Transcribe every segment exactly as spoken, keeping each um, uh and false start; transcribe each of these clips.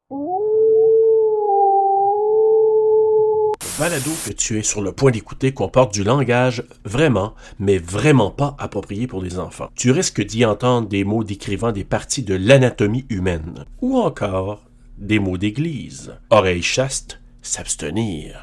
Balado que tu es sur le point d'écouter comporte du langage vraiment, mais vraiment pas approprié pour les enfants. Tu risques d'y entendre des mots décrivant des parties de l'anatomie humaine, ou encore des mots d'église. Oreilles chastes, s'abstenir.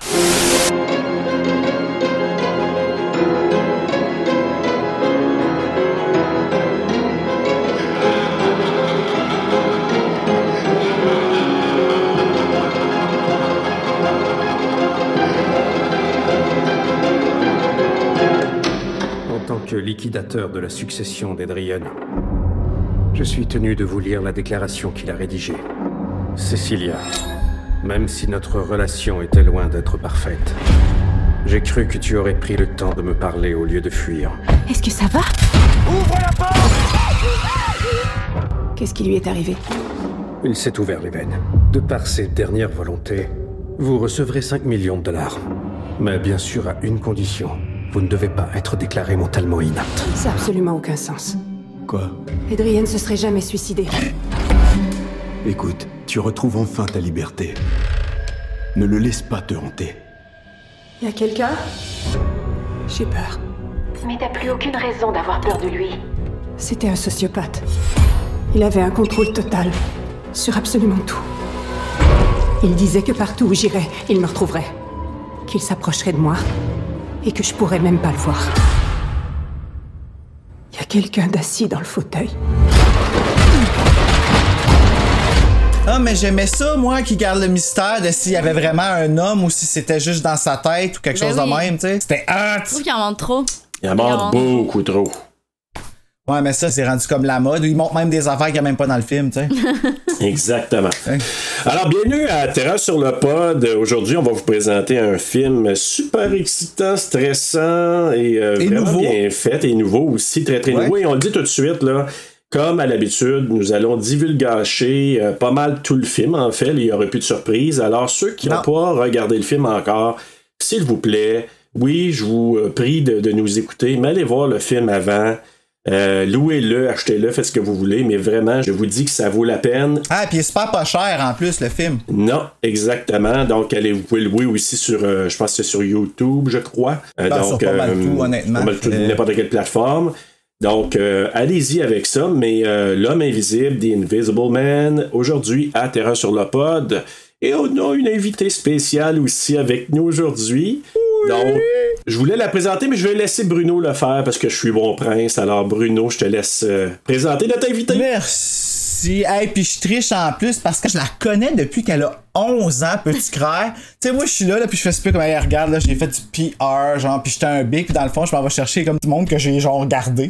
Liquidateur de la succession d'Edrian, je suis tenu de vous lire la déclaration qu'il a rédigée. Cecilia, même si notre relation était loin d'être parfaite, j'ai cru que tu aurais pris le temps de me parler au lieu de fuir. Est-ce que ça va? Ouvre la porte! Qu'est-ce qui lui est arrivé? Il s'est ouvert les veines. De par ses dernières volontés, vous recevrez cinq millions de dollars. Mais bien sûr à une condition. Vous ne devez pas être déclaré mentalement inapte. Ça n'a absolument aucun sens. Quoi? Adrien ne se serait jamais suicidé. Écoute, tu retrouves enfin ta liberté. Ne le laisse pas te hanter. Y a quelqu'un? J'ai peur. Mais t'as plus aucune raison d'avoir peur de lui. C'était un sociopathe. Il avait un contrôle total sur absolument tout. Il disait que partout où j'irais, il me retrouverait. Qu'il s'approcherait de moi. Et que je pourrais même pas le voir. Il y a quelqu'un d'assis dans le fauteuil. Ah, mais j'aimais ça, moi, qui garde le mystère de s'il y avait vraiment un homme ou si c'était juste dans sa tête ou quelque ben chose oui. de même, tu sais. C'était hot! Je trouve qu'il en montre trop. Il en montre beaucoup trop. Ouais, mais ça, c'est rendu comme la mode. Il montre même des affaires qu'il n'y a même pas dans le film, tu sais. Exactement. Alors, bienvenue à Terra sur le pod. Aujourd'hui, on va vous présenter un film super excitant, stressant et, euh, et vraiment nouveau. bien fait et nouveau aussi, très très ouais. nouveau. Et on le dit tout de suite, là, comme à l'habitude, nous allons divulgacher euh, pas mal tout le film, en fait. Il n'y aura plus de surprise. Alors, ceux qui n'ont pas regardé le film encore, s'il vous plaît, oui, je vous prie de, de nous écouter, mais allez voir le film avant. Euh, louez-le, achetez-le, faites ce que vous voulez, mais vraiment, je vous dis que ça vaut la peine. Ah, puis il est super pas cher en plus, le film. Non, exactement. Donc, allez, vous pouvez le louer aussi sur, euh, je pense que c'est sur YouTube, je crois. Euh, ben, donc, sur pas mal euh, tout, honnêtement. Pas mal tout, euh... n'importe quelle plateforme. Donc, euh, allez-y avec ça. Mais euh, L'Homme Invisible, The Invisible Man, aujourd'hui à Terra sur le pod. Et on a une invitée spéciale aussi avec nous aujourd'hui. Oui. Donc, je voulais la présenter, mais je vais laisser Bruno le faire parce que je suis bon prince. Alors, Bruno, je te laisse euh, présenter notre invitée. Merci. Hey, puis je triche en plus parce que je la connais depuis qu'elle a onze ans, petit crère. Tu sais, moi, je suis là, là, puis je fais super comme elle regarde, là, j'ai fait du P R, genre, puis j'étais un big, puis dans le fond, je m'en vais chercher comme tout le monde que j'ai, genre, regardé.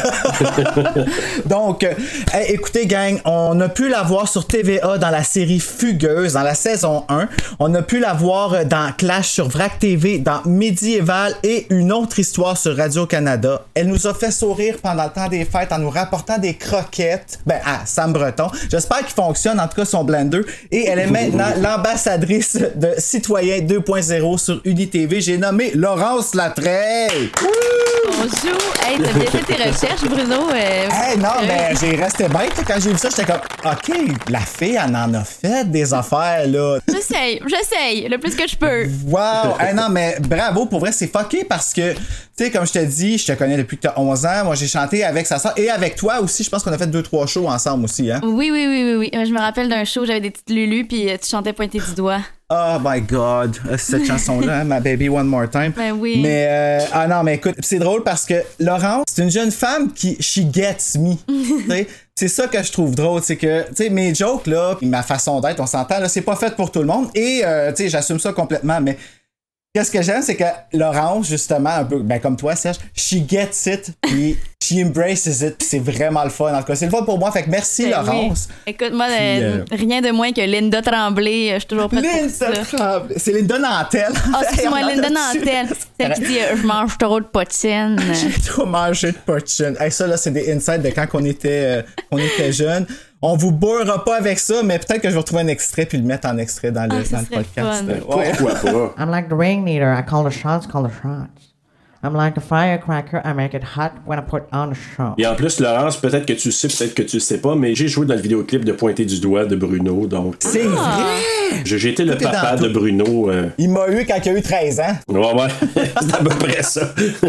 Donc, euh, hey, écoutez, gang, on a pu la voir sur T V A dans la série Fugueuse, dans la saison un. On a pu la voir dans Clash sur Vrac T V, dans Médiéval et Une autre histoire sur Radio-Canada. Elle nous a fait sourire pendant le temps des fêtes en nous rapportant des croquettes. Ben, à Sam Breton. J'espère qu'il fonctionne, en tout cas, son blender. Et elle est maintenant l'ambassadrice de Citoyen deux point zéro sur UniTV. J'ai nommé Laurence Latreille. Bonjour. Hey, t'as bien fait tes recherches, Bruno. Euh, hey, non, euh... ben, j'ai resté bête quand j'ai vu ça. J'étais comme, OK, la fille, elle en a fait des affaires, là. J'essaye, j'essaye, le plus que je peux. Wow. Hey, non, mais bravo, pour vrai, c'est fucké parce que, tu sais, comme je te dis, je te connais depuis que t'as onze ans. Moi, j'ai chanté avec sa sœur et avec toi aussi. Je pense qu'on a fait deux, trois shows ensemble aussi, hein. Oui, oui, oui, oui, oui. Je me rappelle d'un show, j'avais des petites lulus, puis tu chantais pointer du doigt. Oh my God, cette chanson-là, My Baby One More Time. Ben oui. Mais, euh, ah non, mais écoute, c'est drôle parce que Laurence, c'est une jeune femme qui, she gets me. C'est ça que je trouve drôle, c'est que, tu sais, mes jokes, là, pis ma façon d'être, on s'entend, là, c'est pas fait pour tout le monde. Et, euh, tu sais, j'assume ça complètement, mais qu'est-ce que j'aime, c'est que Laurence, justement, un peu, ben comme toi, Serge, she gets it, puis she embraces it, pis c'est vraiment le fun. En tout cas, c'est le fun pour moi, fait que merci, ben Laurence. Oui. Écoute, moi, puis, euh, rien de moins que Linda Tremblay, je suis toujours prête pour ça. Linda Tremblay, c'est Linda Nantel. Ah, oh, excuse-moi, Linda Nantel, celle qui dit euh, « Je mange trop de poutine ». J'ai trop mangé de poutine. Hey, ça, là, c'est des insights de quand on était, euh, on était jeunes. On vous bourrera pas avec ça, mais peut-être que je vais retrouver un extrait puis le mettre en extrait dans le, ah, dans le podcast. Ouais. Pourquoi pas? I'm like the ringleader. I call the shots, call the shots. I'm like a firecracker, I make it hot when I put on a show. Et en plus, Laurence, peut-être que tu le sais, peut-être que tu le sais pas, mais j'ai joué dans le vidéoclip de Pointer du doigt de Bruno, donc... C'est Ah. vrai! J'ai j'ai été le Tout est papa dans de tout. Bruno. euh, Il m'a eu quand il a eu treize ans. Ouais, ouais. C'est à peu près ça.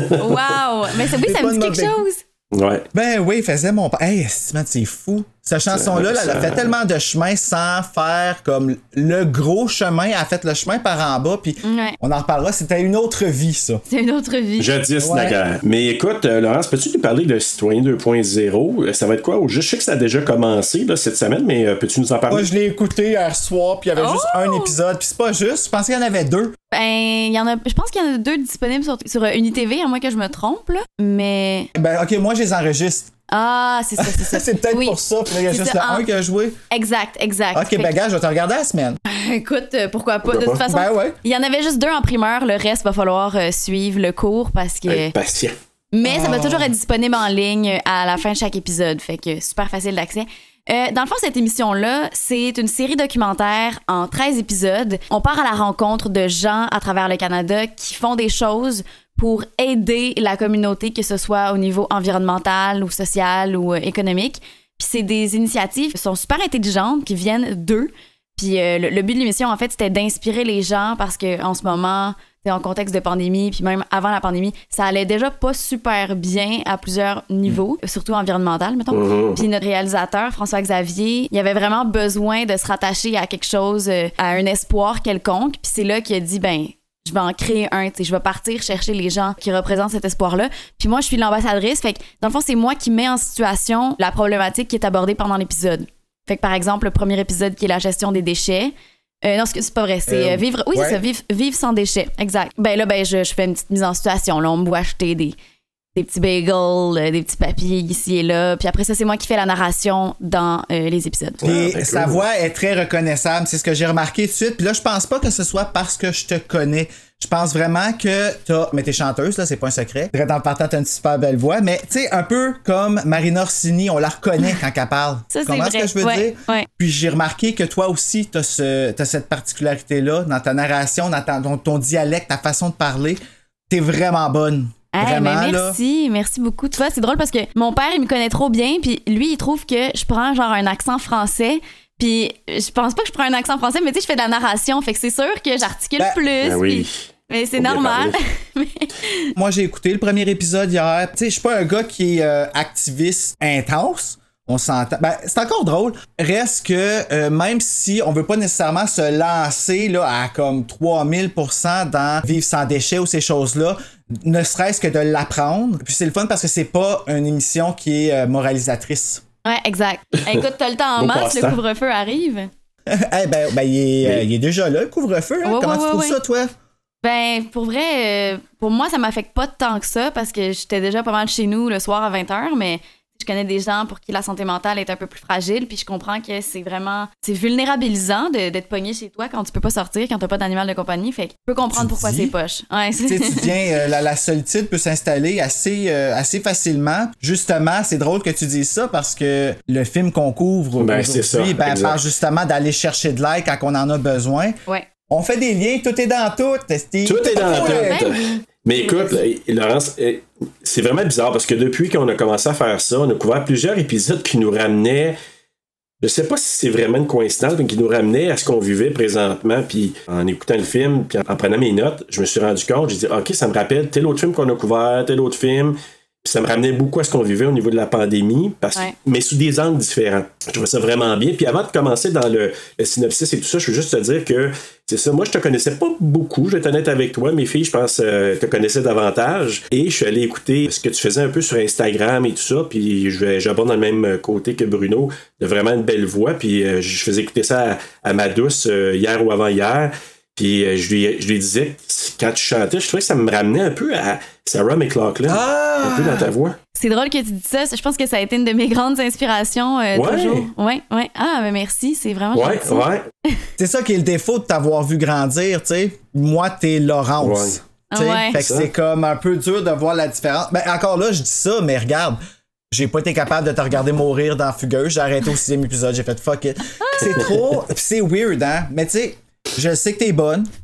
Wow! Mais ça, oui, C'est ça pas me dit une quelque mauvaise- chose. Ouais. Ben oui, il faisait mon père. Hey, man, c'est fou. Cette chanson-là, là, elle a ça- fait tellement de chemin sans faire comme le gros chemin. Elle a fait le chemin par en bas, puis Ouais. on en reparlera. C'était une autre vie, ça. C'est une autre vie. Jadis, Ouais. naguère. Mais écoute, euh, Laurence, peux-tu nous parler de Citoyen deux point zéro? Ça va être quoi? Je sais que ça a déjà commencé là, cette semaine, mais euh, peux-tu nous en parler? Moi, je l'ai écouté hier soir, puis il y avait Oh! juste un épisode. Puis c'est pas juste, je pensais qu'il y en avait deux. Ben, il y en a, je pense qu'il y en a deux disponibles sur, sur UniTV, à moins que je me trompe, là. Mais. Ben, ok, moi, je les enregistre. Ah, c'est ça, c'est ça. C'est peut-être Oui. pour ça. Puis là, il y a C'est juste ça, le en- un qui a joué. Exact, exact. Ok, Fait ben, que- gars, je vais te regarder la semaine. Écoute, euh, pourquoi pas? Pourquoi de toute pas? façon, Ben ouais. il y en avait juste deux en primeur. Le reste, va falloir euh, suivre le cours parce que. Être patient. Mais ça va Oh. toujours être disponible en ligne à la fin de chaque épisode. Fait que super facile d'accès. Euh, dans le fond, cette émission-là, c'est une série documentaire en treize épisodes. On part à la rencontre de gens à travers le Canada qui font des choses pour aider la communauté, que ce soit au niveau environnemental ou social ou euh, économique. Puis c'est des initiatives qui sont super intelligentes, qui viennent d'eux. Puis euh, le, le but de l'émission, en fait, c'était d'inspirer les gens parce qu'en ce moment, c'est en contexte de pandémie, puis même avant la pandémie, ça allait déjà pas super bien à plusieurs niveaux, surtout environnemental, mettons. Mhm. Puis notre réalisateur, François-Xavier, il avait vraiment besoin de se rattacher à quelque chose, euh, à un espoir quelconque. Puis c'est là qu'il a dit, ben, je vais en créer un, tu sais, je vais partir chercher les gens qui représentent cet espoir-là. Puis moi, je suis l'ambassadrice, fait que dans le fond, c'est moi qui mets en situation la problématique qui est abordée pendant l'épisode. Fait que par exemple, le premier épisode qui est la gestion des déchets. Euh, non, c'est c'est pas vrai, c'est Euh, euh, vivre. Oui, ouais. c'est ça, vivre, vivre sans déchets. Exact. Ben là, ben, je, je fais une petite mise en situation. Là, on me voit acheter des, des petits bagels, euh, des petits papiers ici et là. Puis après ça, c'est moi qui fais la narration dans euh, les épisodes. Puis Ouais, ben, sa cool. voix est très reconnaissable. C'est ce que j'ai remarqué tout de suite. Puis là, je pense pas que ce soit parce que je te connais. Je pense vraiment que t'as... Mais t'es chanteuse, là, c'est pas un secret. Très en partant, t'as une super belle voix. Mais, tu sais, un peu comme Marina Orsini, on la reconnaît quand elle parle. Ça, c'est Comment vrai. est-ce que je veux Ouais, dire? ouais. Puis j'ai remarqué que toi aussi, t'as, ce... t'as cette particularité-là dans ta narration, dans ta- dans ton dialecte, ta façon de parler. T'es vraiment bonne. Hey, Vraiment, mais là. merci, merci beaucoup. Tu vois, c'est drôle parce que mon père, il me connaît trop bien, puis lui, il trouve que je prends genre un accent français. Puis je pense pas que je prends un accent français, mais tu sais, je fais de la narration, fait que c'est sûr que j'articule Ben, plus. Ben oui. puis- mais c'est Faut bien normal. parler. Moi, j'ai écouté le premier épisode hier. Tu sais, je suis pas un gars qui est euh, activiste intense. On s'entend. Ben, c'est encore drôle. Reste que euh, même si on veut pas nécessairement se lancer là, à comme trois mille pour cent dans vivre sans déchets ou ces choses-là, ne serait-ce que de l'apprendre. Puis c'est le fun parce que c'est pas une émission qui est euh, moralisatrice. Ouais, exact. Écoute, t'as le temps en Beau masse, le passe-temps. couvre-feu arrive. Eh ben, ben il, est, euh, il est déjà là, le couvre-feu. Hein? Ouais, Comment ouais, tu ouais, trouves ouais. ça, toi? Ben, pour vrai, euh, pour moi, ça m'affecte pas tant que ça parce que j'étais déjà pas mal chez nous le soir à vingt heures, mais je connais des gens pour qui la santé mentale est un peu plus fragile, puis je comprends que c'est vraiment... C'est vulnérabilisant de- d'être pogné chez toi quand tu peux pas sortir, quand t'as pas d'animal de compagnie, fait que je peux comprendre Tu pourquoi dis? c'est poche. Ouais, Tu sais, tu viens, euh, la, la solitude peut s'installer assez, euh, assez facilement. Justement, c'est drôle que tu dises ça parce que le film qu'on couvre Ben, c'est aujourd'hui, ça, ben, exact. parle justement d'aller chercher de l'aide quand on en a besoin. Ouais. On fait des liens, tout est dans tout, Steve. Tout est dans Ouais. tout. Ben oui. Mais écoute, là, Laurence, euh, c'est vraiment bizarre parce que depuis qu'on a commencé à faire ça, on a couvert plusieurs épisodes qui nous ramenaient. Je sais pas si c'est vraiment une coïncidence, mais qui nous ramenaient à ce qu'on vivait présentement. Puis en écoutant le film, puis en, en prenant mes notes, je me suis rendu compte, j'ai dit, OK, ça me rappelle tel autre film qu'on a couvert, tel autre film. Puis ça me ramenait beaucoup à ce qu'on vivait au niveau de la pandémie, parce, Ouais. mais sous des angles différents. Je trouvais ça vraiment bien. Puis avant de commencer dans le, le synopsis et tout ça, je veux juste te dire que c'est ça. Moi, je te connaissais pas beaucoup. Je vais être honnête avec toi. Mes filles, je pense, euh, te connaissaient davantage. Et je suis allé écouter ce que tu faisais un peu sur Instagram et tout ça. Puis je vais- j'aborde dans le même côté que Bruno, de vraiment une belle voix. Puis euh, je faisais écouter ça à, à ma douce euh, hier ou avant-hier. Puis euh, je, lui, je lui disais, quand tu chantais, je trouvais que ça me ramenait un peu à Sarah McLachlan. Ah! Un peu dans ta voix. C'est drôle que tu dis ça. Je pense que ça a été une de mes grandes inspirations euh, Ouais. toujours. Ouais, ouais. Ah, ben merci. C'est vraiment Ouais, gentil. ouais. C'est ça qui est le défaut de t'avoir vu grandir, tu sais. Moi, t'es Laurence. Ouais. Tu sais. Ouais. Fait que Ça. c'est comme un peu dur de voir la différence. Ben, encore là, je dis ça, mais regarde. J'ai pas été capable de te regarder mourir dans Fugueuse. J'ai arrêté au sixième épisode. J'ai fait fuck it. C'est trop. Pis c'est weird, hein. Mais tu sais, je sais que t'es bonne.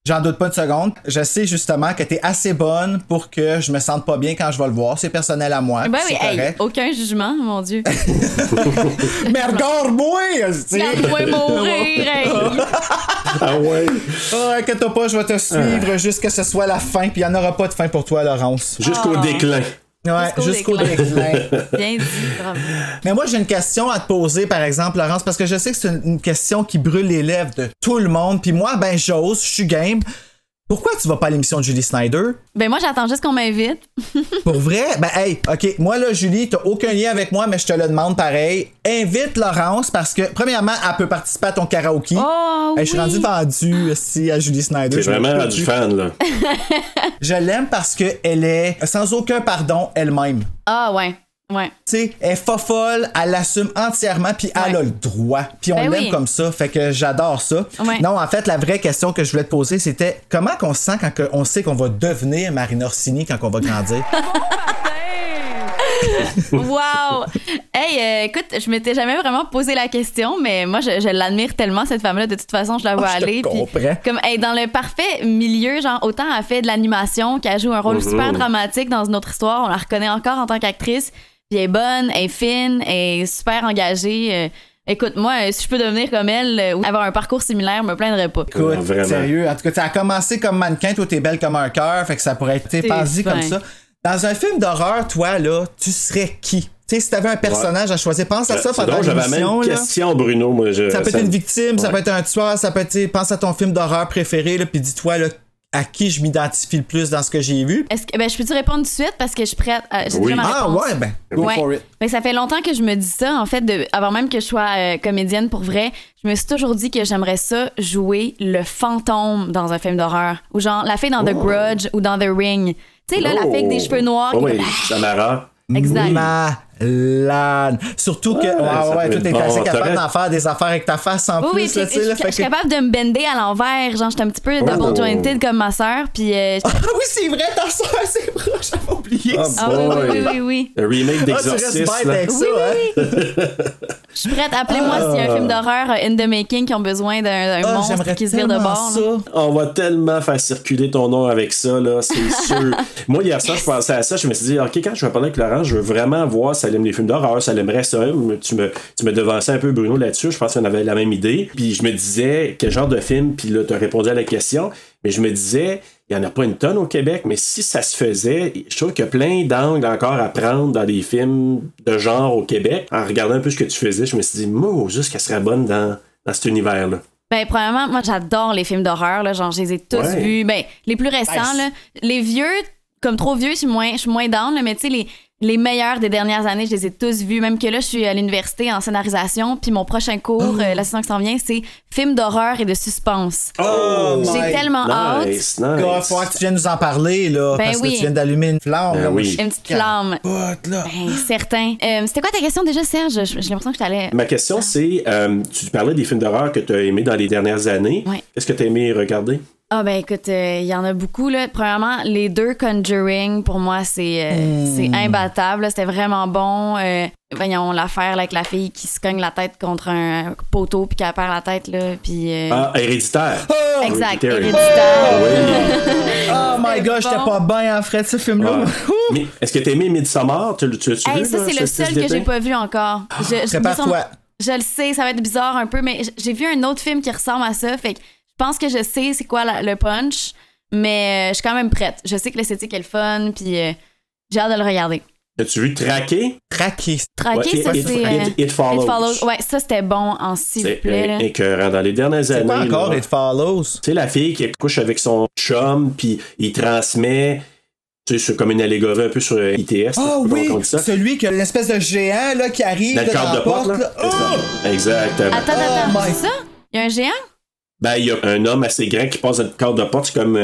J'en doute pas une seconde. Je sais justement que t'es assez bonne pour que je me sente pas bien quand je vais le voir. C'est personnel à moi. Ben oui, c'est hey, correct. aucun jugement, mon Dieu. Mais regarde-moi! Regarde-moi mourir, hey. Ah ouais? Oh, inquiète pas, je vais te suivre ah. jusqu'à ce que ce soit la fin. Puis il n'y en aura pas de fin pour toi, Laurence. Jusqu'au oh. déclin. Ouais, jusqu'au, jusqu'au déclin. Bien dit, bravo. Mais moi, j'ai une question à te poser, par exemple, Laurence, parce que je sais que c'est une, une question qui brûle les lèvres de tout le monde. Puis moi, ben, j'ose, je suis game. Pourquoi tu vas pas à l'émission de Julie Snyder? Ben moi, j'attends juste qu'on m'invite. Pour vrai? Ben hey, OK, moi là, Julie, t'as aucun lien avec moi, mais je te le demande pareil. Invite Laurence parce que, premièrement, elle peut participer à ton karaoké. Oh, hey, oui. Je suis rendu vendu aussi à Julie Snyder. T'es vraiment rendu fan, là. Je l'aime parce qu'elle est, sans aucun pardon, elle-même. Ah ouais. Ouais. Tu sais, elle est fofolle, elle l'assume entièrement, puis elle ouais. a le droit. Puis on ben l'aime oui. comme ça, fait que j'adore ça. Ouais. Non, en fait, la vraie question que je voulais te poser, c'était comment qu'on se sent quand on sait qu'on va devenir Marina Orsini quand on va grandir? Wow! Hey, euh, écoute, je m'étais jamais vraiment posé la question, mais moi, je, je l'admire tellement, cette femme-là. De toute façon, je la vois oh, aller. Je te comprends. Comme, hey, dans le parfait milieu, genre, autant elle fait de l'animation qu'elle joue un rôle mm-hmm. super dramatique dans une autre histoire. On la reconnaît encore en tant qu'actrice. Puis elle est bonne, elle est fine, elle est super engagée. Euh, écoute, moi, si je peux devenir comme elle euh, ou avoir un parcours similaire, je me plaindrais pas. Écoute, ouais, sérieux. En tout cas, tu as commencé comme mannequin, toi, t'es belle comme un cœur, fait que ça pourrait être pensé comme ça. Dans un film d'horreur, toi, là, tu serais qui? Tu sais, si t'avais un personnage ouais. à choisir, pense à ça euh, pendant l'émission. J'avais la même question, Bruno. Moi, je, ça peut ça... être une victime, ouais. ça peut être un tueur, ça peut être, pense à ton film d'horreur préféré, là, puis dis-toi, là, à qui je m'identifie le plus dans ce que j'ai vu. Est-ce que, ben, je peux te répondre tout de suite parce que je suis prête. Euh, j'ai oui. déjà ma ah réponse. ouais, ben, go ouais. for it. Ben, ça fait longtemps que je me dis ça, en fait, de, avant même que je sois euh, comédienne pour vrai. Je me suis toujours dit que j'aimerais ça jouer le fantôme dans un film d'horreur. Ou genre la fille dans The oh. Grudge ou dans The Ring. Tu sais, là, oh. la fille avec des cheveux noirs. Oh, oui, Samara. Exact. Malade. Surtout que, ouais, ouais, ouais, toi, t'es bon, capable d'en faire des affaires avec ta face en oui, plus. Oui, je suis capable de me bender à l'envers. Genre, j'étais un petit peu oh. double jointed comme ma sœur. Puis. Euh, ah oui, c'est vrai, ta sœur, c'est proche. J'avais oublié oh ça. Ah oui, oui, oui, oui. Le remake d'Exorcist. Ah, tu restes bête avec oui, ça, oui, hein? Je suis prête. Appelez-moi ah. s'il y a un film d'horreur in the making qui ont besoin d'un ah, monstre qui se vire de bord. On va tellement faire circuler ton nom avec ça, là, c'est sûr. Moi, hier soir, je pensais à ça. Je me suis dit, OK, quand je vais parler avec Laurent, je veux vraiment voir si elle aime les films d'horreur, si elle aimerait ça. Tu me, tu me devançais un peu, Bruno, là-dessus. Je pense qu'on avait la même idée. Puis je me disais, quel genre de film? Puis là, tu as répondu à la question. Mais je me disais, il n'y en a pas une tonne au Québec, mais si ça se faisait, je trouve qu'il y a plein d'angles encore à prendre dans des films de genre au Québec. En regardant un peu ce que tu faisais, je me suis dit, moi, juste qu'elle serait bonne dans, dans cet univers-là. Ben, premièrement, moi, j'adore les films d'horreur, là. Genre, je les ai tous ouais. vus. Ben, les plus récents, nice. là. Les vieux, comme trop vieux, je suis moins, je suis moins down, là, mais tu sais, les. Les meilleurs des dernières années, je les ai tous vus. Même que là, je suis à l'université en scénarisation. Puis mon prochain cours, oh. euh, la saison qui s'en vient, c'est film d'horreur et de suspense. Oh, j'ai my tellement nice, hâte. Nice. Il va falloir que tu viennes nous en parler, là. Ben parce oui. que tu viens d'allumer une flamme. Ben là, oui. Une petite flamme. Pote, là. Ben, certain. Euh, c'était quoi ta question déjà, Serge? J'ai l'impression que je t'allais. Ma question, c'est euh, tu parlais des films d'horreur que tu as aimés dans les dernières années. Ouais. Qu'est-ce que tu as aimé regarder? Ah ben écoute, il euh, y en a beaucoup là. Premièrement, les deux Conjuring, pour moi, c'est euh, mm. c'est imbattable. Là. C'était vraiment bon. Euh, voyons, l'affaire là, avec la fille qui se cogne la tête contre un poteau puis qu'elle perd la tête, là. Puis, euh... Ah, Héréditaire. Oh! Exact, Héréditaire. Oh, oui. Oh my god, j'étais pas bien en fait, ce film-là. Ah. Mais est-ce que t'as aimé Midsommar? Tu, tu, tu hey, vu, ça, là, c'est le seul que j'ai pas vu encore. Je, Prépare-toi. Je, je le sais, ça va être bizarre un peu, mais j'ai vu un autre film qui ressemble à ça, fait que je pense que je sais c'est quoi la, le punch, mais euh, je suis quand même prête. Je sais que l'esthétique est le fun, puis euh, j'ai hâte de le regarder. As-tu vu Traqué? Traqué. Traqué, ouais, ça, it, c'est... it, euh, it, it, follows. It Follows. Ouais, ça, c'était bon en s'il vous plaît. C'est écœurant. Dans les dernières c'est années... C'est quoi encore, là, It Follows? Tu sais, la fille qui couche avec son chum, puis il transmet... Tu sais, c'est comme une allégorie un peu sur I T S. Oh oui, celui qui a l'espèce de géant là, qui arrive dans, là, dans de la porte. porte là. Oh! Exactement. Attends, attends, oh c'est ça? Il y a un géant? Ben, il y a un homme assez grand qui passe dans une carte de porte. C'est comme... Euh,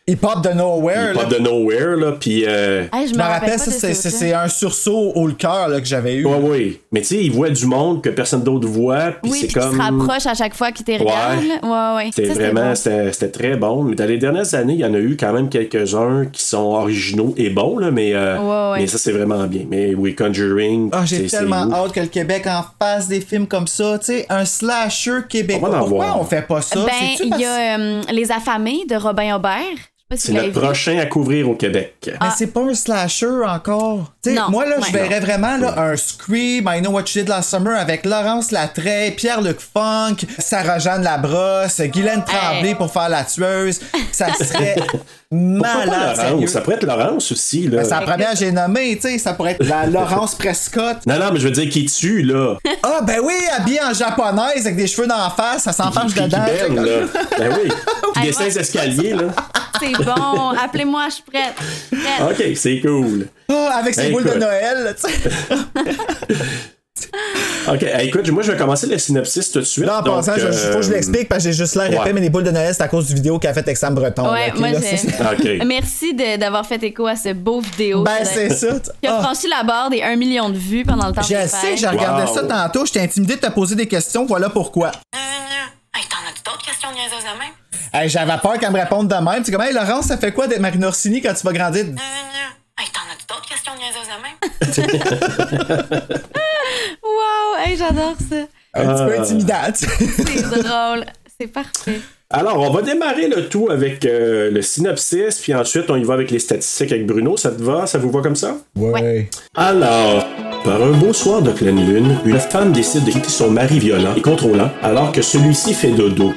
Il pop de nowhere. Il pop de nowhere, là, puis... Euh... Hey, je me rappelle, rappelle ça, c'est, c'est, c'est un sursaut au cœur là, que j'avais eu. Oui, oui. Mais tu sais, il voit du monde que personne d'autre voit, puis oui, c'est pis comme... Oui, puis il se rapproche à chaque fois qu'il te regarde. Ouais, ouais. ouais. C'était ça, vraiment... c'était, bon. c'était, c'était très bon. Mais dans les dernières années, il y en a eu quand même quelques-uns qui sont originaux et bons, là, mais, euh, ouais, ouais. mais ça, c'est vraiment bien. Mais oui, Conjuring... Ah, j'ai tellement hâte que le Québec en fasse des films comme ça. Tu sais, un slasher québécois. On Pourquoi voir. on fait pas ça? Ben, il y a euh, Les Affamés de Robin Aubert. C'est notre prochain à couvrir au Québec. Mais ah. c'est pas un slasher encore. T'sais, non, moi, là, ouais. je verrais vraiment là, un Scream, I Know What You Did Last Summer avec Laurence Latreille, Pierre-Luc Funk, Sarah-Jeanne Labrosse, Guylaine Tremblay hey. pour faire la tueuse. Ça serait malade. Laurence? Ça pourrait être Laurence aussi. Là. Ben, c'est la première que j'ai nommée. Tu sais, ça pourrait être la Laurence Prescott. Non, non, mais je veux dire qui tue, là. Ah, ben oui, habillée en japonaise avec des cheveux d'en face, ça s'enfarge dedans. Belle, là. Ben oui. Puis des cinq escaliers, là. C'est bon, appelez-moi, je suis prête. prête. OK, c'est cool. Oh, avec ses ben, boules écoute. de Noël, tu sais. OK, hey, écoute, moi je vais commencer le synopsis tout de suite. Non, en donc, passant, il euh... faut que je l'explique parce que j'ai juste l'air épais, ouais. mais les boules de Noël, c'est à cause du vidéo qu'a fait avec Sam Breton. Ouais, là, moi là, j'ai. Okay. Merci de, d'avoir fait écho à ce beau vidéo. Ben, c'est ça. Qui a franchi la barre des un million de vues pendant le temps de Je sais, j'ai regardé wow. ça tantôt, j'étais intimidé de te poser des questions, voilà pourquoi. Hey, t'en as d'autres questions niaiseuses de même? Hey, j'avais peur qu'elle me réponde de même. Tu sais, comme, hey, Laurence, ça fait quoi d'être Marine Orsini quand tu vas grandir? Hey, t'en as d'autres questions niaiseuses de même? Wow, hey, j'adore ça. Un euh... petit peu intimidant. C'est drôle, c'est parfait. Alors, on va démarrer le tout avec euh, le synopsis, puis ensuite, on y va avec les statistiques avec Bruno. Ça te va? Ça vous va comme ça? Ouais. Alors, par un beau soir de pleine lune, une femme décide de quitter son mari violent et contrôlant alors que celui-ci fait dodo.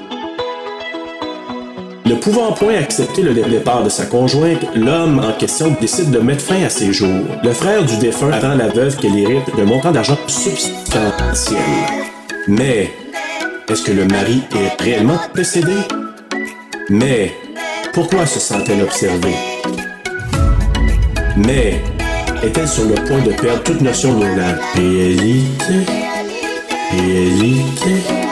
Ne pouvant point accepter le départ de sa conjointe, l'homme en question décide de mettre fin à ses jours. Le frère du défunt apprend la veuve qu'elle hérite d'un montant d'argent substantiel. Mais... est-ce que le mari est réellement décédé? Mais pourquoi se sent-elle observée? Mais est-elle sur le point de perdre toute notion de la réalité? Réalité?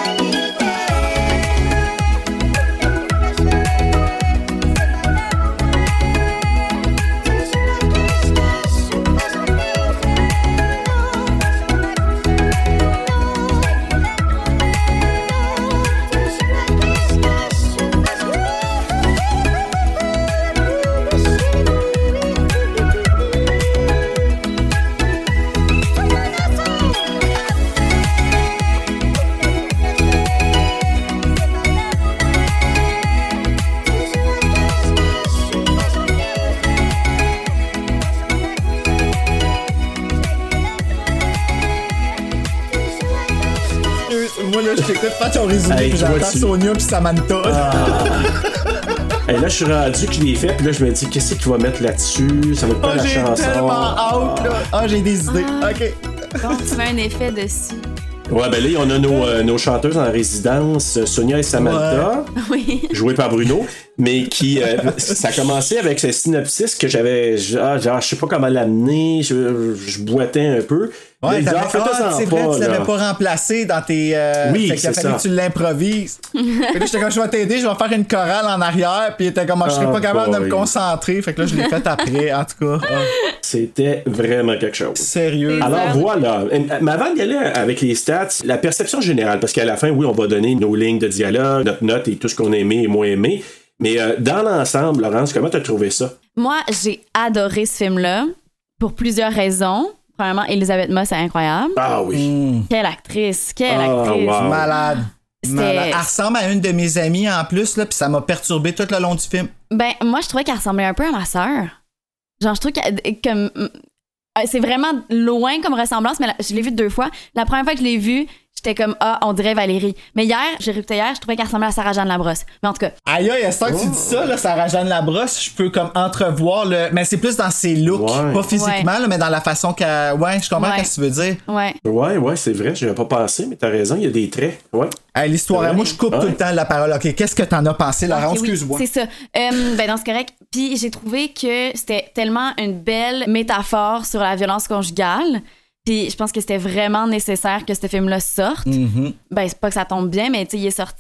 Pas ton résumé, hey, puis j'entends tu... Sonia puis Samantha. Ah. Hey, là, je suis rendu que je l'ai fait, puis là, je me dis, qu'est-ce qu'il va mettre là-dessus? Ça va être pas oh, la j'ai chanson. J'ai tellement hâte, là. Ah, oh, j'ai des idées. Ah. OK. Donc, tu mets un effet dessus. Ouais, ben là, on a nos, euh, nos chanteuses en résidence, Sonia et Samantha, ouais. Oui. jouées par Bruno, mais qui, euh, ça a commencé avec ce synopsis que j'avais, ah, genre, je sais pas comment l'amener, je, je boitais un peu. Ouais, là, ah, ah, c'est vrai, pas, tu l'avais pas remplacé dans tes... Euh, oui, fait qu'il a fallu ça. que tu l'improvises. Puis là, j'étais comme, je vais t'aider, je vais faire une chorale en arrière, puis il était comme, je serais pas capable boy. de me concentrer, fait que là, je l'ai fait après, en tout cas. Ah. C'était vraiment quelque chose. Sérieux. Alors voilà, mais avant d'y aller avec les stats, la perception générale, parce qu'à la fin, oui, on va donner nos lignes de dialogue, notre note et tout ce qu'on a aimé et moins aimé, mais euh, dans l'ensemble, Laurence, comment t'as trouvé ça? Moi, j'ai adoré ce film-là, pour plusieurs raisons. Premièrement, Elisabeth Moss, c'est incroyable. Ah oui. Mmh. Quelle actrice, quelle oh, actrice. Wow. Malade. Malade. Elle ressemble à une de mes amies en plus, là, puis ça m'a perturbé tout le long du film. Ben, moi, je trouvais qu'elle ressemblait un peu à ma sœur. Genre, je trouve qu'elle... Comme, c'est vraiment loin comme ressemblance, mais la, je l'ai vue deux fois. La première fois que je l'ai vue, j'étais comme, ah, on dirait Valérie. Mais hier, j'ai réécouté hier, je trouvais qu'elle ressemblait à Sarah-Jeanne Labrosse. Mais en tout cas. Aïe, aïe, est-ce que oh. tu dis ça, là, Sarah-Jeanne Labrosse, je peux comme entrevoir le. Mais c'est plus dans ses looks, ouais. pas physiquement, ouais. là, mais dans la façon qu'elle. Ouais, je comprends ouais. ce que tu veux dire. Ouais. Ouais, ouais, c'est vrai, j'y avais pas pensé, mais t'as raison, il y a des traits. Ouais. Hey, l'histoire, ouais. moi, je coupe ouais. tout le temps la parole. OK, qu'est-ce que t'en as pensé, Laurence? Okay, oui, excuse-moi. C'est ça. Euh, ben, non, c'est correct. Puis j'ai trouvé que c'était tellement une belle métaphore sur la violence conjugale. Puis je pense que c'était vraiment nécessaire que ce film-là sorte. Mm-hmm. Ben, c'est pas que ça tombe bien, mais tu sais, il est sorti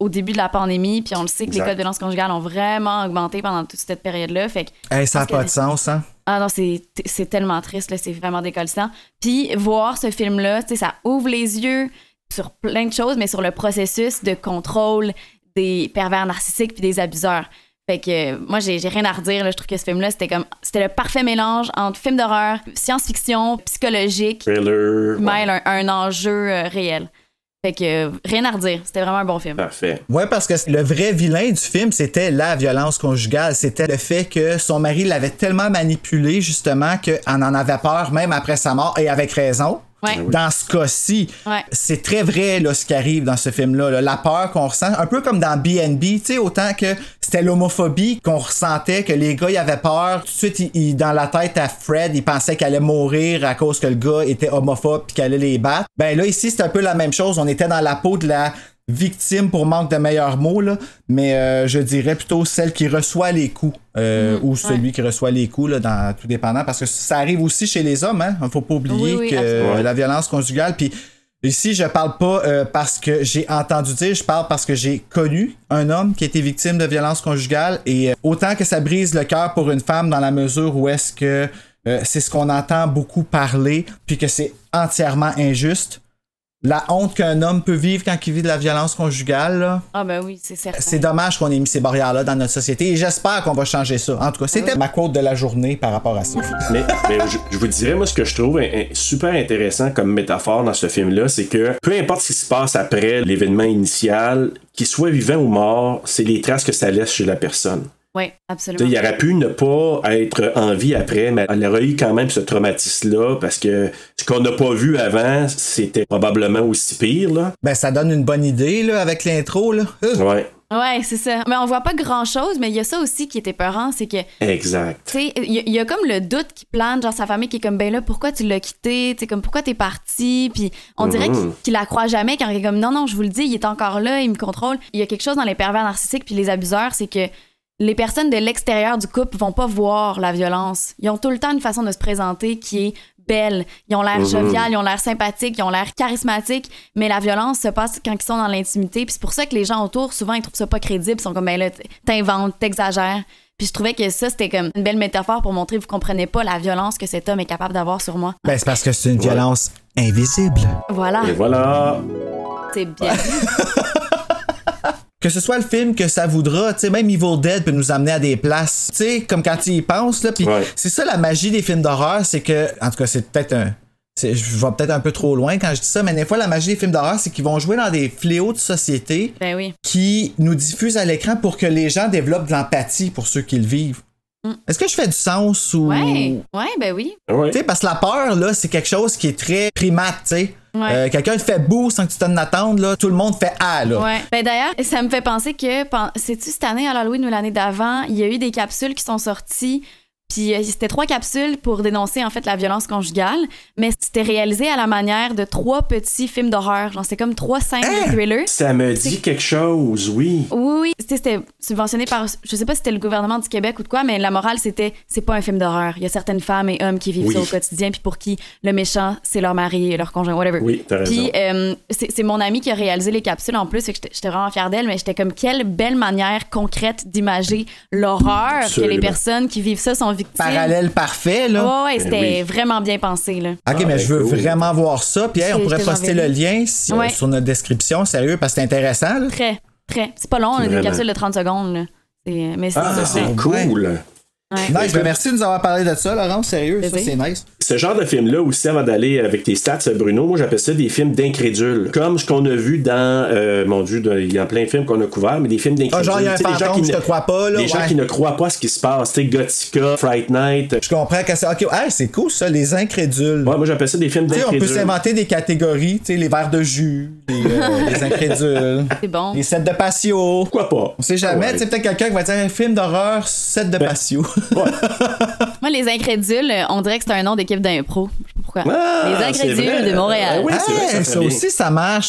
au début de la pandémie, puis on le sait que Exact. les cas de violence conjugale ont vraiment augmenté pendant toute cette période-là. Fait que, Hey, ça n'a parce pas que- de sens, hein? Ah non, c'est, c'est tellement triste, là, c'est vraiment décollissant. Puis voir ce film-là, tu sais, ça ouvre les yeux sur plein de choses, mais sur le processus de contrôle des pervers narcissiques puis des abuseurs. Fait que euh, moi, j'ai, j'ai rien à redire. Là. Je trouve que ce film-là, c'était comme c'était le parfait mélange entre film d'horreur, science-fiction, psychologique, Thriller. qui mêle un, un enjeu euh, réel. Fait que euh, rien à redire. C'était vraiment un bon film. Parfait. Ouais, parce que le vrai vilain du film, c'était la violence conjugale. C'était le fait que son mari l'avait tellement manipulé, justement, qu'elle en avait peur, même après sa mort, et avec raison. Ouais. Dans ce cas-ci, Ouais. c'est très vrai là, ce qui arrive dans ce film-là. Là. La peur qu'on ressent, un peu comme dans B and B, tu sais, autant que c'était l'homophobie qu'on ressentait, que les gars, ils avaient peur. Tout de suite, il, il- dans la tête à Fred, il pensait qu'elle allait mourir à cause que le gars était homophobe puis qu'elle allait les battre. Ben là, ici, c'est un peu la même chose. On était dans la peau de la victime, pour manque de meilleurs mots, là, mais euh, je dirais plutôt celle qui reçoit les coups, euh, Mmh, ou celui ouais. qui reçoit les coups, là, dans, tout dépendant, parce que ça arrive aussi chez les hommes, hein. Faut pas oublier Oui, oui, que absolument. euh, la violence conjugale, puis ici, je parle pas euh, parce que j'ai entendu dire, je parle parce que j'ai connu un homme qui a été victime de violence conjugale, et euh, autant que ça brise le cœur pour une femme dans la mesure où est-ce que euh, c'est ce qu'on entend beaucoup parler, puis que c'est entièrement injuste. La honte qu'un homme peut vivre quand il vit de la violence conjugale, là, Ah ben oui, c'est certain. c'est dommage qu'on ait mis ces barrières-là dans notre société, et j'espère qu'on va changer ça. En tout cas, c'était ma quote de la journée par rapport à ça. Mais, mais je, je vous dirais, moi, ce que je trouve un- un- super intéressant comme métaphore dans ce film-là, c'est que peu importe ce qui se passe après l'événement initial, qu'il soit vivant ou mort, c'est les traces que ça laisse chez la personne. Oui, T'sais, absolument. il aurait pu ne pas être en vie après, mais elle aurait eu quand même ce traumatisme-là, parce que ce qu'on n'a pas vu avant, c'était probablement aussi pire, là. Ben, ça donne une bonne idée, là, avec l'intro, là. Euh. Ouais, Ouais, c'est ça. Mais on voit pas grand-chose, mais il y a ça aussi qui est épeurant, c'est que exact. tu sais, il y, a- il y a comme le doute qui plane, genre sa famille qui est comme, ben là, pourquoi tu l'as quitté? Tu sais, comme, pourquoi t'es parti? Puis on dirait Mhm. qu'il, qu'il la croit jamais quand il est comme, non, non, je vous le dis, il est encore là, il me contrôle. Il y a quelque chose dans les pervers narcissiques puis les abuseurs, c'est que les personnes de l'extérieur du couple vont pas voir la violence. Ils ont tout le temps une façon de se présenter qui est belle. Ils ont l'air Mhm. jovial, ils ont l'air sympathiques, ils ont l'air charismatiques, mais la violence se passe quand ils sont dans l'intimité. Puis c'est pour ça que les gens autour, souvent, ils trouvent ça pas crédible. Ils sont comme, ben là, t'inventes, t'exagères. Puis je trouvais que ça, c'était comme une belle métaphore pour montrer que vous comprenez pas la violence que cet homme est capable d'avoir sur moi. Ben, c'est parce que c'est une violence invisible. Voilà, Et voilà. c'est bien. Que ce soit le film que ça voudra, tu sais, même Evil Dead peut nous amener à des places, tu sais, comme quand tu y penses, là, puis Ouais. c'est ça la magie des films d'horreur, c'est que, en tout cas, c'est peut-être un... c'est- je vais peut-être un peu trop loin quand je dis ça, mais des fois, la magie des films d'horreur, c'est qu'ils vont jouer dans des fléaux de société Ben oui. qui nous diffusent à l'écran pour que les gens développent de l'empathie pour ceux qui le vivent. Mm. Est-ce que je fais du sens ou... Ouais, ouais, ben oui. Ouais. Tu sais, parce que la peur, là, c'est quelque chose qui est très primate, tu sais. Ouais. Euh, quelqu'un te fait bouh sans que tu t'en attendes, là, tout le monde fait ah, là. Ouais. Ben d'ailleurs, ça me fait penser que, pen- sais-tu, cette année à l'Halloween ou l'année d'avant, il y a eu des capsules qui sont sorties. Puis euh, c'était trois capsules pour dénoncer en fait la violence conjugale, mais c'était réalisé à la manière de trois petits films d'horreur. Genre, c'est comme trois scènes Hein? de thriller. Ça me C'est- dit quelque chose, oui. Oui, oui. C'était- C'était subventionné par, je sais pas si c'était le gouvernement du Québec ou de quoi, mais la morale, c'était, c'est pas un film d'horreur. Il y a certaines femmes et hommes qui vivent Oui. ça au quotidien, puis pour qui le méchant, c'est leur mari et leur conjoint, whatever. Oui, t'as raison. Puis euh, c'est c'est mon amie qui a réalisé les capsules en plus, fait que j'étais j'étais vraiment fière d'elle, mais j'étais comme, quelle belle manière concrète d'imager l'horreur que Absolument. les personnes qui vivent ça sont victimes. Parallèle parfait, là. Ouais, ouais, Ben c'était oui. vraiment bien pensé, là. Ok, Ah, mais ben je veux cool. vraiment voir ça. Puis hey, on Je- pourrait je te poster le l'enverrai. lien si- Ouais. sur notre description, sérieux, parce que c'est intéressant. Là. Très, très. C'est pas long, on a des Vraiment. capsules de trente secondes, là. C'est- Mais c'est Ah, ça. c'est ouais. cool. Ouais. Nice, ben merci de nous avoir parlé de ça, Laurent. Sérieux, ça Plaisir. c'est nice. Ce genre de film-là aussi, avant d'aller avec tes stats, Bruno, moi j'appelle ça des films d'incrédules. Comme ce qu'on a vu dans, euh, mon Dieu, de- il y a plein de films qu'on a couverts, mais des films d'incrédules. Ah, genre, il y a un Tu sais, des gens fantôme, qui je ne- te crois pas, là. Des gens ouais. qui ne croient pas à ce qui se passe. Tu sais, Gothica, Fright Night. Je comprends que c'est. Ok, hey, c'est cool ça, les incrédules. Ouais, moi j'appelle ça des films Tu sais, on peut d'incrédules. s'inventer des catégories, tu sais, les verres de jus, les, euh, les incrédules, C'est bon. les sets de patio. Pourquoi pas? On sait jamais, Ouais. tu sais, peut-être quelqu'un qui va dire un film d'horreur, set de Ben, patio. Moi, les incrédules, euh, on dirait que c'est un nom d'équipe d'impro. Je sais pas pourquoi. Ah, les c'est incrédules vrai. de Montréal. Ah oui, c'est vrai, Hey, ça ça ferait bien. aussi, ça marche.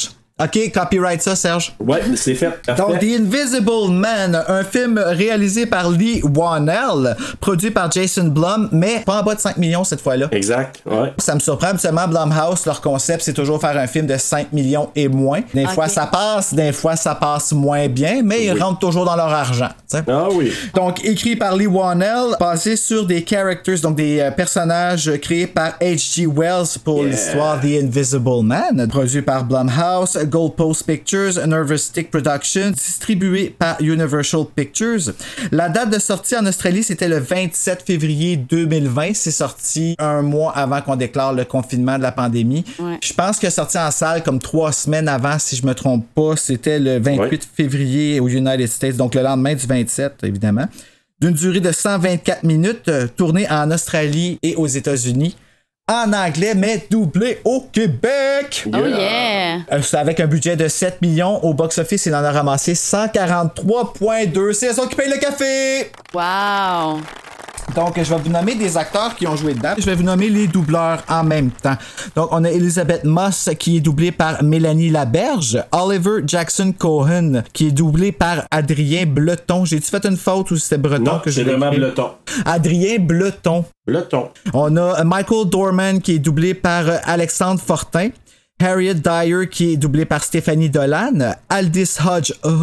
OK, copyright ça, Serge. Ouais, c'est fait. Parfait. Donc, The Invisible Man, un film réalisé par Lee Whannell, produit par Jason Blum, mais pas en bas de cinq millions cette fois-là. Exact, ouais. Ça me surprend, absolument. Blumhouse, leur concept, c'est toujours faire un film de cinq millions et moins. Des okay. fois, ça passe, des fois, ça passe moins bien, mais ils oui. rentrent toujours dans leur argent. T'sais. Ah oui. Donc, écrit par Lee Whannell, basé sur des characters, donc des euh, personnages créés par H G Wells pour yeah. l'histoire The Invisible Man, produit par Blumhouse, Goalpost Pictures, Nervous Stick Productions, distribué par Universal Pictures. La date de sortie en Australie, c'était le vingt-sept février deux mille vingt. C'est sorti un mois avant qu'on déclare le confinement de la pandémie. Ouais. Je pense que sorti en salle comme trois semaines avant, si je me trompe pas. C'était le vingt-huit ouais. février au United States, donc le lendemain du vingt-sept, évidemment. D'une durée de cent vingt-quatre minutes, euh, tournée en Australie et aux États-Unis. En anglais, mais doublé au Québec. Oh yeah! Euh, c'est avec un budget de sept millions. Au box-office, il en a ramassé cent quarante-trois virgule deux. C'est eux qui payent le café! Wow! Donc, je vais vous nommer des acteurs qui ont joué dedans. Je vais vous nommer les doubleurs en même temps. Donc, on a Elizabeth Moss qui est doublée par Mélanie Laberge. Oliver Jackson Cohen qui est doublé par Adrien Bleton. J'ai-tu fait une faute ou c'était Breton non, que j'ai c'est vraiment écrit? Bleton. Adrien Bleton. Bleton. On a Michael Dorman qui est doublé par Alexandre Fortin. Harriet Dyer qui est doublée par Stéphanie Dolan. Aldis Hodge. Oh.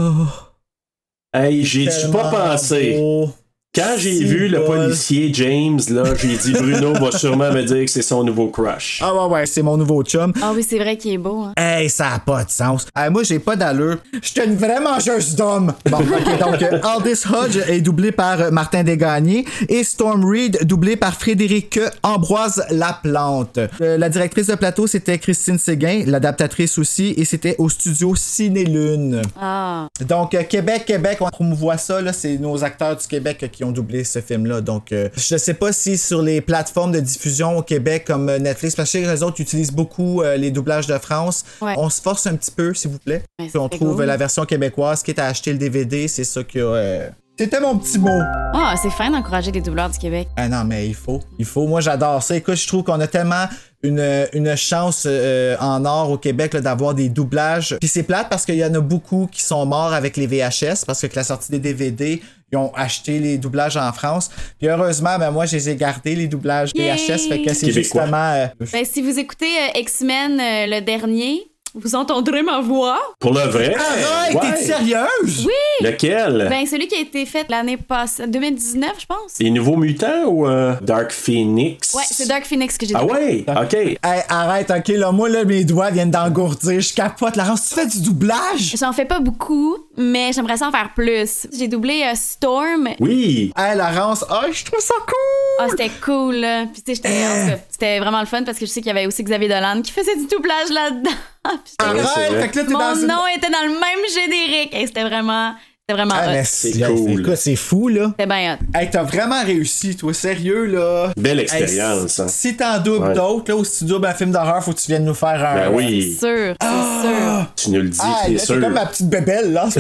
Hey, j'ai dû pas penser. Beau. Quand j'ai c'est vu bol. le policier James, là, j'ai dit Bruno va sûrement me dire que c'est son nouveau crush. Ah ouais, ouais, c'est mon nouveau chum. Ah oui, c'est vrai qu'il est beau. Hein. Hey, ça a pas de sens. Hey, moi, j'ai pas d'allure. J'étais une vraie mangeuse d'hommes. Bon, ok, donc euh, Aldis Hodge est doublé par euh, Martin Desgagnés et Storm Reed doublé par Frédéric Ambroise Laplante. Euh, la directrice de plateau, c'était Christine Séguin, l'adaptatrice aussi, et c'était au studio Ciné-Lune. Ah. Donc, euh, Québec, Québec, on promouvoit ça, là, c'est nos acteurs du Québec qui ont doublé ce film-là. Donc, euh, je sais pas si sur les plateformes de diffusion au Québec comme Netflix, parce que les autres utilisent beaucoup euh, les doublages de France. Ouais. On se force un petit peu, s'il vous plaît. Ouais, puis on trouve cool. la version québécoise qui est à acheter le D V D. C'est ça que... Euh... C'était mon petit mot. Ah, c'est fin d'encourager les doubleurs du Québec. Ah non, mais il faut. Il faut. Moi, j'adore ça. Écoute, je trouve qu'on a tellement une, une chance euh, en or au Québec là, d'avoir des doublages. Puis c'est plate parce qu'il y en a beaucoup qui sont morts avec les V H S parce que avec la sortie des D V D, ils ont acheté les doublages en France. Puis heureusement, ben moi, je les ai gardés, les doublages Yay! V H S. Fait que c'est Québécois. justement... Euh... Ben, si vous écoutez euh, X-Men, euh, le dernier... Vous entendrez ma voix. Pour le vrai? Arrête, ouais. T'es sérieuse? Oui. Lequel? Ben, celui qui a été fait l'année passée, deux mille dix-neuf, je pense. Les Nouveaux Mutants ou euh, Dark Phoenix? Ouais, c'est Dark Phoenix que j'ai dit. Ah ouais? OK. Hey, arrête, OK, là, moi, là, mes doigts viennent d'engourdir. Je capote. Laurence, tu fais du doublage? J'en fais pas beaucoup, mais j'aimerais ça en faire plus. J'ai doublé euh, Storm. Oui. Hey, Laurence, oh, je trouve ça cool! Ah, c'était cool, là. Puis, tu sais, j'étais... En tout cas, c'était vraiment le fun parce que je sais qu'il y avait aussi Xavier Dolan qui faisait du doublage là-dedans. Arrête, fait que là, t'es Mon dans une... nom était dans le même générique. Et c'était vraiment... C'était vraiment ah, hot. C'est, c'est cool. Écoute, c'est fou, là. C'était bien hot. Hey, t'as vraiment réussi, toi, sérieux, là. Belle expérience. Hey, si, si t'en doubles ouais. d'autres, là, ou si tu doubles un film d'horreur, faut que tu viennes nous faire un... Ben oui. C'est sûr, c'est ah, sûr. Tu nous le dis, ah, c'est là, sûr. C'est comme ma petite bébelle, là.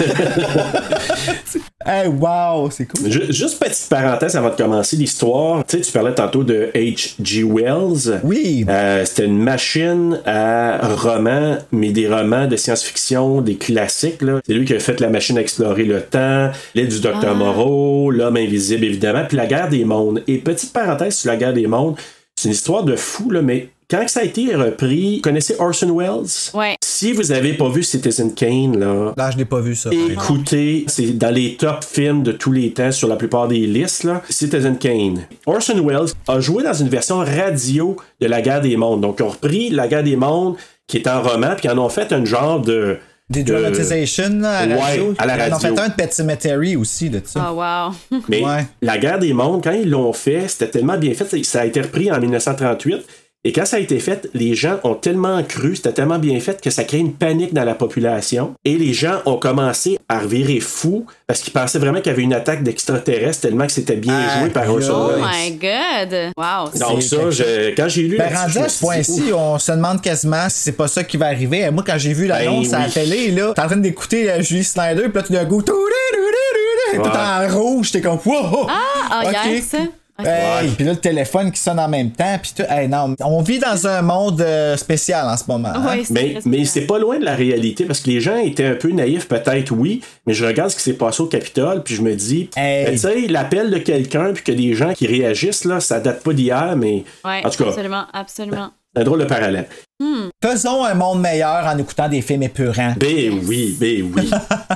Hey, wow, c'est cool. Juste petite parenthèse avant de commencer l'histoire. Tu sais, tu parlais tantôt de H G Wells. Oui. Euh, c'était une machine à romans, mais des romans de science-fiction, des classiques, là. C'est lui qui a fait La machine à explorer le temps, L'aide du docteur ah. Moreau, L'homme invisible, évidemment, puis La guerre des mondes. Et petite parenthèse sur La guerre des mondes, c'est une histoire de fou, là, mais quand ça a été repris, vous connaissez Orson Welles? Ouais. Si vous avez pas vu Citizen Kane, là... Là, je n'ai pas vu ça. Écoutez, c'est dans les top films de tous les temps sur la plupart des listes, là. Citizen Kane. Orson Welles a joué dans une version radio de La guerre des mondes. Donc, ils ont repris La guerre des mondes, qui est en roman, puis ils en ont fait un genre de... Des dramatisations de... à la ouais, radio. à la radio. Ils en ont fait un de Pet Sematary aussi, de ça. Oh, wow. Mais ouais. La guerre des mondes, quand ils l'ont fait, c'était tellement bien fait. Ça a été repris en dix-neuf cent trente-huit. Et quand ça a été fait, les gens ont tellement cru, c'était tellement bien fait que ça crée une panique dans la population. Et les gens ont commencé à revirer fous parce qu'ils pensaient vraiment qu'il y avait une attaque d'extraterrestres tellement que c'était bien ah, joué par Orson Welles. Oh my God! Wow! Donc c'est ça, je, quand j'ai lu... Ben, rendu à ce point-ci, on se demande quasiment si c'est pas ça qui va arriver. Moi, quand j'ai vu l'annonce ben, oui. à la télé, là, t'es en train d'écouter euh, Julie Snyder, puis là, tout d'un coup... Tout en rouge, t'es comme... Wow! Ah! Ah, okay. yes! Hey, puis là, le téléphone qui sonne en même temps, puis tout. Hey, non, on vit dans un monde euh, spécial en ce moment. Hein? Ouais, c'est mais mais c'est pas loin de la réalité parce que les gens étaient un peu naïfs, peut-être, oui, mais je regarde ce qui s'est passé au Capitole, puis je me dis, hey. ben, tu sais, l'appel de quelqu'un, puis que des gens qui réagissent, là, ça date pas d'hier, mais. Ouais, en tout cas, absolument, absolument. C'est un drôle de parallèle. Hmm. Faisons un monde meilleur en écoutant des films épurants. Ben oui, ben oui.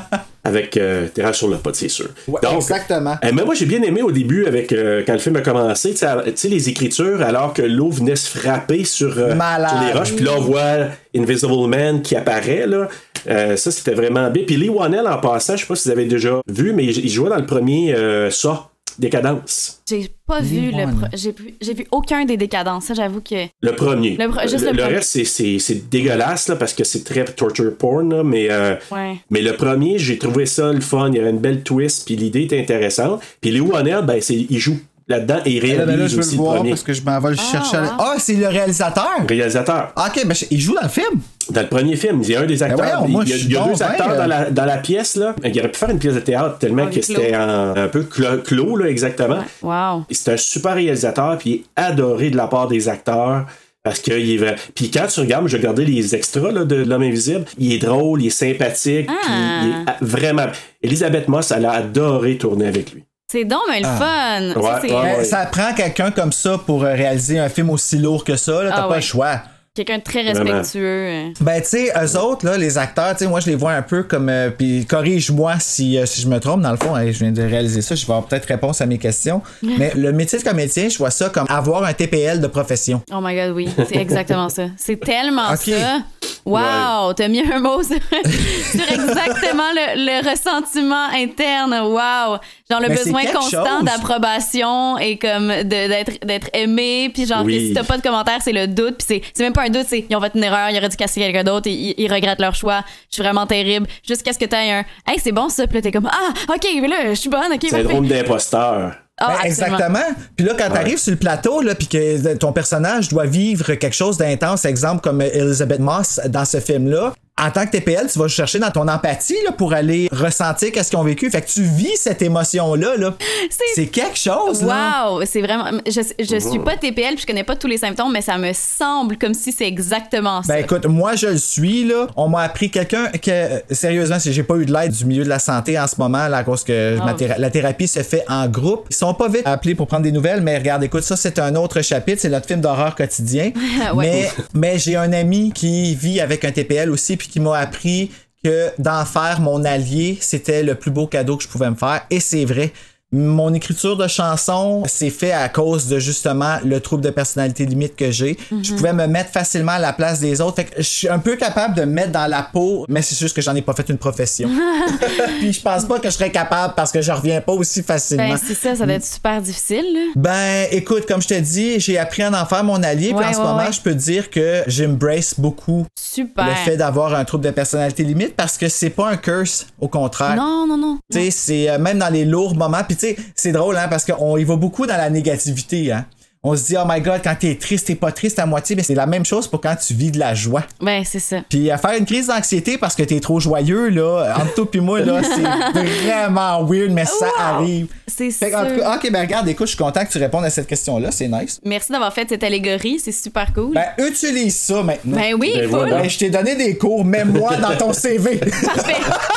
Avec euh, Terrasse sur le pot, c'est sûr. Ouais, Donc, exactement. Euh, mais moi, j'ai bien aimé au début, avec euh, quand le film a commencé, tu sais, les écritures, alors que l'eau venait se frapper sur, euh, sur les roches, puis là, on voit Invisible Man qui apparaît, là. Euh, ça, c'était vraiment bien. Puis Lee Whannell, en passant, je sais pas si vous avez déjà vu, mais il jouait dans le premier euh, ça. Décadence. J'ai pas vu le pro- j'ai, j'ai vu aucun des Décadences, ça j'avoue que... Le premier. Le, pro- juste le, le, le premier. reste, c'est, c'est, c'est dégueulasse là, parce que c'est très torture porn, là, mais, euh, ouais. mais le premier, j'ai trouvé ça le fun. Il y avait une belle twist, puis l'idée était intéressante. Puis Lee Whannell, ben, c'est, il joue là-dedans et il réalise là, ben là, je veux aussi le voir le premier. parce que je m'en vais le Ah, chercher. À la... wow. Ah, c'est le réalisateur? Réalisateur. Ok, ben il joue dans le film? Dans le premier film, il y a un des acteurs. Ben voyons, moi, il y a, il y a je deux suis acteurs donc, dans, euh... la, dans la pièce. Là. Il aurait pu faire une pièce de théâtre tellement oh, que c'était en, un peu clos, clos là, exactement. Ouais. Wow. C'est un super réalisateur, puis il est adoré de la part des acteurs. Parce que il est vrai. Puis quand tu regardes, j'ai regardé les extras là, de L'Homme Invisible, il est drôle, il est sympathique, ah. puis il est vraiment. Elisabeth Moss, elle a adoré tourner avec lui. C'est donc mais le Ah. fun. Ouais, ça, c'est... ouais, ouais. Ça prend quelqu'un comme ça pour réaliser un film aussi lourd que ça. Là, t'as Ah, pas ouais. le choix. Quelqu'un de très respectueux. Ben, tu sais, eux autres, là, les acteurs, tu sais, moi, je les vois un peu comme. Euh, Puis, corrige-moi si, euh, si je me trompe, dans le fond, hein, je viens de réaliser ça, je vais avoir peut-être réponse à mes questions. Mais le métier de comédien, je vois ça comme avoir un T P L de profession. Oh my god, oui, c'est exactement ça. C'est tellement okay. ça. Wow, ouais. T'as mis un mot sur, sur exactement le, le ressentiment interne. Wow. Genre le mais besoin constant chose. d'approbation et comme de, d'être, d'être aimé. Puis genre, oui. que si t'as pas de commentaire, c'est le doute. Puis c'est, c'est même pas un doute, c'est ils ont fait une erreur, ils auraient dû casser quelqu'un d'autre, et ils, ils regrettent leur choix. Je suis vraiment terrible. Jusqu'à ce que t'aies un hey, c'est bon ça. Puis là, t'es comme ah, ok, mais là, je suis bonne, ok, C'est un drôle d'imposteur. Oh, ben, exactement. Puis là, quand t'arrives ouais. sur le plateau, là, puis que ton personnage doit vivre quelque chose d'intense, exemple comme Elisabeth Moss dans ce film-là, en tant que T P L, tu vas chercher dans ton empathie là, pour aller ressentir qu'est-ce qu'ils ont vécu. Fait que tu vis cette émotion-là. Là. C'est... c'est quelque chose. Wow! Là. C'est vraiment... Je, je suis pas T P L puis je connais pas tous les symptômes, mais ça me semble comme si c'est exactement ça. Ben écoute, moi je le suis. Là. On m'a appris quelqu'un que... Sérieusement, si j'ai pas eu de l'aide du milieu de la santé en ce moment, là, à cause que oh. ma théra- la thérapie se fait en groupe. Ils sont pas vite appelés pour prendre des nouvelles, mais regarde, écoute, ça c'est un autre chapitre. C'est notre film d'horreur quotidien. ouais. Mais, mais j'ai un ami qui vit avec un T P L aussi puis qui m'a appris que d'en faire mon allié, c'était le plus beau cadeau que je pouvais me faire. Et c'est vrai. Mon écriture de chansons, c'est fait à cause de justement le trouble de personnalité limite que j'ai. Mm-hmm. Je pouvais me mettre facilement à la place des autres. Fait que je suis un peu capable de me mettre dans la peau, mais c'est juste que j'en ai pas fait une profession. Puis je pense pas que je serais capable parce que je reviens pas aussi facilement. Ben c'est ça, ça doit être super difficile. Là. Ben écoute, comme je te dis, j'ai appris à en faire mon allié. Ouais, puis en ce ouais, moment, ouais. je peux dire que j'embrace beaucoup super. le fait d'avoir un trouble de personnalité limite parce que c'est pas un curse, au contraire. Non, non, non. Tu sais, c'est euh, même dans les lourds moments. Puis tu sais, c'est drôle, hein, parce qu'on y va beaucoup dans la négativité, hein. On se dit, oh my god, quand t'es triste, t'es pas triste à moitié, mais c'est la même chose pour quand tu vis de la joie. Ben, c'est ça. Puis à faire une crise d'anxiété parce que t'es trop joyeux, là, entre toi pis moi, là, c'est vraiment weird, mais ça wow! arrive. C'est fait, sûr. En tout cas, ok, ben regarde, écoute, je suis content que tu répondes à cette question-là, c'est nice. Merci d'avoir fait cette allégorie, c'est super cool. Ben, utilise ça maintenant. Ben oui, ben, voilà. Ben, je t'ai donné des cours, mets-moi dans ton C V. Parfait.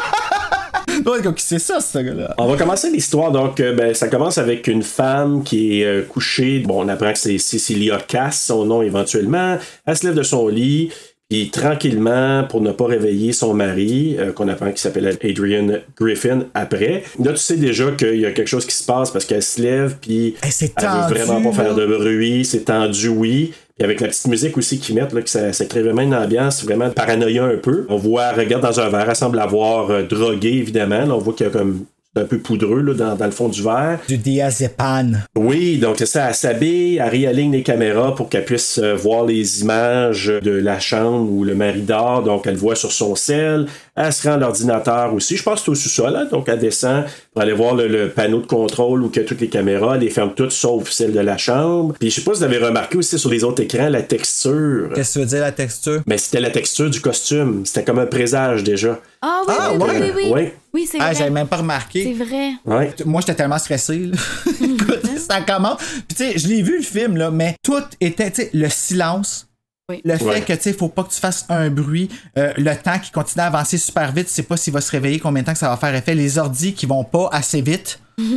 C'est ça, ce gars-là. On va commencer l'histoire. Donc, euh, ben, ça commence avec une femme qui est euh, couchée. Bon, on apprend que c'est Cecilia Cass, son nom éventuellement. Elle se lève de son lit. Puis tranquillement, pour ne pas réveiller son mari, euh, qu'on apprend qu'il s'appelle Adrian Griffin après. Là, tu sais déjà qu'il y a quelque chose qui se passe parce qu'elle se lève, puis hey, c'est elle tendu, veut vraiment pas là. faire de bruit. C'est tendu, oui. Puis avec la petite musique aussi qu'ils mettent, là, que ça, ça crée vraiment une ambiance, vraiment de paranoïa un peu. On voit, elle regarde dans un verre, elle semble avoir euh, drogué, évidemment. Là, on voit qu'il y a comme... un peu poudreux là, dans, dans le fond du verre. Du diazépam. Oui, donc c'est ça, elle s'habille, elle réaligne les caméras pour qu'elle puisse euh, voir les images de la chambre où le mari dort, donc elle le voit sur son cell. Elle se rend à l'ordinateur aussi, je pense que c'est au sous-sol, hein? Donc elle descend pour aller voir le, le panneau de contrôle où il y a toutes les caméras, elle les ferme toutes sauf celle de la chambre. Puis je sais pas si vous avez remarqué aussi sur les autres écrans, la texture. Qu'est-ce que tu veux dire, la texture? Mais c'était la texture du costume, c'était comme un présage déjà. Ah oui, ah, oui, ouais. oui, oui, oui. Ouais. Oui, c'est Ah, vrai. j'avais même pas remarqué. C'est vrai. Ouais. Moi, j'étais tellement stressé. Là. Écoute, ça commence. Puis, tu sais, je l'ai vu le film, là, mais tout était, tu sais, le silence. Oui. Le fait Ouais. que, tu sais, faut pas que tu fasses un bruit. Euh, le temps qui continue à avancer super vite. Tu sais pas s'il va se réveiller, combien de temps que ça va faire effet. Les ordis qui vont pas assez vite.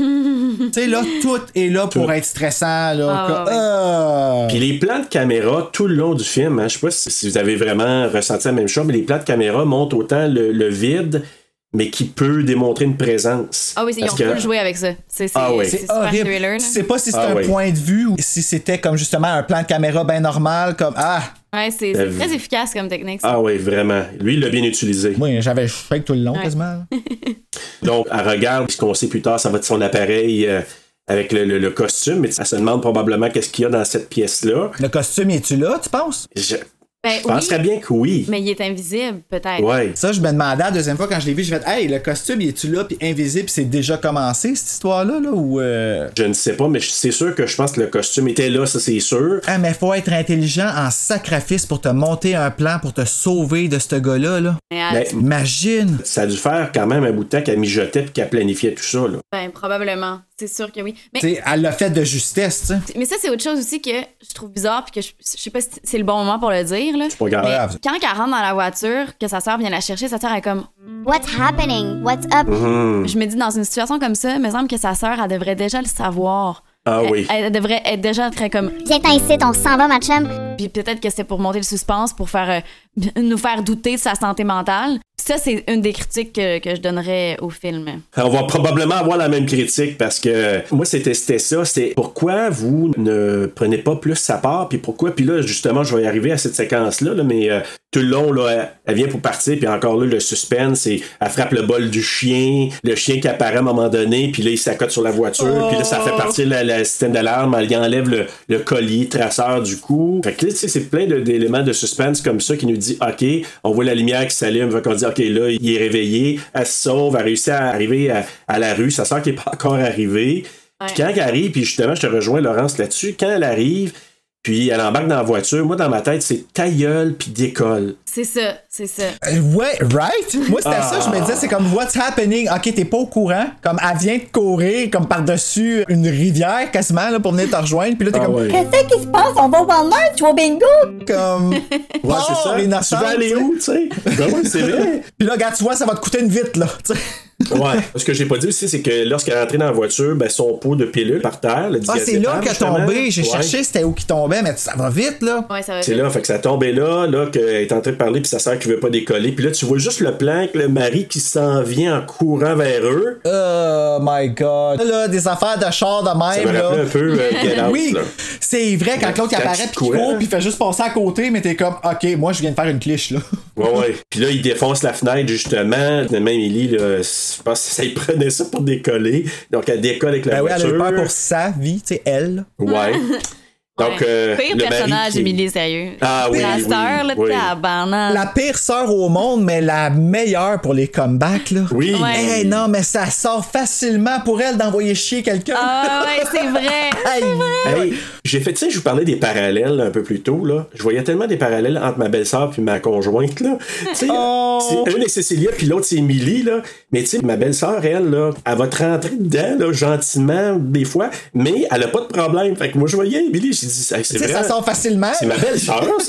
Tu sais, là, tout est là pour Tout. être stressant. Là, Ah, que, ouais. euh... Puis les plans de caméra tout le long du film, hein, je sais pas si, si vous avez vraiment ressenti la même chose, mais les plans de caméra montrent autant le, le vide, mais qui peut démontrer une présence. Ah oui, c'est- ils Parce ont que- full joué avec ça. C'est c'est- Ah oui. c'est C'est super horrible. thriller. là. Tu sais pas si c'est Ah un oui. point de vue ou si c'était comme justement un plan de caméra bien normal, comme ah. Ouais, c'est c'est Euh, très efficace comme technique. ça. Ah oui, vraiment. Lui, il l'a bien utilisé. Oui, j'avais shake tout le long Ouais. quasiment. Donc, elle regarde ce qu'on sait plus tard, ça va être son appareil euh, avec le, le- le costume, mais elle se demande probablement qu'est-ce qu'il y a dans cette pièce-là. Le costume, es-tu là, tu penses? Je, Ben, je penserais oui, bien que oui. mais il est invisible, peut-être. Ouais. Ça, je me demandais la deuxième fois quand je l'ai vu, je me fait hey, le costume, es-tu là, puis invisible, c'est déjà commencé, cette histoire-là, là, ou... Euh... Je ne sais pas, mais je- c'est sûr que je pense que le costume était là, ça c'est sûr. Ah, mais faut être intelligent en sacrifice pour te monter un plan, pour te sauver de ce gars-là, là. Mais, Mais Imagine! ça a dû faire quand même un bout de temps qu'elle mijotait et qu'elle planifiait tout ça. Là. ben, probablement. C'est sûr que oui. Mais, Tu sais, elle l'a fait de justesse, tu sais. mais ça, c'est autre chose aussi que je trouve bizarre, puis que je, je sais pas si c'est le bon moment pour le dire. Là. C'est pas grave. Pas grave. Quand elle rentre dans la voiture, que sa sœur vient la chercher, sa sœur est comme. What's happening? What's up? Mhm. Je me dis, dans une situation comme ça, il me semble que sa sœur, elle devrait déjà le savoir. Ah Elle- oui. Elle, devrait être déjà très comme. Viens-t'en ici, on s'en va, ma chum. Puis peut-être que c'est pour monter le suspense, pour faire euh, nous faire douter de sa santé mentale. Ça, c'est une des critiques que, que je donnerais au film. On va probablement avoir la même critique parce que moi, c'était, c'était ça. C'est pourquoi vous ne prenez pas plus sa part, puis pourquoi. Puis là, justement, je vais y arriver à cette séquence-là, là, mais euh, tout le long, là, elle, elle vient pour partir, puis encore là, le suspense, c'est elle frappe le bol du chien, le chien qui apparaît à un moment donné, puis là, il s'accote sur la voiture, puis là, ça fait partir la, la système d'alarme, elle y enlève le, le collier traceur du coup. Fait que là, tu sais, c'est plein de, d'éléments de suspense comme ça qui nous dit, OK, on voit la lumière qui s'allume, fait qu'on dit, OK, là, il est réveillé, elle se sauve, elle réussit à arriver à, à la rue, sa soeur qui n'est pas encore arrivée. Ouais. Puis quand elle arrive, puis justement, je te rejoins, Laurence, là-dessus, quand elle arrive, puis elle embarque dans la voiture, moi, dans ma tête, c'est ta gueule, puis décolle. C'est ça, c'est ça. Euh, ouais, right? Moi, c'était Ah. ça, je me disais, c'est comme what's happening? Ok, t'es pas au courant. Comme elle vient de courir, comme par-dessus une rivière, quasiment, là, pour venir te rejoindre. Puis là, t'es Ah comme. ouais. Qu'est-ce qui se passe? On va au Walmart, tu vas au bingo? Comme. Ouais, c'est ça. innocente, Tu vas aller tu sais. où, tu sais? Ben ouais, c'est vrai. Puis là, regarde, tu vois, ça va te coûter une vite, là. tu sais. Ouais. Ce que j'ai pas dit aussi, c'est que lorsqu'elle est rentrée dans la voiture, ben, son pot de pilule par terre, le Ah, c'est là diazépam, qu'elle a justement. tombé. J'ai Ouais. cherché c'était où qui tombait, mais ça va vite, là. Ouais, ça va C'est vite. là, fait que ça tombait là, là, qu'elle est en train de parler, puis sa soeur qui veut pas décoller. Puis là, tu vois juste le plan avec le mari qui s'en vient en courant vers eux. Oh my god. Là, des affaires de char de Ça même, me là. rappelait un peu euh, Get Out, Oui, là. c'est vrai, quand l'autre il Quand apparaît tu puis qu'il courais, court hein. puis il fait juste passer à côté, mais t'es comme, ok, moi je viens de faire une cliché, là. Ouais, ouais. Puis là, il défonce la fenêtre, justement. Finalement, Émilie, là, je pense que ça, il prenait ça pour décoller. Donc, elle décolle avec la Ben oui, elle a voiture. eu peur pour sa vie, tu sais, elle. Ouais. Donc, Ouais. euh, Pire le mari personnage, qui- Émilie, sérieux. Ah oui, La oui, sœur, là, oui. tabarnak. La pire sœur au monde, mais la meilleure pour les comebacks, là. Oui. Ouais. Hey, non, mais ça sort facilement pour elle d'envoyer chier quelqu'un. Ah ouais, c'est vrai. Hey. Hey, j'ai fait, tu sais, je vous parlais des parallèles un peu plus tôt, là. Je voyais tellement des parallèles entre ma belle-sœur puis ma conjointe, là. Tu sais, Oh. c'est- une est Cécilia puis l'autre c'est Émilie, là. Mais tu sais, ma belle-sœur, elle, là, elle va te rentrer dedans, là, gentiment, des fois, mais elle a pas de problème. Fait que moi, je voyais Émilie, j'ai dit, hey, c'est Tu sais, vrai. ça sort facilement. C'est ma belle-sœur, ça.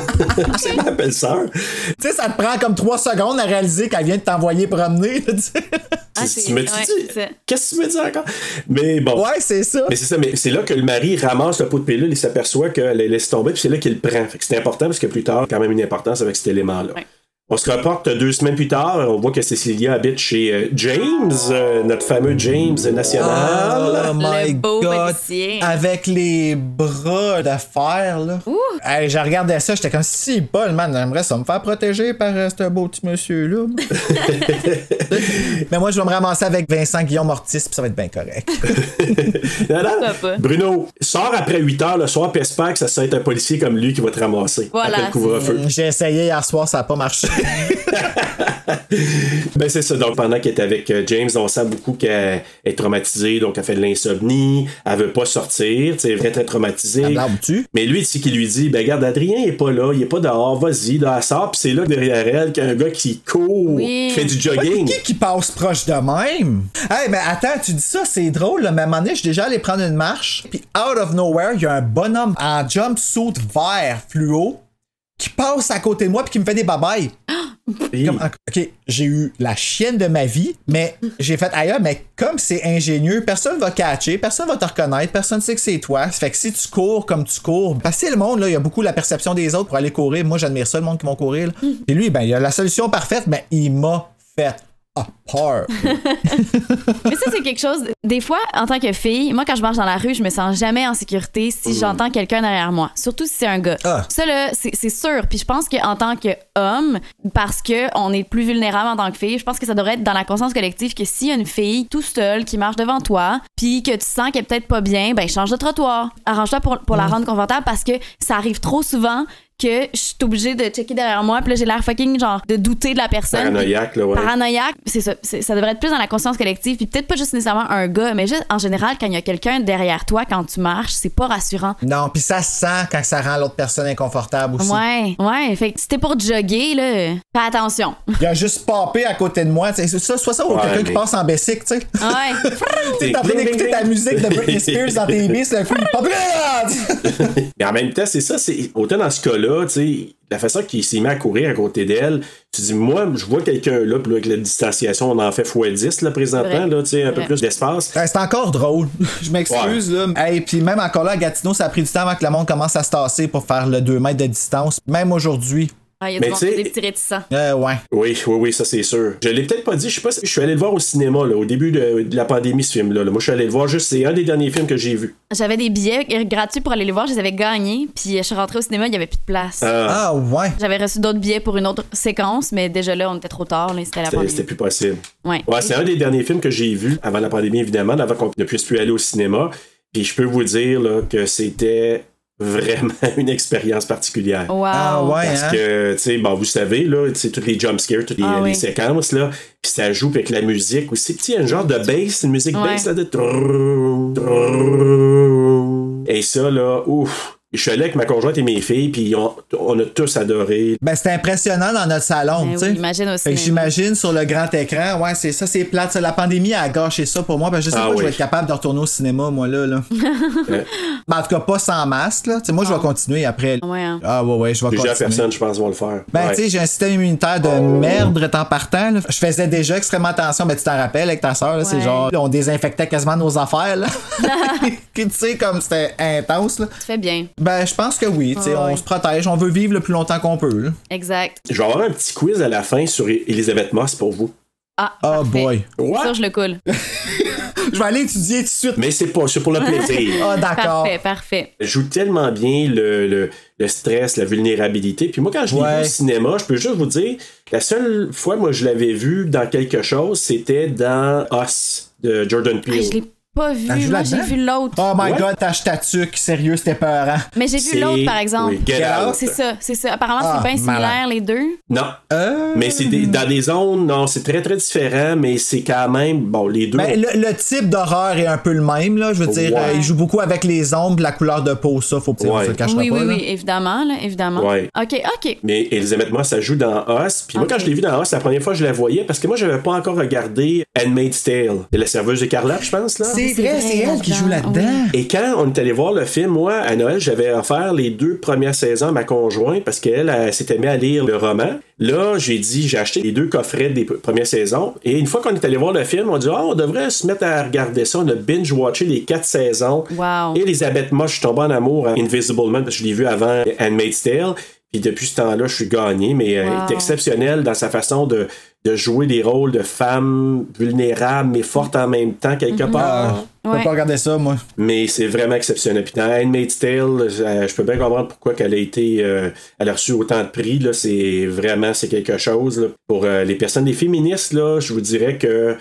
C'est ma belle-sœur. Tu sais, ça te prend comme trois secondes à réaliser qu'elle vient de t'envoyer promener, là, tu sais. Ah, Tu- c'est- tu me ouais, dis, c'est ça. qu'est-ce que tu me dis encore? Mais bon. Ouais, c'est ça. Mais c'est ça, mais c'est là que le mari ramasse le pot de pilule, il s'aperçoit qu'elle la laisse tomber, puis c'est là qu'il le prend. Fait que c'est important parce que plus tard, quand même une importance avec cet élément-là. Ouais. On se reporte deux semaines plus tard, on voit que Cécilia habite chez euh, James, euh, notre fameux James national. Oh my Le beau god. policier. Avec les bras de fer, là. Hey, je regardais ça, j'étais comme si Paul, man, j'aimerais ça me faire protéger par euh, ce beau petit monsieur-là. Mais moi, je vais me ramasser avec Vincent Guillaume Ortiz, puis ça va être bien correct. Non, non. Pourquoi pas? Bruno, sors après huit heures le soir, puis espère que ça soit un policier comme lui qui va te ramasser. Voilà, Après le couvre-feu. J'ai essayé hier soir, ça n'a pas marché. Ben c'est ça, donc pendant qu'elle est avec James, on sent beaucoup qu'elle est traumatisée, donc elle fait de l'insomnie, elle veut pas sortir, tu sais, elle est très traumatisée. Mais lui, tu sais, qui lui dit, ben regarde, Adrien il est pas là, il est pas dehors, vas-y, là, elle sort, pis c'est là derrière elle qu'il y a un gars qui court, oui. qui fait du jogging. Qui qui passe proche de même? Hey, mais attends, tu dis ça, c'est drôle, là, mais à un moment donné, je suis déjà allé prendre une marche, puis out of nowhere, il y a un bonhomme en jumpsuit vert fluo qui passe à côté de moi puis qui me fait des babayes. Comme, ok, j'ai eu la chienne de ma vie, mais j'ai fait ailleurs, mais comme c'est ingénieux, personne va catcher, personne va te reconnaître, personne sait que c'est toi. Fait que si tu cours comme tu cours, parce que le monde, là, il y a beaucoup la perception des autres pour aller courir. Moi, j'admire ça, le monde qui vont courir. Là. Et lui, ben, il a la solution parfaite, mais il m'a fait à part. Mais ça, c'est quelque chose. Des fois, en tant que fille, moi, quand je marche dans la rue, je me sens jamais en sécurité si mmh. j'entends quelqu'un derrière moi. Surtout si c'est un gars. Ah. Ça, là, c'est, c'est sûr. Puis je pense qu'en tant qu'homme, parce qu'on est plus vulnérable en tant que fille, je pense que ça devrait être dans la conscience collective que s'il y a une fille tout seule qui marche devant toi, puis que tu sens qu'elle est peut-être pas bien, ben change de trottoir. Arrange-toi pour, pour mmh. la rendre confortable parce que ça arrive trop souvent que je suis obligée de checker derrière moi, puis là j'ai l'air fucking genre de douter de la personne. Paranoïaque, là, ouais. Paranoïaque, c'est ça. C'est, ça devrait être plus dans la conscience collective, puis peut-être pas juste nécessairement un gars, mais juste en général, quand il y a quelqu'un derrière toi, quand tu marches, c'est pas rassurant. Non, puis ça se sent quand ça rend l'autre personne inconfortable aussi. Ouais, ouais. Fait que si t'es pour jogger, là, fais attention. Il a juste popé à côté de moi, tu sais. Ça, soit ça ou ouais, quelqu'un mais... qui passe en bicycle, tu sais. Ouais. T'es en train d'écouter ta musique de Britney Spears dans tes bis, le fou, il pop. Mais en même temps, c'est ça, c'est autant dans ce cas-là, tu sais. La façon qu'il s'est mis à courir à côté d'elle, tu dis, moi, je vois quelqu'un là, puis là, avec la distanciation, on en fait fois dix là, présentement, là, tu sais, un peu plus d'espace. Ouais, c'est encore drôle. Je m'excuse, ouais. là. Et hey, puis même encore là, à Gatineau, ça a pris du temps avant que le monde commence à se tasser pour faire le deux mètres de distance. Même aujourd'hui. Ah, il y a du monde qui est des petits réticents. Euh, ouais. Oui, oui, oui, ça c'est sûr. Je l'ai peut-être pas dit, je sais pas si je suis allé le voir au cinéma là, au début de, de la pandémie, ce film-là. Là. Moi, je suis allé le voir juste, c'est un des derniers films que j'ai vu. J'avais des billets gratuits pour aller les voir, je les avais gagnés, puis je suis rentrée au cinéma, il y avait plus de place. Ah, ah ouais. J'avais reçu d'autres billets pour une autre séquence, mais déjà là, on était trop tard, là, c'était la c'était, pandémie. C'était plus possible. Ouais. Ouais, c'est un des derniers films que j'ai vu avant la pandémie, évidemment, avant qu'on ne puisse plus aller au cinéma. Puis je peux vous dire là, que c'était vraiment une expérience particulière. Wow. Ah ouais, parce hein? que, tu sais, bon, vous savez, là, tu sais, toutes les jump scares, toutes les, ah, les oui. séquences, là, puis ça joue avec la musique aussi. Tu sais, un genre de bass, une musique ouais. bass, là, de... Et ça, là, ouf! Je suis allé avec ma conjointe et mes filles, puis on, on a tous adoré. Ben, c'était impressionnant dans notre salon, ben tu sais. Oui, imagine aussi. Fait que j'imagine sur le grand écran, ouais, c'est ça, c'est plate. La pandémie a gâché ça pour moi. Ben, je sais ah, pas oui. je vais être capable de retourner au cinéma, moi, là. là. ouais. Ben, en tout cas, pas sans masque, là. T'sais, moi, je vais continuer après. Ouais, hein. Ah, ouais, ouais, je vais continuer. Plusieurs personnes, je pense, vont le faire. Ben, ouais. tu sais, j'ai un système immunitaire de merde en partant, là. Je faisais déjà extrêmement attention, mais tu t'en rappelles avec ta soeur, là, ouais. c'est genre, on désinfectait quasiment nos affaires, là. Tu sais, comme c'était intense, là. Tu fais bien. Ben, je pense que oui. Oui, oh, on oui. se protège, on veut vivre le plus longtemps qu'on peut. Là. Exact. Je vais avoir un petit quiz à la fin sur Elisabeth Moss pour vous. Ah, oh boy. What? Ça, je le coule. Je vais aller étudier tout de suite. Mais c'est pas, c'est pour le plaisir. Ah, oh, d'accord. Parfait, parfait. Elle joue tellement bien le, le, le stress, la vulnérabilité. Puis moi, quand je l'ai ouais. vu au cinéma, je peux juste vous dire, la seule fois, moi, je l'avais vu dans quelque chose, c'était dans Us de Jordan Peele. Ah, je l'ai pas vu, moi j'ai vu l'autre. Oh my ouais. god, tâche ta tuque, sérieux, c'était peurant. Mais j'ai vu c'est... l'autre par exemple. Oui, Get Out. C'est ça, c'est ça. Apparemment ah, c'est bien similaire les deux. Non. Euh... Mais c'est des, dans des zones, non, c'est très très différent, mais c'est quand même, bon, les deux. Ben, ont... le, le type d'horreur est un peu le même, là. Je veux dire, ouais. euh, il joue beaucoup avec les ombres, la couleur de peau, ça, faut que ouais. se le cache oui, pas. Oui, là. oui, évidemment, là, évidemment. Ouais. Ok, ok. Mais Elisabeth Moss, ça joue dans Us. Puis moi, okay. quand je l'ai vu dans Us, la première fois, je la voyais parce que moi, j'avais pas encore regardé Handmaid's Tale. C'est la serveuse écarlate, je pense, là. C'est, c'est vrai, c'est elle qui joue là-dedans. Oui. Et quand on est allé voir le film, moi, à Noël, j'avais offert les deux premières saisons à ma conjointe parce qu'elle elle, s'était mise à lire le roman. Là, j'ai dit, j'ai acheté les deux coffrets des premières saisons. Et une fois qu'on est allé voir le film, on a dit, oh, on devrait se mettre à regarder ça. On a binge-watché les quatre saisons. Wow. Et Elisabeth Moss, je suis tombé en amour à Invisible Man parce que je l'ai vu avant Handmaid's Tale. Puis depuis ce temps-là, je suis gagné, mais wow. elle est exceptionnelle dans sa façon de, de jouer des rôles de femme vulnérable, mais forte en même temps, quelque mm-hmm. part. Ah, je peux ouais. pas regarder ça, moi. Mais c'est vraiment exceptionnel. Puis dans Handmaid's Tale, euh, je peux bien comprendre pourquoi qu'elle a été... Euh, elle a reçu autant de prix. Là, c'est vraiment c'est quelque chose. Là. Pour euh, les personnes, les féministes, là, je vous dirais que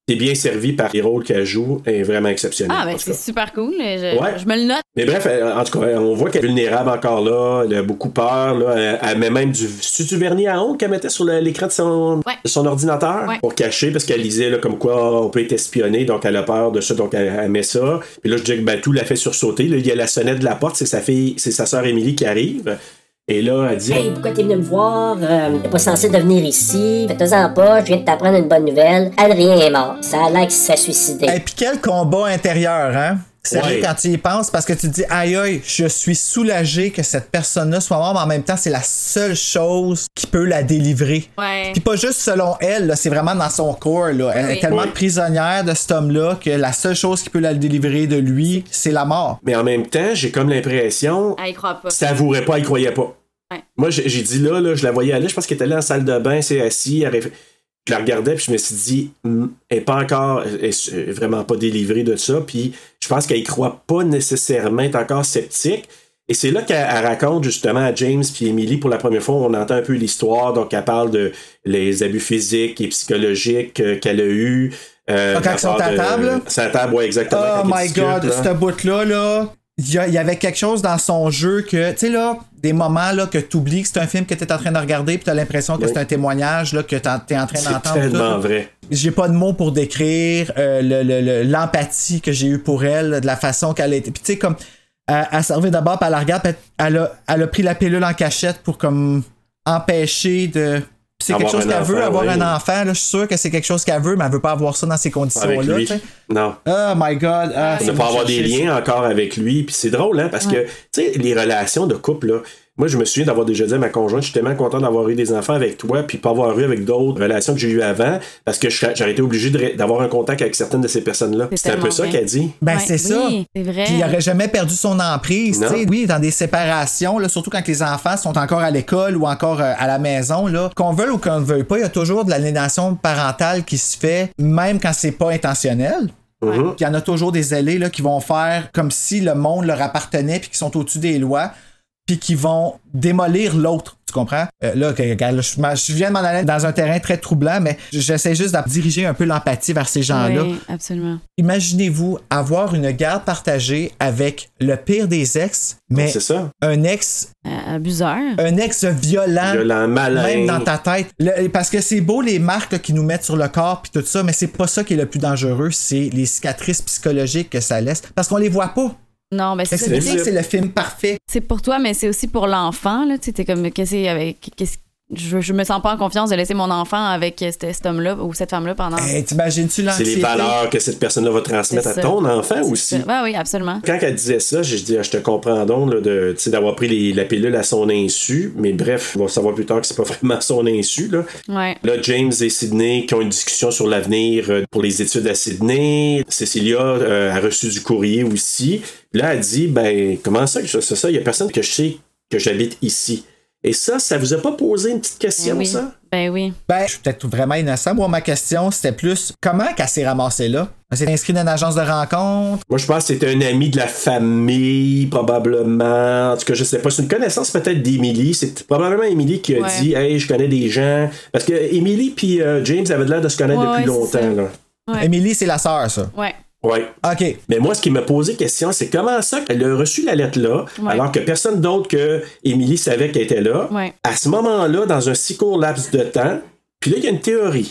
t'es bien servi par les rôles qu'elle joue, elle est vraiment exceptionnelle. Ah, ben c'est super cool. Je, ouais. je me le note. Mais bref, en tout cas, on voit qu'elle est vulnérable encore là, elle a beaucoup peur, là. Elle, elle met même du... C'est du vernis à ongles qu'elle mettait sur le, l'écran de son, ouais. de son ordinateur ouais. pour cacher, parce qu'elle lisait là, comme quoi on peut être espionné, donc elle a peur de ça, donc elle, elle met ça. Puis là, je dis que ben, tout l'a fait sursauter. Là, il y a la sonnette de la porte, c'est sa fille, c'est sa sœur Émilie qui arrive. Et là, elle dit... Hey, pourquoi t'es venu me voir? Euh, t'es pas censé de venir ici. Fais-toi-en pas, je viens de t'apprendre une bonne nouvelle. Adrien est mort. Ça a l'air qu'il se serait suicidé. Et puis quel combat intérieur, hein? Sérieux, ouais. quand tu y penses, parce que tu te dis, aïe aïe, je suis soulagé que cette personne-là soit morte, mais en même temps, c'est la seule chose qui peut la délivrer. Ouais. Puis pas juste selon elle, là, c'est vraiment dans son corps. Là. Elle oui. est tellement oui. prisonnière de cet homme-là que la seule chose qui peut la délivrer de lui, c'est la mort. Mais en même temps, j'ai comme l'impression... Elle y croit pas. Ça avouerait pas, elle croyait pas. Ouais. Moi, j'ai, j'ai dit là, là, je la voyais aller, je pense qu'elle était là en salle de bain, c'est assis, elle réf... je la regardais, puis je me suis dit, elle n'est pas encore, elle est vraiment pas délivrée de ça, puis je pense qu'elle y croit pas nécessairement, elle est encore sceptique. Et c'est là qu'elle raconte justement à James puis Emily pour la première fois, on entend un peu l'histoire, donc elle parle de les abus physiques et psychologiques euh, qu'elle a eu. Euh, donc, quand ils sont à table? C'est à table, oui, exactement. Oh my god, ce bout-là, là. Il y, y avait quelque chose dans son jeu que, tu sais, là, des moments là, que tu oublies que c'est un film que tu es en train de regarder, puis tu as l'impression que oui. c'est un témoignage là, que tu es en train c'est d'entendre. C'est tellement tout. vrai. J'ai pas de mots pour décrire euh, le, le, le, l'empathie que j'ai eue pour elle, de la façon qu'elle a été. Puis, tu sais, comme, elle, elle servait d'abord, puis elle la regarde, puis elle a, elle a pris la pilule en cachette pour, comme, empêcher de. C'est avoir quelque chose qu'elle enfant, veut, avoir oui. un enfant. Là, je suis sûr que c'est quelque chose qu'elle veut, mais elle veut pas avoir ça dans ces conditions-là. Non. Oh my God. Ah, ne pas avoir des liens ça. encore avec lui. Puis c'est drôle, hein, parce ouais. que, tu sais, les relations de couple, là, moi, je me souviens d'avoir déjà dit à ma conjointe, je suis tellement content d'avoir eu des enfants avec toi, puis pas avoir eu avec d'autres relations que j'ai eues avant, parce que j'aurais été obligé de, d'avoir un contact avec certaines de ces personnes-là. C'est, c'est un peu ça qu'elle dit. Ben, ouais, c'est ça. Oui, c'est vrai. Puis il aurait jamais perdu son emprise. Oui, dans des séparations, là, surtout quand les enfants sont encore à l'école ou encore euh, à la maison, là, qu'on veuille ou qu'on ne veuille pas, il y a toujours de l'aliénation parentale qui se fait, même quand c'est pas intentionnel. Mm-hmm. Il y en a toujours des ailés là, qui vont faire comme si le monde leur appartenait puis qui sont au-dessus des lois. Puis qui vont démolir l'autre, tu comprends? Euh, là, là je, je viens de m'en aller dans un terrain très troublant, mais j'essaie juste de diriger un peu l'empathie vers ces gens-là. Oui, absolument. Imaginez-vous avoir une garde partagée avec le pire des ex, mais c'est ça. un ex... Euh, abuseur. Un ex violent. Violent, malin. Même dans ta tête. Le, parce que c'est beau les marques là, qu'ils nous mettent sur le corps puis tout ça, mais c'est pas ça qui est le plus dangereux, c'est les cicatrices psychologiques que ça laisse. Parce qu'on les voit pas. Non, mais c'est, c'est, c'est, c'est le film parfait. C'est pour toi, mais c'est aussi pour l'enfant. Là, tu sais, t'es comme, qu'est-ce que avec, qu'est-ce, je, je me sens pas en confiance de laisser mon enfant avec cet, cet homme-là ou cette femme-là pendant. Hey, t'imagines-tu l'anxiété? C'est les valeurs que cette personne-là va transmettre à ton enfant c'est aussi. Ouais, oui, absolument. Quand elle disait ça, j'ai dit, je te comprends donc là, de, d'avoir pris les, la pilule à son insu, mais bref, on va savoir plus tard que c'est pas vraiment son insu. Là, ouais. là James et Sydney qui ont une discussion sur l'avenir pour les études à Sydney. Cécilia euh, a reçu du courrier aussi. Là, elle dit, ben, comment ça que je sais ça? Il y a personne que je sais que j'habite ici. Et ça, ça vous a pas posé une petite question, ben oui. ça? Ben oui. Ben, je suis peut-être vraiment innocent. Moi, ma question, c'était plus comment qu'elle s'est ramassée là? Elle s'est inscrite dans une agence de rencontre? Moi, je pense que c'était un ami de la famille, probablement. En tout cas, je sais pas. C'est une connaissance peut-être d'Emily. C'est probablement Emily qui a ouais. dit, hey, je connais des gens. Parce que Emily puis euh, James avaient l'air de se connaître ouais, depuis longtemps. Là. Ouais. Emily, c'est la sœur, ça? Ouais. Oui. OK. Mais moi, ce qui m'a posé question, c'est comment ça qu'elle a reçu la lettre-là, ouais. alors que personne d'autre que Émilie savait qu'elle était là, ouais. à ce moment-là, dans un si court laps de temps. Puis là, il y a une théorie.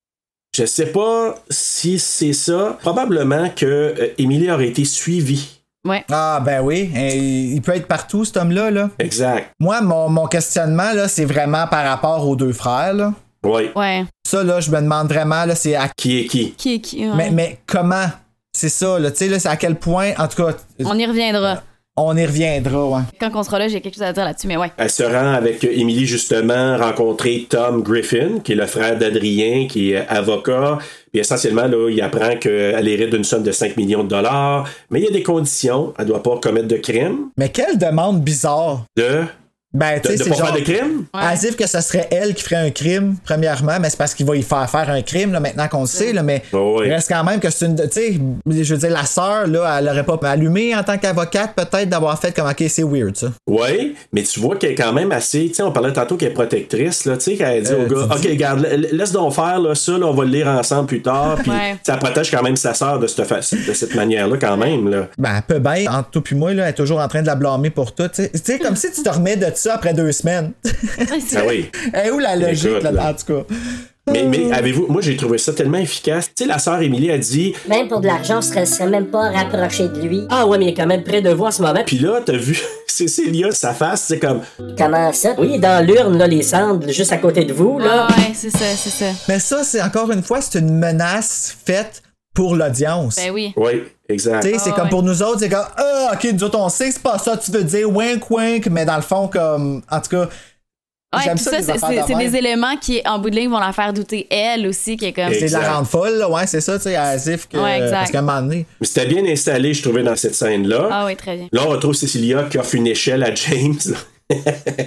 Je sais pas si c'est ça. Probablement que euh, Émilie aurait été suivie. Ouais. Ah, ben oui. Il peut être partout, cet homme-là. Là. Exact. Moi, mon, mon questionnement, là, c'est vraiment par rapport aux deux frères, là. Oui. Ouais. Ça, là, je me demande vraiment, là, c'est à... Qui est qui? Qui est qui? Ouais. Mais, mais comment? C'est ça, là, tu sais, là, c'est à quel point, en tout cas... On y reviendra. On y reviendra, ouais. Quand on sera là, j'ai quelque chose à dire là-dessus, mais ouais. Elle se rend avec Émilie, justement, rencontrer Tom Griffin, qui est le frère d'Adrien, qui est avocat. Puis essentiellement, là, il apprend qu'elle hérite d'une somme de cinq millions de dollars. Mais il y a des conditions. Elle doit pas commettre de crime. Mais quelle demande bizarre! De... Ben, tu sais, de, de c'est pas genre. faire de crime? Ouais. As if que ce serait elle qui ferait un crime, premièrement, mais c'est parce qu'il va y faire faire un crime, là, maintenant qu'on le sait, là, mais Oh, oui. il reste quand même que c'est une. Tu sais, je veux dire, la sœur, là, elle aurait pas allumé en tant qu'avocate, peut-être, d'avoir fait comme, ok, c'est weird, ça. Oui, mais tu vois qu'elle est quand même assez. Tu sais, on parlait tantôt qu'elle est protectrice, là, tu sais, qu'elle dit Euh, au gars, tu ok, dis- regarde, la- laisse donc faire, là, ça, là, on va le lire ensemble plus tard, puis Ouais. ça protège quand même sa sœur de cette, fa- de cette manière-là, quand même, là. Ben, elle peut bien, entre toi puis moi, là, elle est toujours en train de la blâmer pour tout. Tu sais, Tu sais, comme si tu te remets de ça après deux semaines. Ah oui. Et où la logique, Écoute, là, là. en tout cas? Mais, mais avez-vous, moi j'ai trouvé ça tellement efficace. Tu sais, la sœur Émilie a dit, Même pour de l'argent, on serait, serait même pas rapproché de lui. Ah ouais, mais il est quand même près de vous en ce moment. puis là, t'as vu Cécilia, sa face, c'est comme, Comment ça? Oui, dans l'urne, là, les cendres, juste à côté de vous, là. Ah ouais, c'est ça, c'est ça. Mais ça, c'est encore une fois, c'est une menace faite pour l'audience. Ben oui. oui, exact. Tu sais, c'est Ah, comme ouais. pour nous autres, c'est comme, ah, ok, nous autres, on sait que c'est pas ça, tu veux dire, wink, wink, mais dans le fond, comme, en tout cas, Ouais, j'aime puis ça, ça, les c'est, affaires c'est, de c'est même. des éléments qui, en bout de ligne, vont la faire douter elle aussi, qui est comme. c'est de Exact. la rendre folle, là, ouais, c'est ça, tu sais, as if que. Ouais, exact. Parce qu'à un moment donné. Mais c'était bien installé, je trouvais, dans cette scène-là. Ah oui, très bien. Là, on retrouve Cécilia qui offre une échelle à James. là.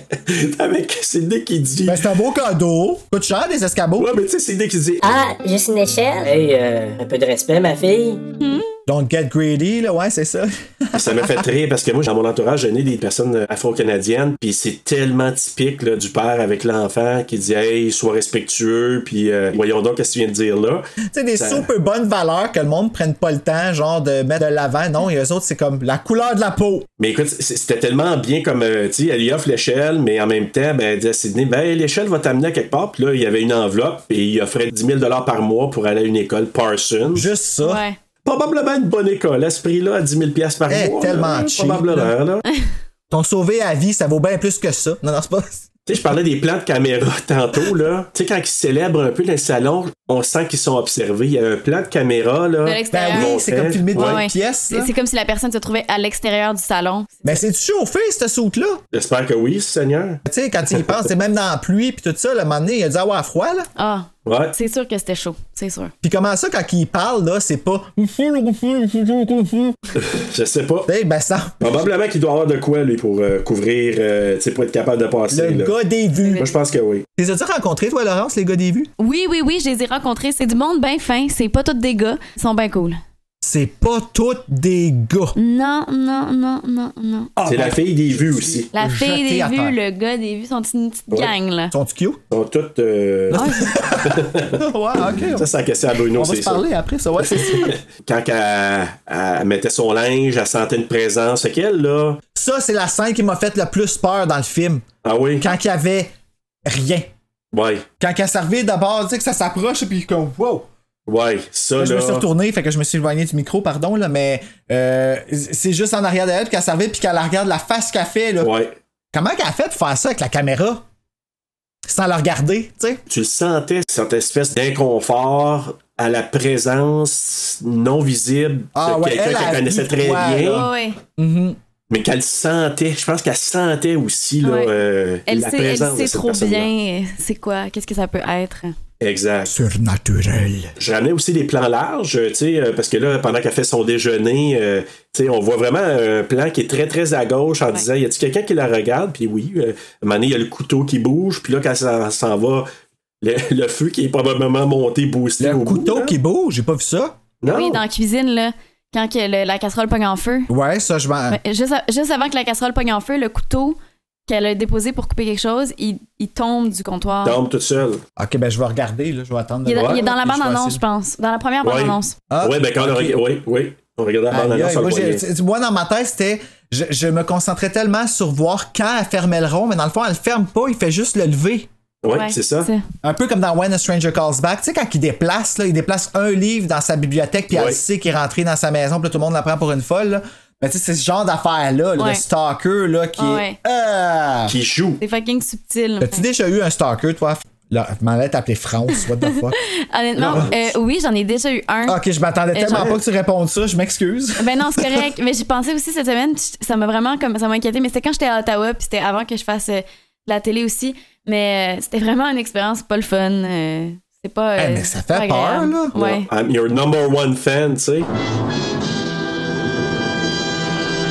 Avec Sidney qui dit. Ben, c'est un beau cadeau. Coûte cher, des escabeaux. Ouais, mais tu sais, Sidney qui dit. Ah, juste une échelle? Hey, euh, un peu de respect, ma fille. Don't get greedy, là, ouais, c'est ça. Ça m'a fait rire parce que moi, dans mon entourage, j'ai né des personnes afro-canadiennes, puis c'est tellement typique là, du père avec l'enfant qui dit hey, sois respectueux, puis euh, voyons donc qu'est-ce que tu viens de dire là. Tu sais, des Ça- super bonnes valeurs que le monde prenne pas le temps, genre, de mettre de l'avant. Non, et eux autres, c'est comme la couleur de la peau. Mais écoute, c- c'était tellement bien comme, euh, tu sais, elle y offre l'échelle, mais en même temps, ben, elle dit à Sidney, ben, l'échelle va t'amener à quelque part, puis là, il y avait une enveloppe, et il offrait dix mille dollars par mois pour aller à une école Parsons. Juste ça. Ouais. Probablement une bonne école, à ce prix-là, à dix mille dollars par Eh, mois. tellement là, cheap, Probablement, là. là. Ton sauvé à vie, ça vaut bien plus que ça. Non, non, c'est pas. Tu sais, je parlais des plans de caméra tantôt, là. Tu sais, quand ils célèbrent un peu dans le salon, on sent qu'ils sont observés. Il y a un plan de caméra, là. De Ben l'extérieur. oui, c'est comme filmé dans Ouais, une ouais. pièce. C'est, là. c'est comme si la personne se trouvait à l'extérieur du salon. Ben, c'est-tu chauffé, cette soute-là? J'espère que oui, Seigneur. Tu sais, quand il y pense, c'est même dans la pluie, puis tout ça, le moment donné, il a dû avoir froid, là. Ah, Ouais. c'est sûr que c'était chaud, c'est sûr. Puis comment ça, quand il parle, là, c'est pas. Je sais pas. Tu sais, ben, ça. Probablement qu'il doit avoir de quoi, lui, pour euh, couvrir, euh, tu sais, pour être capable de passer. Le là. gars des vues. Moi, je pense que oui. Les as-tu rencontrés, toi, Laurence, les gars des vues? Oui, oui, oui, je les ai rencontrés. C'est du monde bien fin. C'est pas tous des gars. Ils sont bien cool. C'est pas tous des gars. Non, non, non, non, non. C'est la fille des vues aussi. La fille Jeté des à vues, terre. le gars des vues sont une petite Ouais. gang, là. Sont-tu cute? Ils sont toutes. euh, ouais, ok. Ça, c'est la question à Bruno, On va c'est se ça. parler après, ça, ouais, c'est ça. Quand elle, elle mettait son linge, elle sentait une présence. Fait qu'elle, là. Ça, c'est la scène qui m'a fait le plus peur dans le film. Ah oui? Quand il y avait rien. Ouais. Quand elle servait d'abord, tu sais, que ça s'approche, puis comme, wow. Ouais, ça, Là, je là. me suis retourné, fait que je me suis éloigné du micro, pardon, là, mais euh, c'est juste en arrière d'elle, puis qu'elle servait, puis qu'elle regarde la face qu'elle fait, là. Ouais. Comment qu'elle a fait pour faire ça avec la caméra? Sans la regarder, tu sais? Tu le sentais, cette espèce d'inconfort à la présence non visible Ah de ouais, quelqu'un elle a qu'elle connaissait vu très quoi, bien. là. Ouais, Mhm. Mais qu'elle sentait, je pense qu'elle sentait aussi là, Ouais. euh, Elle la sait, elle présence de sait cette trop personne-là. bien euh, c'est quoi, qu'est-ce que ça peut être. Exact. Surnaturel. Je ramenais aussi des plans larges, tu sais, euh, parce que là, pendant qu'elle fait son déjeuner, euh, tu sais, on voit vraiment un plan qui est très, très à gauche en disant, y a-t-il quelqu'un qui la regarde? Puis oui, euh, à un moment donné, il y a le couteau qui bouge, puis là, quand ça s'en va, le, le feu qui est probablement monté, boosté Le au couteau bout, là. qui bouge, j'ai pas vu ça. Non. Oui, dans la cuisine, là, quand que le- la casserole pogne en feu. Ouais, ça, je m'en. Ben, juste, a- juste avant que la casserole pogne en feu, le couteau qu'elle a déposé pour couper quelque chose, il, il tombe du comptoir. Tombe toute seule. Ok, ben je vais regarder, là, je vais attendre. de Il est, dans- voir, il est dans là, la puis je vais bande-annonce, essayer. je pense. Dans la première Ouais. bande-annonce. Ah, oui, ben quand on ok. le regarde, oui, oui. On regardait la Aïe, bande-annonce, aïe, on moi, le voyait. j'ai- moi, dans ma tête, c'était. Je, je me concentrais tellement sur voir quand elle fermait le rond, mais dans le fond, elle le ferme pas, il fait juste le lever. Oui, Ouais, c'est ça. Un peu comme dans When a Stranger Calls Back. Tu sais, quand il déplace, là, il déplace un livre dans sa bibliothèque, puis Ouais. elle sait qu'il est rentré dans sa maison, puis là, tout le monde la prend pour une folle. Là. Mais tu sais, c'est ce genre d'affaire-là, là, Ouais. le stalker, là, qui Ouais. est. Euh... Qui joue. C'est fucking subtil. As-tu déjà eu un stalker, toi? Là, je m'en allais t'appeler France, what the fuck? Honnêtement, euh, oui, j'en ai déjà eu un. Ok, je m'attendais Euh, tellement j'en- pas que tu répondes ça, je m'excuse. Ben non, c'est correct. Mais j'ai pensé aussi cette semaine, puis ça m'a vraiment comme ça m'a inquiété. Mais c'était quand j'étais à Ottawa, puis c'était avant que je fasse euh, la télé aussi. Mais euh, c'était vraiment une expérience pas le fun. euh, c'est pas. Eh, euh, mais ça c'est pas fait peur, agréable. là. Ouais. I'm your number one fan, tu sais. Mais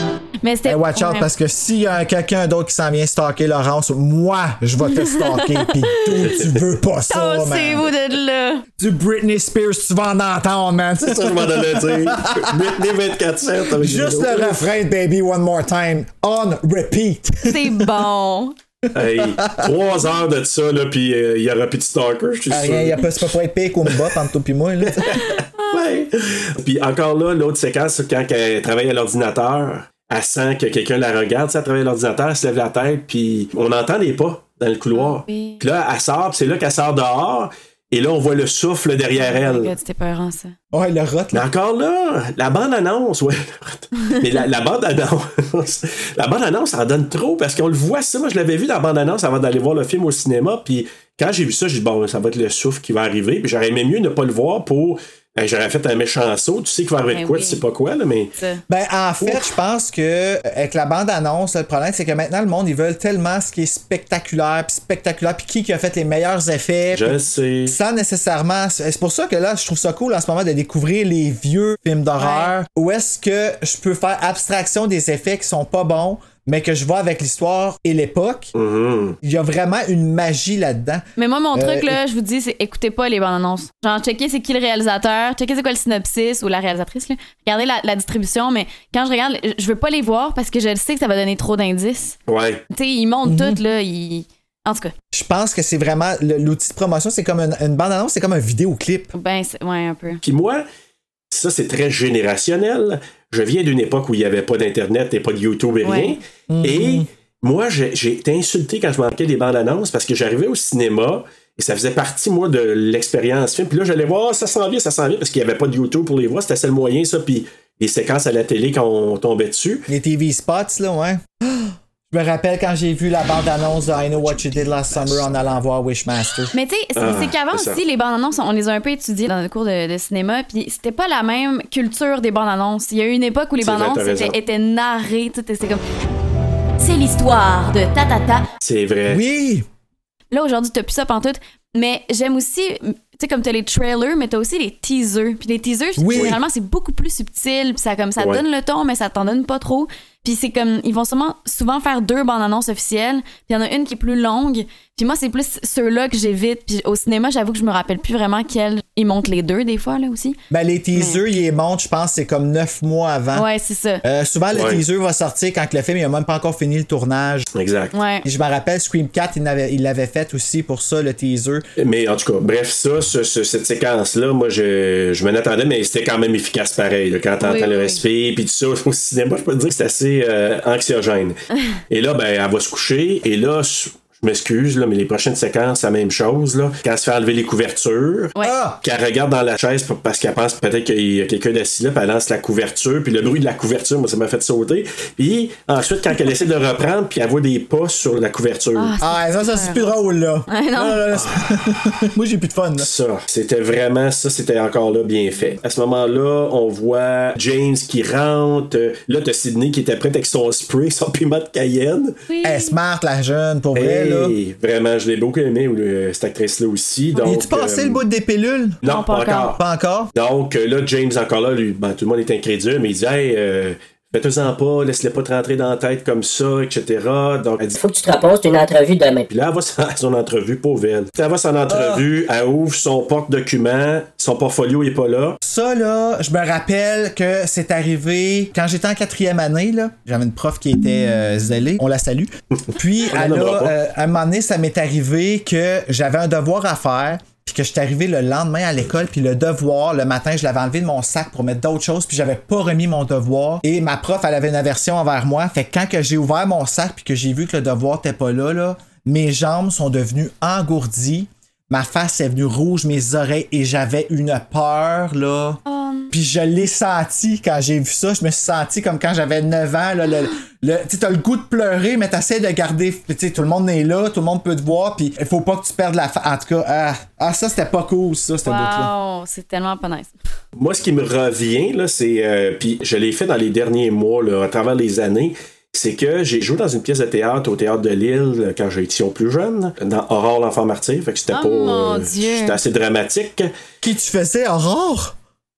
Mais c'était. Hey, watch out, ouais. parce que s'il y a quelqu'un d'autre qui s'en vient stalker Laurence, moi, je vais te stalker. Pis toi, tu veux pas ça, man. Tassez-vous de là. Du Britney Spears, tu vas en entendre, man. C'est ça que je m'en allais dire. Britney vingt-quatre sept. Juste le refrain de Baby One More Time, on repeat. C'est bon. Hey, trois heures de ça, là, pis il euh, y aura plus de stalker, je suis sûr. Rien, y a pas, c'est pas pour être pire qu'au bas entre toi pis moi, là. Ouais. Puis encore là, l'autre séquence, c'est quand elle travaille à l'ordinateur, elle sent que quelqu'un la regarde, ça, elle travaille à l'ordinateur, elle se lève la tête, puis on entend des pas dans le couloir. Oui. Puis là, elle sort, pis c'est là qu'elle sort dehors, et là, on voit le souffle derrière Oh elle. my God, c'était peurant, ça. Ouais, le rot, Mais là. encore là, la bande-annonce, ouais. Mais la, la bande-annonce, la bande-annonce, ça en donne trop, parce qu'on le voit, ça. Moi, je l'avais vu dans la bande-annonce avant d'aller voir le film au cinéma, puis quand j'ai vu ça, j'ai dit, bon, ça va être le souffle qui va arriver, puis j'aurais aimé mieux ne pas le voir pour... Ben, j'aurais fait un méchant saut, tu sais qu'il va arriver de Ben quoi, oui. tu sais pas quoi, là, mais... Ça. Ben, en fait, je pense que avec la bande-annonce, le problème, c'est que maintenant, le monde, ils veulent tellement ce qui est spectaculaire, puis spectaculaire, puis qui, qui a fait les meilleurs effets. Je pis sais. sans nécessairement... C'est pour ça que là, je trouve ça cool en ce moment de découvrir les vieux films d'horreur, où est-ce que je peux faire abstraction des effets qui sont pas bons, mais que je vois avec l'histoire et l'époque. Mm-hmm. Il y a vraiment une magie là-dedans. Mais moi, mon Euh, truc, là, je vous dis, c'est écoutez pas les bandes annonces. Genre, checker c'est qui le réalisateur, checker c'est quoi le synopsis ou la réalisatrice, là. Regardez la, la distribution, mais quand je regarde, je veux pas les voir parce que je sais que ça va donner trop d'indices. Ouais. Tu sais, ils montent tout, là. Ils... En tout cas, Je pense que c'est vraiment... le- l'outil de promotion, c'est comme une, une bande-annonce, c'est comme un vidéoclip. ben, c'est- ouais, un peu. Puis moi, ça, c'est très générationnel. Je viens d'une époque où il n'y avait pas d'Internet et pas de YouTube et rien. Ouais. Et moi, j'ai, j'ai été insulté quand je manquais des bandes annonces parce que j'arrivais au cinéma et ça faisait partie, moi, de l'expérience film. Puis là, j'allais voir, ça s'en vient, ça s'en vient, parce qu'il n'y avait pas de YouTube pour les voir. C'était ça le moyen, ça. Puis les séquences à la télé quand on tombait dessus. Les T V spots, là, ouais. Je me rappelle quand j'ai vu la bande-annonce de I Know What You Did Last Summer en allant voir Wishmaster. Mais tu sais, c'est, Ah, c'est qu'avant c'est ça. aussi, les bandes annonces, on les a un peu étudiées dans le cours de, de cinéma, puis c'était pas la même culture des bandes annonces. Il y a eu une époque où les C'est bandes vrai, annonces t'as raison. étaient, étaient narrées, tout, c'est comme. C'est l'histoire de ta ta ta. C'est vrai. Oui! Là, aujourd'hui, t'as plus ça pantoute. Mais j'aime aussi, tu sais, comme t'as les trailers, mais t'as aussi les teasers. Puis les teasers, Oui. généralement, c'est beaucoup plus subtil. Puis ça, comme, ça Ouais. donne le ton, mais ça t'en donne pas trop. Puis c'est comme, ils vont sûrement, souvent faire deux bandes annonces officielles. Puis il y en a une qui est plus longue. Puis moi, c'est plus ceux-là que j'évite. Puis au cinéma, j'avoue que je me rappelle plus vraiment quels. Ils montent les deux, des fois, là aussi. Ben, les teasers, Mais- ils les montent, je pense, c'est comme neuf mois avant. Ouais, c'est ça. Euh, souvent, le Ouais. teaser va sortir quand le film il a même pas encore fini le tournage. Exact. Ouais. Et je me rappelle, Scream quatre, il l'avait, il l'avait fait aussi pour ça, le teaser. Mais en tout cas, bref, ça, ce- ce- cette séquence-là, moi, je, je m'en attendais, mais c'était quand même efficace pareil. Là, quand t'entends Oui, le oui. respect, puis tout ça, au cinéma, je peux te dire que c'est assez euh, anxiogène. Et là, ben, elle va se coucher, et là, je je m'excuse, là, mais les prochaines séquences, c'est la même chose. Là. Quand elle se fait enlever les couvertures, Ouais. Ah! qu'elle regarde dans la chaise parce qu'elle pense peut-être qu'il y a quelqu'un d'assis là, puis elle lance la couverture, puis le bruit de la couverture, moi, ça m'a fait sauter. Puis ensuite, quand elle essaie de reprendre, puis elle voit des pas sur la couverture. Ah, ça, ça c'est plus drôle, là. Ouais, non. Là, là, là, c'est- Moi, j'ai plus de fun, là. Ça, c'était vraiment ça, c'était encore là bien fait. À ce moment-là, on voit James qui rentre. Euh, Là, t'as Sydney qui était prête avec son spray, son piment de Cayenne. Oui. Elle est smart, la jeune, pour vrai, là. Hey, vraiment, je l'ai beaucoup aimé, euh, cette actrice-là aussi. Donc, Es-tu passé euh, le bout des pilules? Non, Non, pas pas encore. encore. Pas encore? Donc euh, là, James, encore là, lui, ben, tout le monde est incrédule, mais il dit, hey, euh, faites-en pas, laisse-le pas te rentrer dans la tête comme ça, et cetera. Donc, elle dit, Faut que tu te reposes, t'as une entrevue demain. puis là, elle va à son entrevue, pauvre elle. Puis elle va à son entrevue, Ah. elle ouvre son porte-document, son portfolio est pas là. Ça, là, je me rappelle que c'est arrivé quand j'étais en quatrième année, là. J'avais une prof qui était euh, zélée. On la salue. Puis, On la elle nommera a, pas. euh, à un moment donné, ça m'est arrivé que j'avais un devoir à faire. Puis que j'étais arrivé le lendemain à l'école, puis le devoir, le matin, je l'avais enlevé de mon sac pour mettre d'autres choses, puis j'avais pas remis mon devoir. Et ma prof, elle avait une aversion envers moi. Fait que quand que j'ai ouvert mon sac, puis que j'ai vu que le devoir était pas là, là, mes jambes sont devenues engourdies. Ma face est venue rouge, mes oreilles, et j'avais une peur, là. Puis je l'ai senti quand j'ai vu ça. Je me suis senti comme quand j'avais neuf ans, là. Le, le, tu sais, t'as le goût de pleurer, mais t'essaies de garder. Tu sais, tout le monde est là, tout le monde peut te voir, puis il faut pas que tu perdes la face. En tout cas, ah, ah, ça, c'était pas cool, ça, cette bout-là. Wow, c'est tellement pas nice. Moi, ce qui me revient, là, c'est. Euh, puis je l'ai fait dans les derniers mois, là, à travers les années. C'est que j'ai joué dans une pièce de théâtre au Théâtre de Lille quand j'étais plus jeune, dans Aurore l'enfant martyr. Fait que c'était Oh pas. mon euh, Dieu. C'était assez dramatique. Qui tu faisais, Aurore?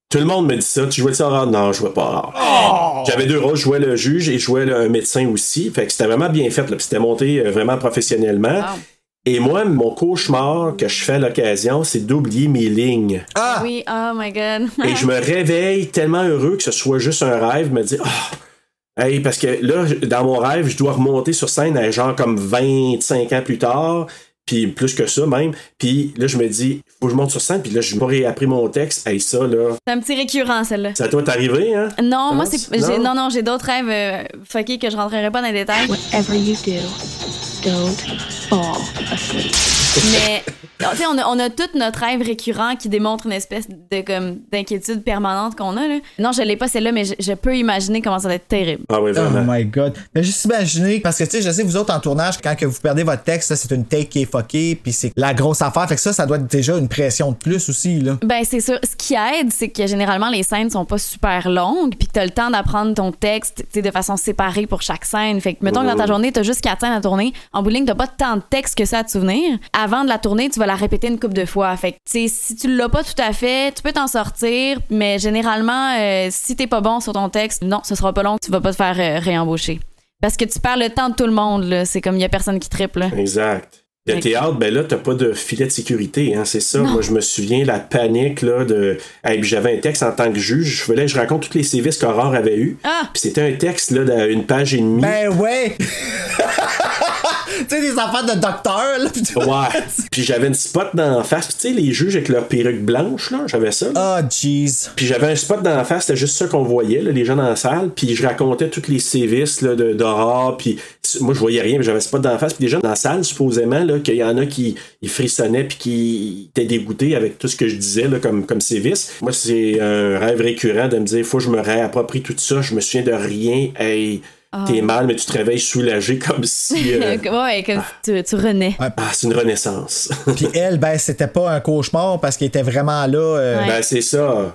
Tout le monde me dit ça. Tu jouais ça horreur? Non, je jouais pas horreur. Oh! J'avais deux rôles. Je jouais le juge et je jouais le, un médecin aussi. Fait que c'était vraiment bien fait. Là. Puis c'était monté euh, vraiment professionnellement. Wow. Et moi, mon cauchemar que je fais à l'occasion, c'est d'oublier mes lignes. Ah! Oui, oh my God. Et je me réveille tellement heureux que ce soit juste un rêve, me dire... Oh, hey, parce que là, dans mon rêve, je dois remonter sur scène à genre comme vingt-cinq ans plus tard... Puis plus que ça même. Puis là, je me dis, faut que je monte sur scène. Puis là, je m'aurais appris mon texte. Hey, ça, là. C'est un petit récurrent, celle-là. Ça doit t'arriver, hein? Non, moi, c'est. Non, j'ai, non, non, j'ai d'autres rêves euh, fuckés que je rentrerai pas dans les détails. Whatever you do, don't fall asleep. Mais, tu sais, on a, on a tout notre rêve récurrent qui démontre une espèce de, comme, d'inquiétude permanente qu'on a, là. Non, je l'ai pas celle-là, mais je, je peux imaginer comment ça va être terrible. Ah oui, vraiment. Oh my God. Mais juste imaginer, parce que, tu sais, je sais, vous autres, en tournage, quand que vous perdez votre texte, là, c'est une take qui est fuckée, puis c'est la grosse affaire. Fait que ça, ça doit être déjà une pression de plus aussi, là. Ben, c'est sûr. Ce qui aide, c'est que généralement, les scènes sont pas super longues, puis que t'as le temps d'apprendre ton texte, tu sais, de façon séparée pour chaque scène. Fait que, mettons mmh. que dans ta journée, t'as juste quatre scènes à tourner. En bout de ligne, t'as pas tant de texte que ça à te souvenir. Avant de la tourner, tu vas la répéter une couple de fois. Fait que, tu sais, si tu l'as pas tout à fait, tu peux t'en sortir, mais généralement, euh, si t'es pas bon sur ton texte, non, ce sera pas long, tu vas pas te faire euh, réembaucher. Parce que tu perds le temps de tout le monde, là. C'est comme il y a personne qui triple, là. Exact. Le okay. théâtre, ben là, t'as pas de filet de sécurité, hein, c'est ça. Non. Moi, je me souviens, la panique, là, de... Hey, j'avais un texte en tant que juge, je voulais que je raconte tous les sévices qu'Aurore avait eu. Ah. Puis c'était un texte, là, d'une page et demie. Ben ouais! Tu sais, des affaires de docteur, là. Pis ouais. Puis j'avais une spot d'en face. Tu sais, les juges avec leur perruque blanche, là, j'avais ça. Ah, oh, jeez. Puis j'avais un spot d'en face, c'était juste ça qu'on voyait, là, les gens dans la salle. Puis je racontais tous les sévices, là, de, d'Aurore. Puis moi, je voyais rien, mais j'avais un spot d'en face. Puis les gens dans la salle, supposément, là, qu'il y en a qui ils frissonnaient puis qui étaient dégoûtés avec tout ce que je disais, là, comme, comme sévices. Moi, c'est un rêve récurrent de me dire, faut que je me réapproprie tout ça. Je me souviens de rien. Hey, oh. T'es mal, mais tu te réveilles soulagé comme si... Euh... ouais, comme ah. si tu, tu renais. Ah, c'est une renaissance. Puis elle, ben, c'était pas un cauchemar parce qu'elle était vraiment là. Euh... Ouais. Ben, c'est ça.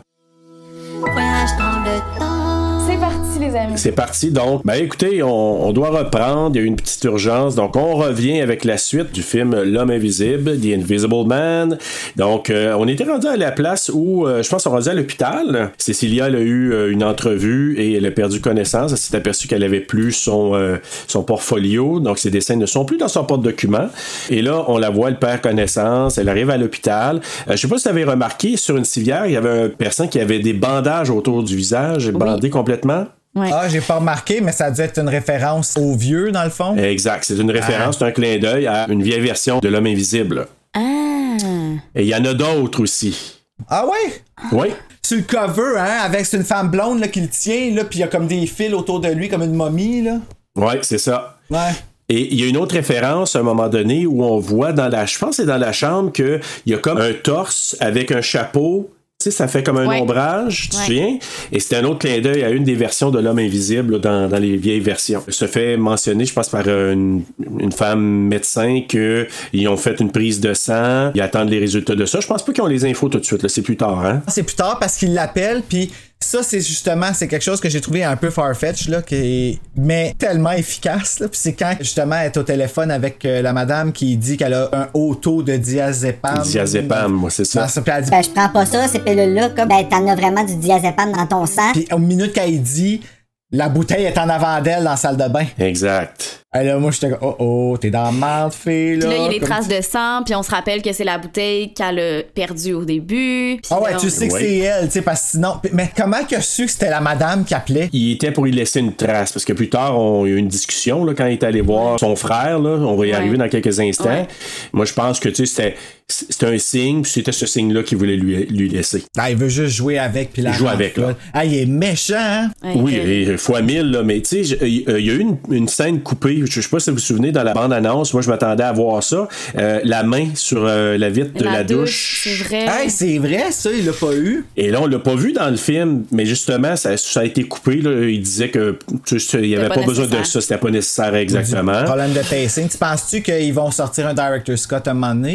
Voyage dans le temps. C'est parti, les amis. C'est parti, donc. Ben, écoutez, on, on doit reprendre. Il y a eu une petite urgence. Donc, on revient avec la suite du film L'Homme Invisible, The Invisible Man. Donc, euh, on était rendu à la place où, euh, je pense, on est rendu à l'hôpital. Cécilia, elle a eu euh, une entrevue et elle a perdu connaissance. Elle s'est aperçue qu'elle avait plus son, euh, son portfolio. Donc, ses dessins ne sont plus dans son porte-document. Et là, on la voit, elle perd connaissance. Elle arrive à l'hôpital. Euh, je sais pas si vous avez remarqué, sur une civière, il y avait un personne qui avait des bandages autour du visage, oui. bandé complètement. Ouais. Ah, j'ai pas remarqué, mais ça a dû être une référence au vieux, dans le fond. Exact. C'est une référence, ah. c'est un clin d'œil à une vieille version de L'Homme Invisible. Ah. Et il y en a d'autres aussi. Ah ouais? Oui. Sur le cover, hein, avec c'est une femme blonde là, qui le tient, là, puis il y a comme des fils autour de lui, comme une momie, là. Ouais, c'est ça. Ouais. Et il y a une autre référence à un moment donné où on voit dans la... Je pense que c'est dans la chambre qu'il y a comme un torse avec un chapeau. Tu sais, ça fait comme un ouais. ombrage, tu te ouais. souviens? Et c'était un autre clin d'œil à une des versions de L'Homme Invisible là, dans, dans les vieilles versions. Ça se fait mentionner, je pense, par une, une femme médecin qu'ils ont fait une prise de sang, ils attendent les résultats de ça. Je pense pas qu'ils ont les infos tout de suite, là. C'est plus tard, hein? C'est plus tard parce qu'ils l'appellent, puis ça, c'est justement, c'est quelque chose que j'ai trouvé un peu farfetch, là, qui est, mais tellement efficace, là. Puis c'est quand, justement, elle est au téléphone avec euh, la madame qui dit qu'elle a un haut taux de diazépam. Diazépam, moi, c'est ça. ça elle dit, ben, je prends pas ça, ces pilules-là, comme, ben, t'en as vraiment du diazépam dans ton sang. Puis, aux minutes qu'elle dit, la bouteille est en avant d'elle dans la salle de bain. Exact. Et là, moi, j'étais comme, oh oh, t'es dans la merde, fille, là. Puis là, il y a des comme traces tu... de sang, puis on se rappelle que c'est la bouteille qu'elle a perdue au début. Ah ouais, là, tu sais que oui. c'est elle, tu sais, parce que sinon. Mais comment qu'il a su que c'était la madame qui appelait? Il était pour y laisser une trace, parce que plus tard, on, il y a eu une discussion, là, quand il est allé voir son frère, là. On va y ouais. arriver dans quelques instants. Ouais. Moi, je pense que, tu sais, c'était. C'était un signe, puis c'était ce signe-là qu'il voulait lui, lui laisser. Ah, il veut juste jouer avec, puis la. Il joue avec, là. Ah, il est méchant, hein? Ouais, oui, okay. et fois mille, là. Mais, tu sais, il y a eu une, une scène coupée. Je sais pas si vous vous souvenez, dans la bande-annonce, moi, je m'attendais à voir ça. Euh, la main sur euh, la vitre de la, la douche. douche. C'est vrai. Hey, c'est vrai, ça, il l'a pas eu. Et là, on l'a pas vu dans le film, mais justement, ça, ça a été coupé, là. Il disait que, tu sais, il y avait pas, pas besoin de ça. C'était pas nécessaire, exactement. Du problème de pacing. Tu penses-tu qu'ils vont sortir un Director's Cut à un moment donné?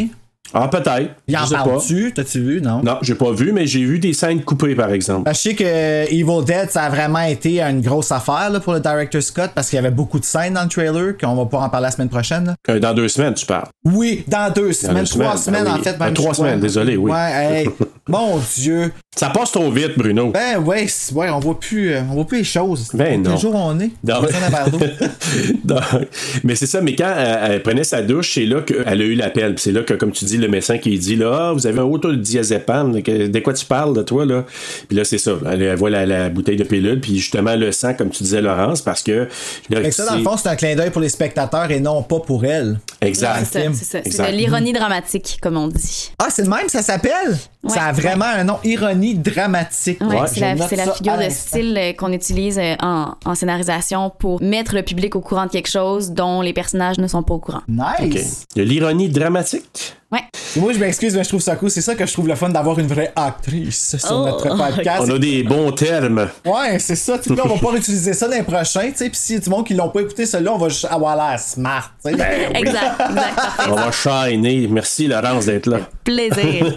Ah, peut-être. Il en je sais parle-tu? T'as-tu vu, non? Non, j'ai pas vu, mais j'ai vu des scènes coupées, par exemple. Ben, je sais que Evil Dead, ça a vraiment été une grosse affaire là, pour le director Scott parce qu'il y avait beaucoup de scènes dans le trailer, qu'on va pouvoir en parler la semaine prochaine. Là. Euh, dans deux semaines, tu parles. Oui, dans deux semaines, dans deux trois semaines, semaines, ah oui. en fait. Même Dans trois semaines, désolé, oui. Ouais, hey, mon Dieu. Ça passe trop vite, Bruno. Ben ouais, ouais on voit plus, euh, on voit plus les choses. Ben non. Quel jour on est? Non. non. Mais c'est ça, mais quand elle, elle prenait sa douche, c'est là qu'elle a eu l'appel. Puis c'est là que, comme tu dis, le médecin qui dit là, ah, vous avez un haut taux de diazépam, de quoi tu parles de toi, là? Puis là, c'est ça. Elle, elle voit la, la bouteille de pilule, puis justement le sang, comme tu disais, Laurence, parce que. Là, fait que ça, dans le fond, c'est un clin d'œil pour les spectateurs et non pas pour elle. Exact. C'est ça, c'est ça. Exact. C'est de l'ironie dramatique, comme on dit. Ah, c'est le même, ça s'appelle? Ouais, ça a vraiment ouais. un nom, ironie dramatique. Ouais, ouais. C'est la, c'est la figure de style qu'on utilise en, en scénarisation pour mettre le public au courant de quelque chose dont les personnages ne sont pas au courant. Nice! Okay. Il y a l'ironie dramatique. Ouais. Et moi, je m'excuse, mais je trouve ça cool. C'est ça que je trouve le fun d'avoir une vraie actrice sur oh, notre podcast. On a des bons termes. Ouais, c'est ça. Là, on va pas réutiliser ça dans les prochains. Puis s'il y a du monde qui l'ont pas écouté, celui-là, on va juste avoir l'air smart. Ben, oui. Exact, exact. On va shiner. Merci, Laurence, d'être là. Plaisir.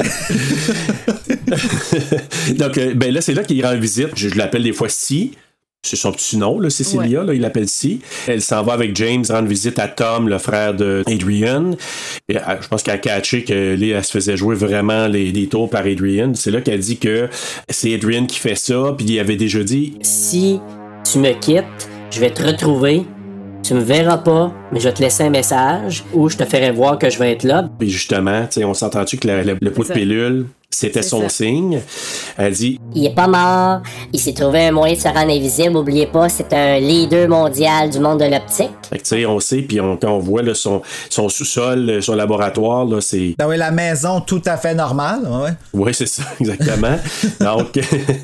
Donc, ben là, c'est là qu'il rend visite. Je, je l'appelle des fois Si. C'est son petit nom, là, Cecilia, ouais. là, il l'appelle Si. Elle s'en va avec James rendre visite à Tom, le frère de Adrian. Et, je pense qu'elle a catché que là, elle se faisait jouer vraiment les, les tours par Adrian. C'est là qu'elle dit que c'est Adrian qui fait ça, puis il avait déjà dit si tu me quittes, je vais te retrouver. Tu me verras pas, mais je vais te laisser un message ou je te ferai voir que je vais être là. Puis justement, on s'entend-tu que la, la, le pot de pilule, c'était son ça. signe. Elle dit il est pas mort. Il s'est trouvé un moyen de se rendre invisible. Oubliez pas, c'est un leader mondial du monde de l'optique. Fait que tu sais, on sait, puis on, quand on voit là, son, son sous-sol, son laboratoire, là, c'est. Ah oui, la maison tout à fait normale, ouais. Oui, c'est ça, exactement. Donc.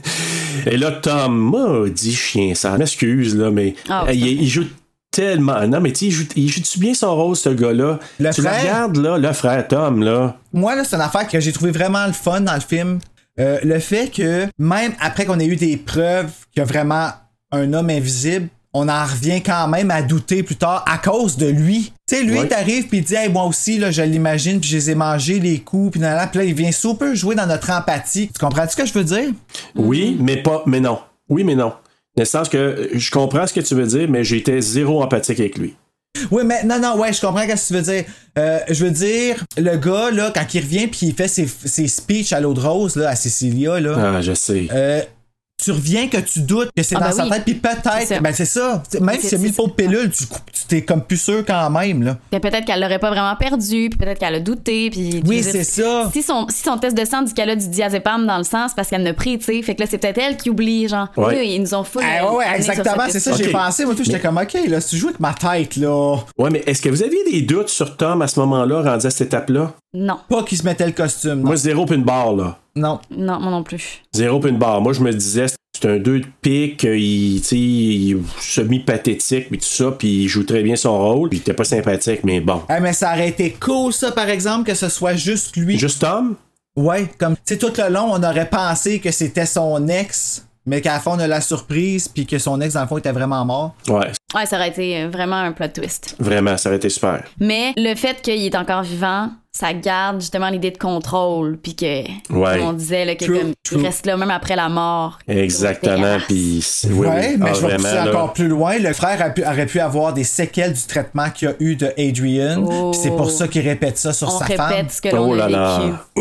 Et là, Tom m'a dit chien, ça m'excuse, là, mais oh, il, il joue tellement. Non, mais tu sais, il joue, il joue-tu bien son rôle, ce gars-là? Le tu frère? Le regardes, là, le frère Tom, là. Moi, là, c'est une affaire que j'ai trouvé vraiment le fun dans le film. Euh, le fait que, même après qu'on ait eu des preuves qu'il y a vraiment un homme invisible, on en revient quand même à douter plus tard à cause de lui. Tu sais, lui, ouais. il t'arrive puis il dit hey, moi aussi, là, je l'imagine, puis je les ai mangés, les coups, puis là, là, il vient super jouer dans notre empathie. Tu comprends-tu ce que je veux dire? Oui, mais pas, mais non. Oui, mais non. Dans le sens que je comprends ce que tu veux dire, mais j'étais zéro empathique avec lui. Oui, mais non, non, ouais, je comprends ce que tu veux dire. Euh, je veux dire, le gars, là, quand il revient puis il fait ses, ses speeches à l'eau de rose, là, à Cecilia, là. Ah, je sais. Euh, tu reviens que tu doutes que c'est ah, dans ben sa oui. tête, puis peut-être, c'est ben c'est ça. Même si tu as mis le pot de pilule, tu, tu t'es comme plus sûr quand même, là. Mais peut-être qu'elle l'aurait pas vraiment perdu, puis peut-être qu'elle a douté, puis. Oui, c'est ça. Si son, si son test de sang dit qu'elle a du diazépam dans le sang, c'est parce qu'elle en a pris, tu sais. Fait que là, c'est peut-être elle qui oublie, genre. Ouais. Oui, ils nous ont foutu. Ah, ouais, exactement, c'est ça, okay. J'ai pensé, moi, tout, j'étais mais... comme, OK, là, si tu joues avec ma tête, là. Ouais, mais est-ce que vous aviez des doutes sur Tom à ce moment-là, rendu à cette étape-là? Non. Pas qu'il se mettait le costume. Non. Moi, zéro puis une barre, là. Non. Non, moi non plus. Zéro puis une barre. Moi, je me disais, c'est un deux de pique, il, il est semi-pathétique, puis tout ça, puis il joue très bien son rôle, puis il était pas sympathique, mais bon. Ah, mais ça aurait été cool, ça, par exemple, que ce soit juste lui. Juste Tom? Ouais, comme, tu sais, tout le long, on aurait pensé que c'était son ex, mais qu'à la fin, on a la surprise, puis que son ex, dans le fond, était vraiment mort. Ouais. Ouais, ça aurait été vraiment un plot twist. Vraiment, ça aurait été super. Mais le fait qu'il est encore vivant, ça garde justement l'idée de contrôle, puis que, ouais. comme on disait, là, que true, comme, true. il reste là même après la mort. Exactement, puis oui, ouais, oui. mais ah, je vais vraiment, pousser là. encore plus loin. Le frère a pu, aurait pu avoir des séquelles du traitement qu'il y a eu de Adrian, oh. puis c'est pour ça qu'il répète ça sur on sa répète femme. Ce que l'on oh là a là. vécu.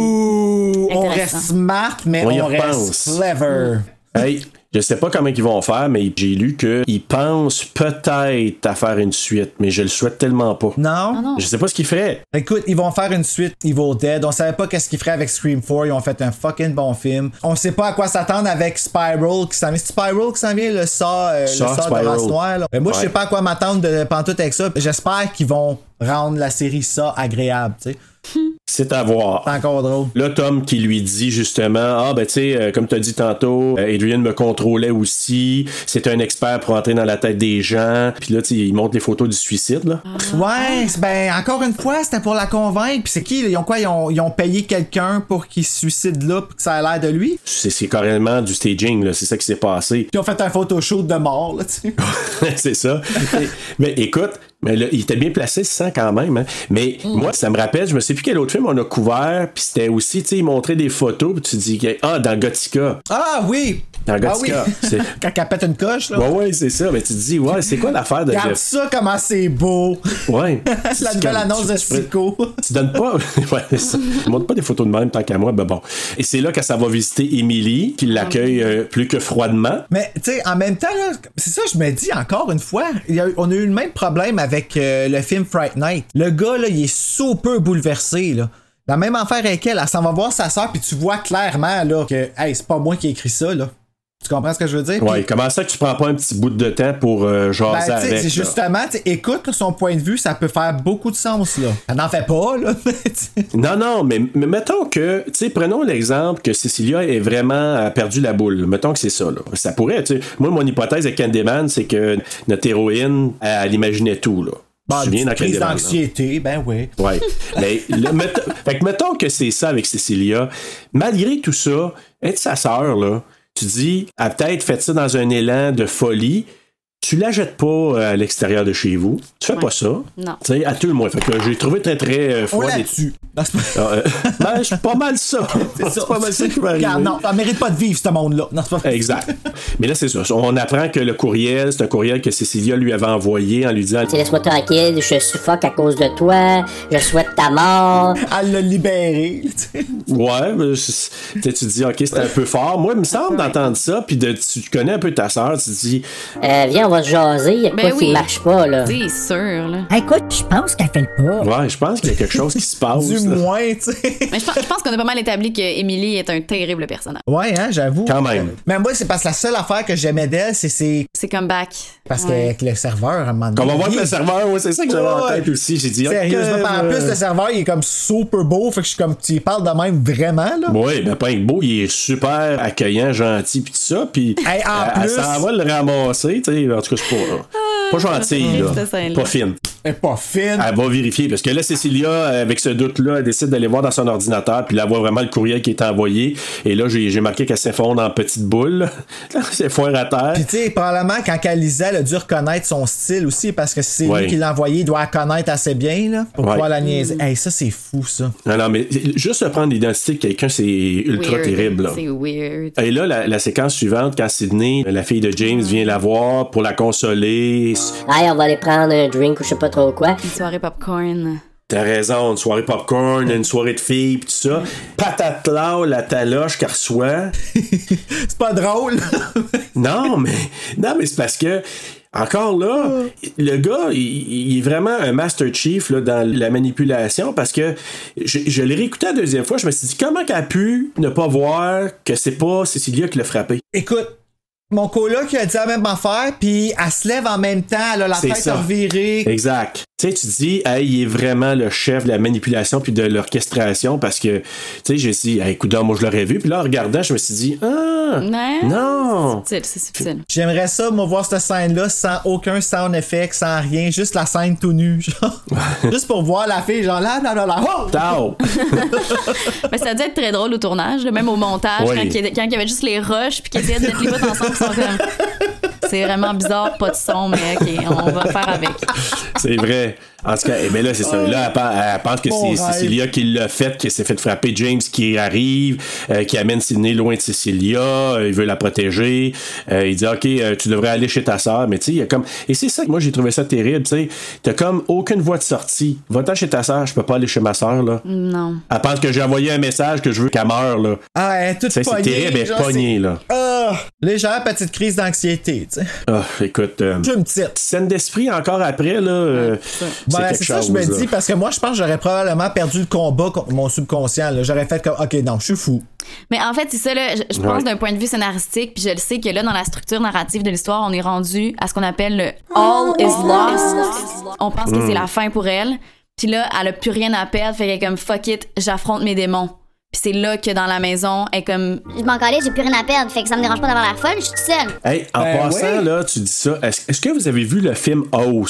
Ouh, on reste smart, mais on, on reste clever. Hey, je sais pas comment ils vont faire, mais j'ai lu qu'ils pensent peut-être à faire une suite, mais je le souhaite tellement pas. Non? Ah non. Je sais pas ce qu'ils feraient. Écoute, ils vont faire une suite Evil Dead. On savait pas qu'est-ce qu'ils feraient avec Scream quatre. Ils ont fait un fucking bon film. On sait pas à quoi s'attendre avec Spiral qui s'en vient. C'est Spiral qui s'en vient, le sort, euh, le sort de race noire. Là. Mais moi, ouais. je sais pas à quoi m'attendre de pantoute avec ça. J'espère qu'ils vont rendre la série ça agréable, tu sais. C'est à voir. C'est encore drôle. Là, Tom qui lui dit justement, ah ben tu sais, euh, comme tu as dit tantôt, euh, Adrian me contrôlait aussi. C'est un expert pour entrer dans la tête des gens. Puis là, tu sais, il montre les photos du suicide, là. Ouais, ben encore une fois, c'était pour la convaincre. Puis c'est qui? Ils ont quoi? Ils ont, ils ont payé quelqu'un pour qu'il se suicide là, pour que ça ait l'air de lui? C'est, c'est carrément du staging, là. C'est ça qui s'est passé. Puis ils ont fait un photoshoot de mort, là, tu sais. C'est ça. mais, mais écoute, Mais là, il était bien placé, le sang, quand même. Hein. Mais mm. moi, ça me rappelle, je me sais plus quel autre film on a couvert, puis c'était aussi, tu sais, il montrait des photos, puis tu dis, ah, dans Gothica. Ah oui! Dans Gothica. Ah oui. Quand elle pète une coche, là. Ouais, ouais, c'est ça. Mais tu te dis, ouais, c'est quoi l'affaire de. Regarde ça, comment c'est beau! Ouais. C'est la nouvelle annonce de Stico. Tu donnes pas. Ouais, ça. Tu montres pas des photos de même tant qu'à moi, ben bon. Et c'est là que ça va visiter Emily, qui l'accueille euh, plus que froidement. Mais, tu sais, en même temps, là, c'est ça, je me dis encore une fois, il y a, on a eu le même problème avec euh, le film Fright Night. Le gars, là, il est super bouleversé, là. La même affaire avec elle, elle s'en va voir sa soeur, puis tu vois clairement, là, que, hey, c'est pas moi qui ai écrit ça, là. Tu comprends ce que je veux dire? Ouais, comment ça que tu prends pas un petit bout de temps pour euh, jaser ben, avec? C'est justement, écoute là, son point de vue, ça peut faire beaucoup de sens, là. Elle n'en fait pas, là. non, non, mais, mais mettons que, tu sais, prenons l'exemple que Cecilia est vraiment a perdu la boule. Mettons que c'est ça, là. Ça pourrait, tu sais. Moi, mon hypothèse avec Candyman, c'est que notre héroïne, elle, elle imaginait tout, là. Bah, tu une crise d'anxiété, ben oui. Ouais. Mais le, mettons, fait que mettons que c'est ça avec Cecilia. Malgré tout ça, être sa sœur, là, tu dis, elle a peut-être fait ça dans un élan de folie. Tu la jettes pas à l'extérieur de chez vous. Tu fais ouais. pas ça. Non. Tu sais, à tout le moins. Fait que j'ai trouvé très, très euh, froid. On la tue. Ah, euh, ben, je suis pas mal ça. C'est, c'est pas mal ça qui va arriver. Non, ça mérite pas de vivre, ce monde-là. Non, c'est pas... Exact. Mais là, c'est ça. On apprend que le courriel, c'est un courriel que Cecilia lui avait envoyé en lui disant... Laisse-moi tranquille, je suffoque à cause de toi, je souhaite ta mort. Elle l'a libéré. Ouais, mais tu te dis, OK, c'était un peu fort. Moi, il me semble d'entendre ça, puis de, tu connais un peu ta sœur, tu te dis... Euh, viens, on va se jaser, il y a quoi ben qui oui. marche pas, là. C'est sûr, là. Écoute, je pense qu'elle fait le pas. Ouais, je pense qu'il y a quelque chose qui se passe. Du moins, tu sais. Mais je pense, je pense qu'on a pas mal établi que Emily est un terrible personnage. Ouais, hein, j'avoue. Quand même. Mais moi, c'est parce que la seule affaire que j'aimais d'elle, c'est ses... C'est comeback. Parce ouais. qu'avec le serveur, à un moment donné... Qu'on va voir que le serveur, ouais, c'est ça que j'avais ouais. en tête aussi. J'ai dit... Sérieusement, okay, en plus, le serveur, il est comme super beau, fait que je suis comme... Tu y parles de même vraiment, là. Oui, ben pas beau, il est super accueillant, gentil, pis tout ça, pis... Hey, en elle, plus... elle s'en va le ramasser, tu sais, en tout cas, c'est pas... Pas gentille, là. Pas fine. Elle est pas fine. Elle va vérifier. Parce que là, Cecilia, avec ce doute-là, elle décide d'aller voir dans son ordinateur, puis là, elle voit vraiment le courriel qui est envoyé. Et là, j'ai, j'ai marqué qu'elle s'effondre en petite boule. C'est foire à terre. Puis, tu sais, probablement, quand elle lisait, elle a dû reconnaître son style aussi, parce que si c'est ouais. lui qui l'a envoyé, il doit la connaître assez bien, là, pour ouais. pouvoir la niaiser. Hey, ça, c'est fou, ça. Non, non, mais juste de prendre l'identité de quelqu'un, c'est ultra weird. terrible, là. C'est weird. Et là, la, la séquence suivante, quand Sydney, la fille de James, vient la voir pour la consoler. Hey, on va aller prendre un drink ou je sais pas trop quoi. Une soirée popcorn. T'as raison, une soirée popcorn, une soirée de filles, pis tout ça. Patate là, la taloche qu'elle reçoit. C'est pas drôle. non, mais non, mais c'est parce que encore là, le gars, il, il est vraiment un Master Chief là, dans la manipulation parce que je, je l'ai réécouté la deuxième fois, je me suis dit comment qu'elle a pu ne pas voir que c'est pas Cecilia qui l'a frappé. Écoute, mon coloc qui a dit la même affaire, puis elle se lève en même temps, elle a la c'est tête revirée. Exact. Tu sais, tu dis, hey, il est vraiment le chef de la manipulation puis de l'orchestration parce que, tu sais, j'ai dit, hey, écoute, moi je l'aurais vu, puis là, en regardant, je me suis dit, ah, non. non. C'est, c'est subtil. J'aimerais ça, moi, voir cette scène-là sans aucun sound effect, sans rien, juste la scène tout nue, genre. Juste pour voir la fille, genre là, là, là, là, oh! Tao! Mais ça a dû être très drôle au tournage, même au montage, oui. quand, il y, quand il y avait juste les rushs puis qu'ils essayaient de mettre les bouts ensemble, ils sont comme... C'est vraiment bizarre, pas de son, mais OK, on va faire avec. C'est vrai. En tout cas, eh bien là, c'est ça. Là, elle, elle pense que c'est Cecilia qui l'a fait, qui s'est fait frapper James qui arrive, euh, qui amène Sydney loin de Cecilia, euh, il veut la protéger. Euh, il dit, OK, euh, tu devrais aller chez ta sœur. Mais tu sais, il y a comme... Et c'est ça que moi, j'ai trouvé ça terrible, tu sais. T'as comme aucune voie de sortie. Va-t'en chez ta sœur, je peux pas aller chez ma sœur, là. Non. Elle pense que j'ai envoyé un message que je veux qu'elle meure, là. Ah, elle est toute pognée. C'est terrible, elle est pognée, là. Ah, légère petite crise d'anxiété, tu sais. Ah, écoute... Euh, une petite. Scène d'esprit encore après, là... Euh, c'est, ben, c'est ça, chose, je me là. dis, parce que moi, je pense que j'aurais probablement perdu le combat contre mon subconscient, là. J'aurais fait comme, OK, non, je suis fou. Mais en fait, c'est ça, là, je, je pense ouais. d'un point de vue scénaristique, puis je le sais que là, dans la structure narrative de l'histoire, on est rendu à ce qu'on appelle le « all is lost ». On pense mm. que c'est la fin pour elle, puis là, elle a plus rien à perdre, fait qu'elle est comme « fuck it, j'affronte mes démons ». Puis c'est là que dans la maison, elle est comme... Je m'en calais, j'ai plus rien à perdre, fait que ça me dérange pas d'avoir l'air folle, je suis toute seule. Hey, en ben passant, oui. là, tu dis ça, est-ce, est-ce que vous avez vu le film Host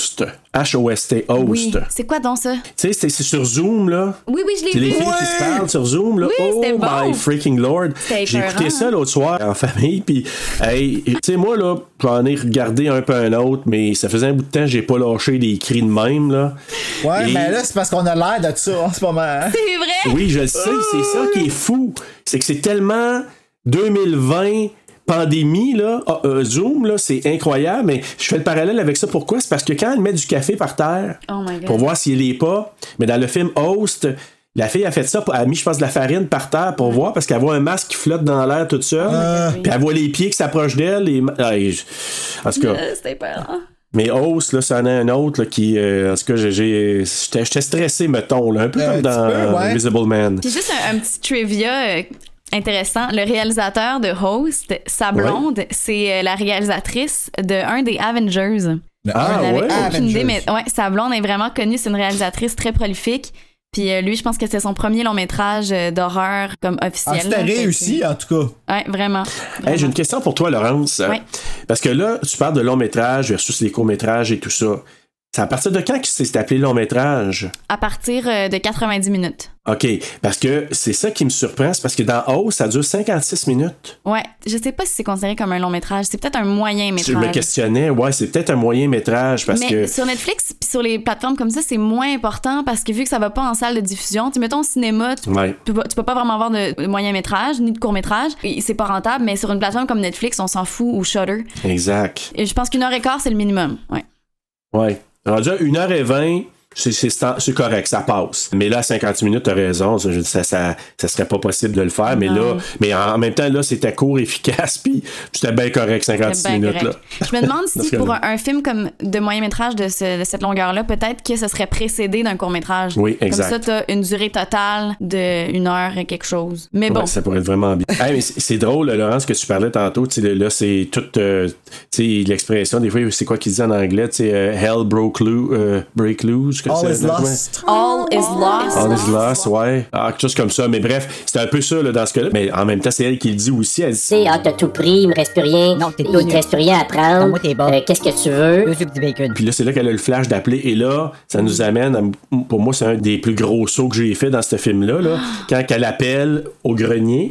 H O S T, Host. Oui, c'est quoi donc ça? Tu sais, c'est, c'est sur Zoom, là. Oui, oui, je l'ai c'est vu. les filles ouais. qui se parlent sur Zoom, là. Oui, oh c'était bon. my freaking lord. C'était J'ai épeurant. écouté ça l'autre soir en famille, puis, hey, tu sais, moi, là, j'en ai regardé un peu un autre, mais ça faisait un bout de temps que j'ai pas lâché des cris de même, là. Ouais, Et... mais là, c'est parce qu'on a l'air de ça en ce moment. Hein? C'est vrai? Oui, je le sais, c'est ça qui est fou. C'est que c'est tellement deux mille vingt... pandémie, là, ah, euh, Zoom, là, c'est incroyable, mais je fais le parallèle avec ça. Pourquoi? C'est parce que quand elle met du café par terre, oh my God. pour voir s'il est pas, mais dans le film Host, la fille a fait ça, elle a mis, je pense, de la farine par terre pour voir, parce qu'elle voit un masque qui flotte dans l'air toute seule, euh... puis elle voit les pieds qui s'approchent d'elle, et... Ah, et... en tout cas... Euh, c'était peur, hein? Mais Host, là, ça en a un autre là, qui, euh, en tout cas, j'ai, j'ai, j'étais, j'étais stressé, mettons, là, un peu euh, comme dans peu, ouais. Invisible Man. J'ai juste un, un petit trivia... Euh... intéressant. Le réalisateur de Host, sa blonde, ouais. c'est la réalisatrice de un des Avengers. Ah, On ouais? aucune idée, mais ouais, sa blonde est vraiment connue. C'est une réalisatrice très prolifique. Puis euh, lui, je pense que c'est son premier long métrage euh, d'horreur comme officiel. Ah, c'était là, réussi, en tout cas. Ouais, vraiment. vraiment. Hey, j'ai une question pour toi, Laurence. Ouais. Parce que là, tu parles de long métrage versus les courts métrages et tout ça. C'est à partir de quand que c'est appelé long métrage? À partir euh, de quatre-vingt-dix minutes. OK, parce que c'est ça qui me surprend, c'est parce que dans Host, ça dure cinquante-six minutes. Ouais, je sais pas si c'est considéré comme un long métrage, c'est peut-être un moyen métrage. Je me questionnais, ouais, c'est peut-être un moyen métrage parce mais que... sur Netflix puis sur les plateformes comme ça, c'est moins important parce que vu que ça va pas en salle de diffusion, tu mettons au cinéma, tu, ouais. tu, peux, tu peux pas vraiment avoir de moyen métrage ni de court métrage, et c'est pas rentable, mais sur une plateforme comme Netflix, on s'en fout, ou Shudder. Exact. Et je pense qu'une heure et quart, c'est le minimum, ouais. Ouais. Alors déjà, une heure et vingt, c'est, c'est, c'est correct, ça passe. Mais là, à cinquante minutes, t'as raison, ça, ça, ça, ça serait pas possible de le faire. Mais non. là, mais en même temps, là, c'était court, efficace, puis c'était bien correct, cinquante-six minutes. Là. Je me demande si pour un, un film comme de moyen-métrage de, ce, de cette longueur-là, peut-être que ce serait précédé d'un court-métrage. Oui, exact. Comme ça, t'as une durée totale de une heure et quelque chose. Mais bon. Ouais, ça pourrait être vraiment bien. Hey, mais c'est, c'est drôle, Laurence, que tu parlais tantôt. Là, c'est toute euh, l'expression, des fois, c'est quoi qu'ils disent en anglais? Euh, Hell broke loose. Euh, break loose. All is lost. All is lost. All is lost, ouais. Ah, quelque chose comme ça. Mais bref, c'est un peu ça là, dans ce cas-là. Mais en même temps, c'est elle qui le dit aussi. Elle dit... Tu sais, ah, t'as tout pris, il me reste plus rien. Non, t'es il te reste plus rien à prendre. moi, t'es bon. Euh, qu'est-ce que tu veux? Deux sucres du bacon. Puis là, c'est là qu'elle a le flash d'appeler. Et là, ça nous amène, à, pour moi, c'est un des plus gros sauts que j'ai fait dans ce film-là. Là, quand elle appelle au grenier.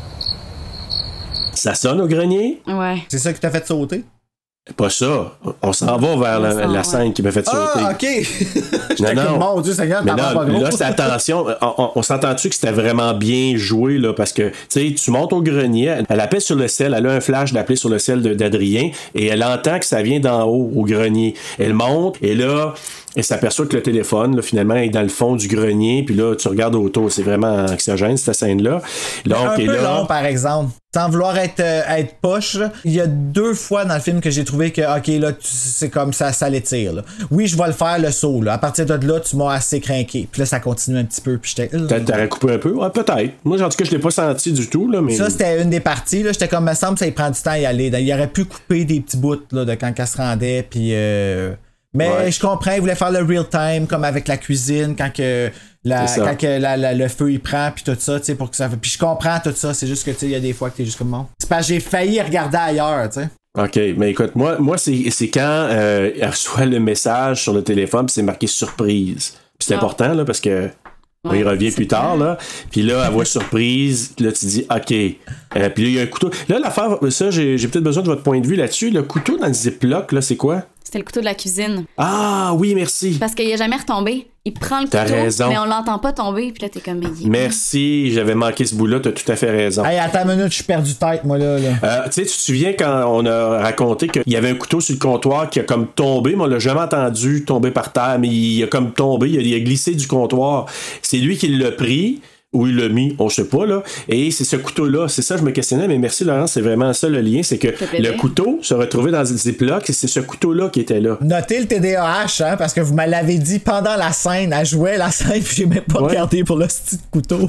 Ça sonne au grenier? Ouais. C'est ça qui t'a fait sauter? Pas ça. On s'en va vers la, la ouais. scène qui m'a fait sauter. Ah, OK. non, non. Mon Dieu, Seigneur, mais non, pas gros. Là, c'est attention. On, on, on s'entend-tu que c'était vraiment bien joué, là, parce que, tu sais, tu montes au grenier, elle appelle sur le sel, elle a un flash d'appeler sur le sel de, d'Adrien, et elle entend que ça vient d'en haut, au grenier. Elle monte, et là, elle s'aperçoit que le téléphone, là, finalement, est dans le fond du grenier, puis là, tu regardes autour. C'est vraiment anxiogène, cette scène-là. Donc, un peu là, long, par exemple. Sans vouloir être, euh, être poche, là, il y a deux fois dans le film que j'ai trouvé que, OK, là, tu, c'est comme ça, ça l'étire. Là. Oui, je vais le faire, le saut. Là. À partir de là, tu m'as assez craqué. Puis là, ça continue un petit peu. Puis j'étais. Peut-être t'aurais coupé un peu. Ouais, peut-être. Moi, en tout cas, je l'ai pas senti du tout. Là, mais... Ça, c'était une des parties. Là. J'étais comme, me semble, ça il prend du temps à y aller. Il aurait pu couper des petits bouts là, de quand elle se rendait. Puis. Euh... Mais ouais. Je comprends, il voulait faire le real time, comme avec la cuisine, quand que la, quand que la, la, le feu il prend, puis tout ça, tu sais, pour que ça. Puis je comprends tout ça, c'est juste que tu sais, il y a des fois que t'es juste comme bon. C'est parce que j'ai failli regarder ailleurs, tu sais. OK, mais écoute, moi, moi c'est, c'est quand euh, elle reçoit le message sur le téléphone, puis c'est marqué surprise. Puis c'est ah. important, là, parce que. Ouais, on y revient plus tard, là. Puis là, elle voit surprise. Là, tu dis, OK. Euh, puis là, il y a un couteau. Là, l'affaire, ça, j'ai, j'ai peut-être besoin de votre point de vue là-dessus. Le couteau dans le Ziploc, là, c'est quoi? C'était le couteau de la cuisine. Ah, oui, merci. Parce qu'il a jamais retombé. Il prend le t'as couteau, raison. mais on l'entend pas tomber. Puis là, t'es comme... Merci, j'avais manqué ce bout-là. T'as tout à fait raison. Hey, attends une minute, je suis perdu tête, moi, là. là. Euh, tu sais, tu te souviens quand on a raconté qu'il y avait un couteau sur le comptoir qui a comme tombé, mais on l'a jamais entendu tomber par terre, mais il a comme tombé, il a, il a glissé du comptoir. C'est lui qui l'a pris. Où il l'a mis, on sait pas, là. Et c'est ce couteau-là, c'est ça, je me questionnais, mais merci, Laurence, c'est vraiment ça le lien, c'est que le couteau se retrouvait dans le Ziploc, et c'est ce couteau-là qui était là. Notez le T D A H, hein, parce que vous me l'avez dit pendant la scène, elle jouait la scène, puis j'ai même pas ouais. regardé pour le petit couteau.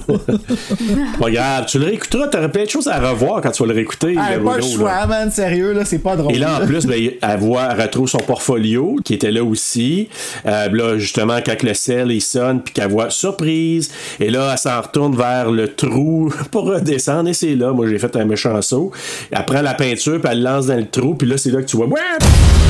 Pas grave, tu le réécouteras, t'aurais plein de choses à revoir quand tu vas le réécouter. Ah, pas le choix, là. Man, sérieux, là, c'est pas drôle. Et là, en plus, ben, elle voit, elle retrouve son portfolio, qui était là aussi. Euh, là, justement, quand le sel, il sonne, puis qu'elle voit surprise, et là, elle s'en retourne vers le trou pour redescendre, et c'est là, moi j'ai fait un méchant saut. Elle prend la peinture, puis elle lance dans le trou, puis là c'est là que tu vois.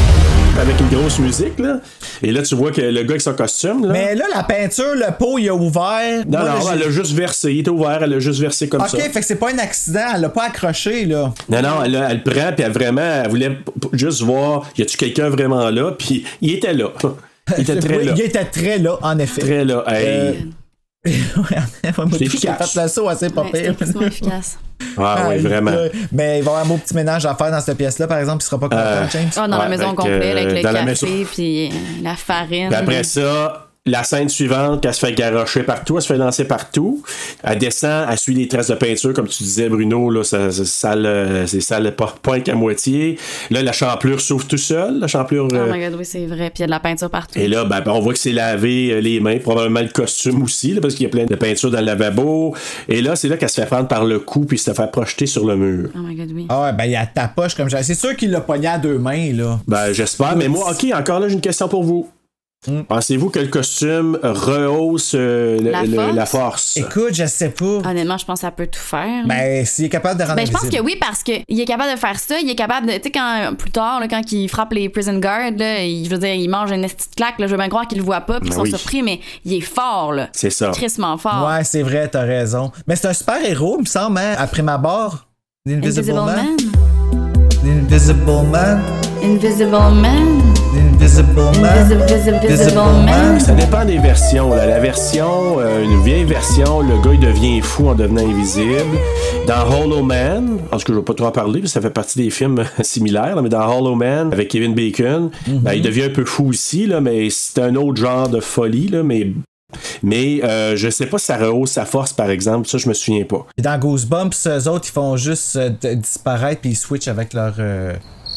avec une grosse musique, là. Et là, tu vois que le gars avec son costume, là. Mais là, la peinture, le pot, il a ouvert. Non, Moi, non, là, elle a juste versé. Il était ouvert, elle a juste versé comme OK, ça. OK, fait que c'est pas un accident, elle l'a pas accroché, là. Non, non, elle, elle prend, puis elle vraiment, elle voulait p- p- juste voir, y a-tu quelqu'un vraiment là, puis il était là. Il était très oui, là. Il était très là, en effet. Très là. Hey. Euh... C'est efficace. J'ai fait le saut assez pas Ouais, pire. c'est efficace. Ah oui, vraiment. Euh, mais il va y avoir un beau petit ménage à faire dans cette pièce-là, par exemple, il sera pas content, Euh, James. Ah, dans Ouais, la maison avec, complète, euh, avec le dans la café, maison. puis euh, la farine. Puis après ça, la scène suivante, qu'elle se fait garrocher partout, elle se fait lancer partout. Elle descend, elle suit les traces de peinture, comme tu disais, Bruno, là, ça, ça, sale, euh, c'est sale, pas, pas qu'à moitié. Là, la champlure s'ouvre tout seul, la champlure. Oh euh, my god, oui, c'est vrai. Puis il y a de la peinture partout. Et là, ben, on voit que c'est lavé euh, les mains, probablement le costume aussi, là, parce qu'il y a plein de peinture dans le lavabo. Et là, c'est là qu'elle se fait prendre par le cou puis se fait projeter sur le mur. Oh my god, oui. Ah ouais, ben il y a ta poche comme ça. C'est sûr qu'il l'a pogné à deux mains, là. Ben, j'espère. Mais moi, OK, encore là, j'ai une question pour vous. Mm. Pensez-vous que le costume rehausse euh, le- La le- force? la force? Écoute, je sais pas. Honnêtement, je pense que ça peut tout faire. Ben, s'il est capable de rendre Ben, je pense invisible. que oui, parce qu'il est capable de faire ça. Il est capable de. Tu sais, quand plus tard, là, quand il frappe les prison guards, là, il, je veux dire, il mange une petite claque. Là, je veux bien croire qu'il le voit pas, puis Ben qu'ils sont oui. surpris, mais il est fort, là. C'est ça. Crissement fort. Ouais, c'est vrai, t'as raison. Mais c'est un super héros, il me semble, hein, après ma barre. L'Invisible Invisible Man. Man. L'Invisible Man. Invisible Man. L'Invisible Man. Invisible, invisible, invisible Man. Ça dépend des versions. Là. La version, euh, une vieille version, le gars il devient fou en devenant invisible. Dans Hollow Man, en tout cas je ne vais pas trop en parler, parce que ça fait partie des films similaires, là, mais dans Hollow Man, avec Kevin Bacon, mm-hmm. ben, il devient un peu fou aussi, là, mais c'est un autre genre de folie, là, mais... Mais euh, je sais pas si ça rehausse sa force, par exemple. Ça, je me souviens pas. Et dans Goosebumps, eux autres, ils font juste euh, d- disparaître puis ils switchent avec leur... Euh...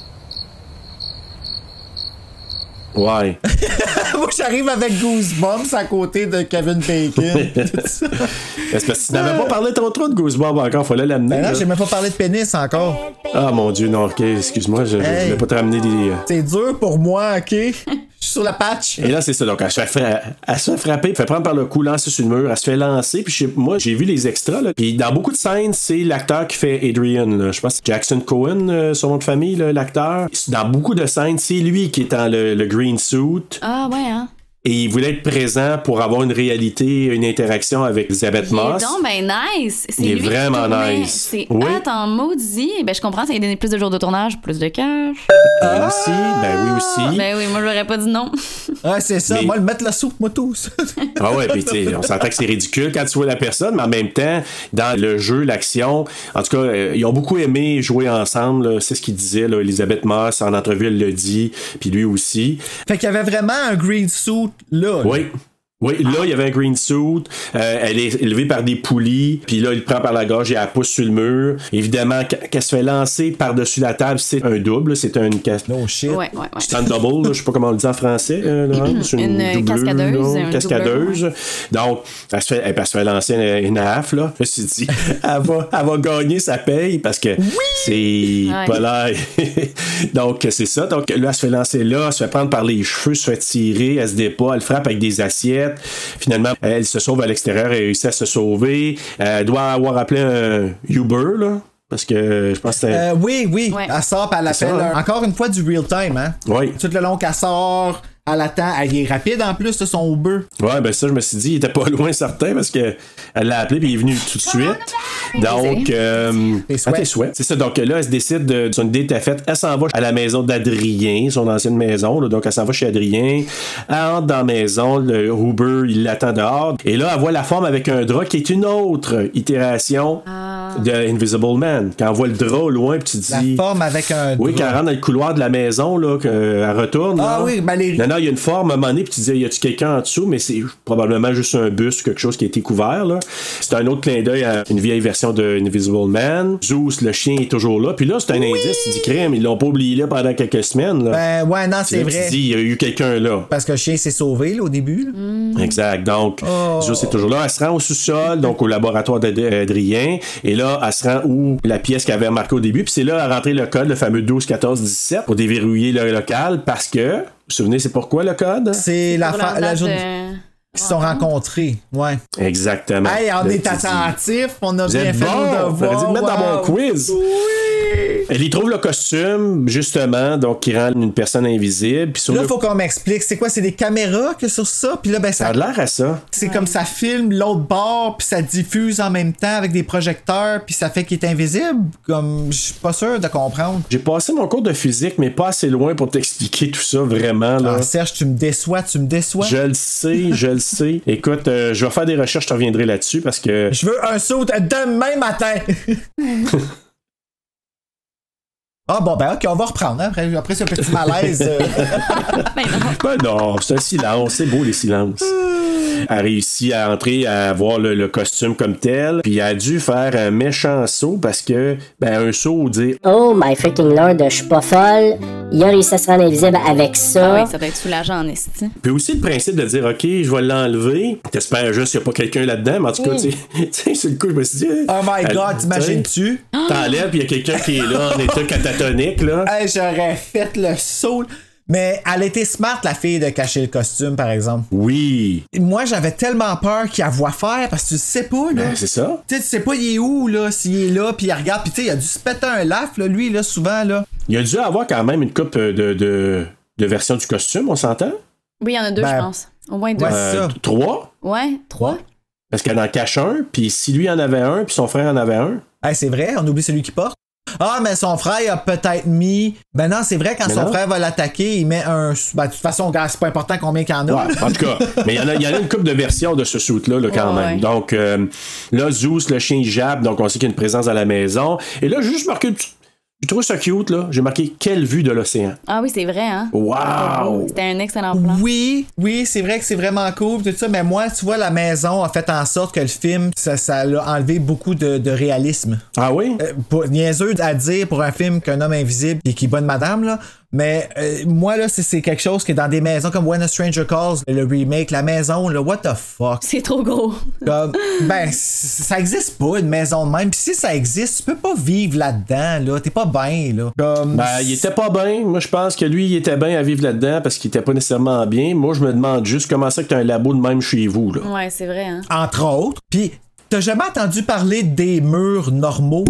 Ouais. Moi, j'arrive avec Goosebumps à côté de Kevin Bacon. C'est parce que tu n'avais pas parlé trop trop de Goosebumps encore. Fallait l'amener. Ben non, là. j'ai même pas parlé de pénis encore. Ah, mon Dieu, non. OK, excuse-moi. Je, hey. je voulais pas te ramener des... Euh... C'est dur pour moi, OK? Je suis sur la patch. Et là, c'est ça. Donc, elle se fait, fra- elle se fait frapper, elle se fait prendre par le cou, lancer sur le mur, elle se fait lancer. Puis chez... moi, j'ai vu les extras. Là. Puis dans beaucoup de scènes, c'est l'acteur qui fait Adrian. Là. Je pense que c'est Jackson Cohen, euh, son nom de famille, là, l'acteur. Dans beaucoup de scènes, c'est lui qui est dans le, le green suit. Ah, ouais, hein? Et il voulait être présent pour avoir une réalité, une interaction avec Elizabeth Moss. Il est donc ben nice. C'est il est lui vraiment qui tournait. nice. C'est oui. hot en maudit. Ben, je comprends, ça a donné plus de jours de tournage, plus de cash. Ah, aussi, ben oui aussi. Ben oui, moi, j'aurais pas dit non. Ah, c'est ça. Mais... Moi, le mettre la soupe, moi, tous. Ah ouais, puis tu sais, on s'entend que c'est ridicule quand tu vois la personne, mais en même temps, dans le jeu, l'action, en tout cas, euh, ils ont beaucoup aimé jouer ensemble. Là. C'est ce qu'il disait, là, Elizabeth Moss, en entrevue, elle l'a dit, puis lui aussi. Fait qu'il y avait vraiment un green suit là. Oui. Là. Oui, là, il y avait un green suit. Euh, elle est élevée par des poulies. Puis là, il le prend par la gorge et elle la pousse sur le mur. Évidemment, qu'elle se fait lancer par-dessus la table, c'est un double. C'est une casse. No shit. Ouais, ouais, ouais. C'est un double. Là, je sais pas comment on le dit en français. Euh, c'est une, une doubleux, cascadeuse. Là, une cascadeuse. Doubleur, ouais. Donc, elle se, fait, elle, elle se fait lancer une, une haf. Là. Je me suis dit, elle va, elle va gagner sa paye parce que oui! c'est ouais. pas l'air. Donc, c'est ça. Donc, là, elle se fait lancer là. Elle se fait prendre par les cheveux, se fait tirer. Elle se débat. Elle frappe avec des assiettes. Finalement, elle se sauve à l'extérieur, elle réussit à se sauver. Elle doit avoir appelé un Uber, là. Parce que je pense que c'était... Euh, oui, oui. Ouais. Elle sort, puis elle appelle. ça, un... Encore une fois, du real time, hein? Oui. Tout le long qu'elle sort, elle attend. Elle est rapide en plus, de son Uber. Ouais, ben ça, je me suis dit, il était pas loin, certain, parce que elle l'a appelé, puis il est venu tout de suite. Donc, euh, tes souhaits. À tes souhaits. C'est ça. Donc là, elle se décide de, de son idée était faite. Elle s'en va à la maison d'Adrien, son ancienne maison. Là, donc, elle s'en va chez Adrien. Elle entre dans la maison. Le Uber, il l'attend dehors. Et là, elle voit la forme avec un drap qui est une autre itération ah. de Invisible Man. Quand elle voit le drap au loin, puis tu te dis. La forme avec un drap. Oui, quand elle rentre dans le couloir de la maison, là, qu'elle retourne. Ah là. oui, ben les. Non, non, il y a une forme à un moment donné, puis tu dis, y a-tu quelqu'un en dessous? Mais c'est probablement juste un bus ou quelque chose qui a été couvert, là. C'est un autre clin d'œil à une vieille version de Invisible Man. Zeus, le chien, est toujours là. Puis là, c'est un oui! indice, tu dis, crème, ils l'ont pas oublié là pendant quelques semaines, là. Ben, ouais, non, c'est là, vrai. Tu dis, il y a eu quelqu'un là. Parce que le chien s'est sauvé, là, au début. Mm. Exact. Donc, oh. Zeus est toujours là. Elle se rend au sous-sol, donc au laboratoire d'Adrien. Et là, elle se rend où la pièce qu'elle avait remarquée au début. Puis c'est là, elle a rentré le code, le fameux douze, quatorze, dix-sept, pour déverrouiller le local, parce que. Vous vous souvenez, c'est pourquoi le code? C'est la, fa- la journée de... qui se sont rencontrés. Ouais. Exactement. Hey, on le est attentifs, on a vous bien fait bon. nos devoirs. J'aurais dû le mettre wow. dans mon quiz. Oui. Elle y trouve le costume, justement, donc qui rend une personne invisible. Puis là, il le... faut qu'on m'explique. C'est quoi? C'est des caméras que sur ça? Puis là, ben, ça... ça a l'air à ça. C'est ouais. comme ça filme l'autre bord, puis ça diffuse en même temps avec des projecteurs, puis ça fait qu'il est invisible. Comme, je suis pas sûr de comprendre. J'ai passé mon cours de physique, mais pas assez loin pour t'expliquer tout ça, vraiment. Là. Ah, Serge, tu me déçois, tu me déçois. Je le sais, je le sais. Écoute, euh, je vais faire des recherches, je te reviendrai là-dessus, parce que... Je veux un saut demain matin! Ah bon, ben ok, on va reprendre, hein, après, après ce petit malaise. Euh... ben non. Ben non, c'est un silence, c'est beau les silences. Elle a réussi à entrer, à voir le, le costume comme tel, puis elle a dû faire un méchant saut parce que, ben un saut, dire « Oh my freaking lord, je suis pas folle. » Il a réussi à se rendre invisible avec ça. Ah oui, ça doit être soulageant en esti. Puis aussi le principe de dire « Ok, je vais l'enlever. » T'espères juste qu'il n'y a pas quelqu'un là-dedans, mais en tout cas, tu sais, sur le coup, je me suis dit... Oh my god, elle, t'imagines-tu? T'enlèves, puis il y a quelqu'un qui est là en état catatonique, là. Hey, j'aurais fait le saut... Mais elle était smart, la fille, de cacher le costume, par exemple. Oui. Moi, j'avais tellement peur qu'il la voit faire parce que tu sais pas, là. Ben, c'est ça. Tu sais, tu sais pas, il est où, là, s'il est là, puis il regarde, puis tu sais, il a dû se péter un laf, là, lui, là, souvent, là. Il a dû avoir quand même une coupe de, de, de version du costume, on s'entend? Oui, il y en a deux, ben, je pense. Au moins deux. Ouais, euh, trois? Ouais, trois. Parce qu'elle en cache un, puis si lui en avait un, puis son frère en avait un. Hey, c'est vrai, on oublie celui qui porte. Ah, mais son frère, il a peut-être mis... Ben non, c'est vrai, quand mais son non. frère va l'attaquer, il met un... Ben, de toute façon, c'est pas important combien qu'il y en a. Ouais, en tout cas. Mais il y en a, il y en a une couple de versions de ce suit-là, là, quand oh, même. Ouais. Donc, euh, là, Zeus, le chien, il jappe, donc on sait qu'il y a une présence à la maison. Et là, j'ai juste marqué une petite... Je trouve ça cute, là. J'ai marqué « Quelle vue de l'océan ». Ah oui, c'est vrai, hein? Wow! C'était un excellent plan. Oui, oui, c'est vrai que c'est vraiment cool, tout ça, mais moi, tu vois, la maison a fait en sorte que le film, ça, ça a enlevé beaucoup de, de réalisme. Ah oui? Euh, pour, niaiseux à dire pour un film qu'un homme invisible et qui bat une madame, là. Mais euh, moi, là, c'est, c'est quelque chose qui est dans des maisons comme When a Stranger Calls, le remake, la maison, là, what the fuck? C'est trop gros. Comme, ben, ça existe pas, une maison de même. Puis si ça existe, tu peux pas vivre là-dedans, là. T'es pas bien, là. Comme... Ben, il était pas bien. Moi, je pense que lui, il était bien à vivre là-dedans parce qu'il était pas nécessairement bien. Moi, je me demande juste comment ça que t'as un labo de même chez vous, là. Ouais, c'est vrai, hein. Entre autres. Puis, t'as jamais entendu parler des murs normaux?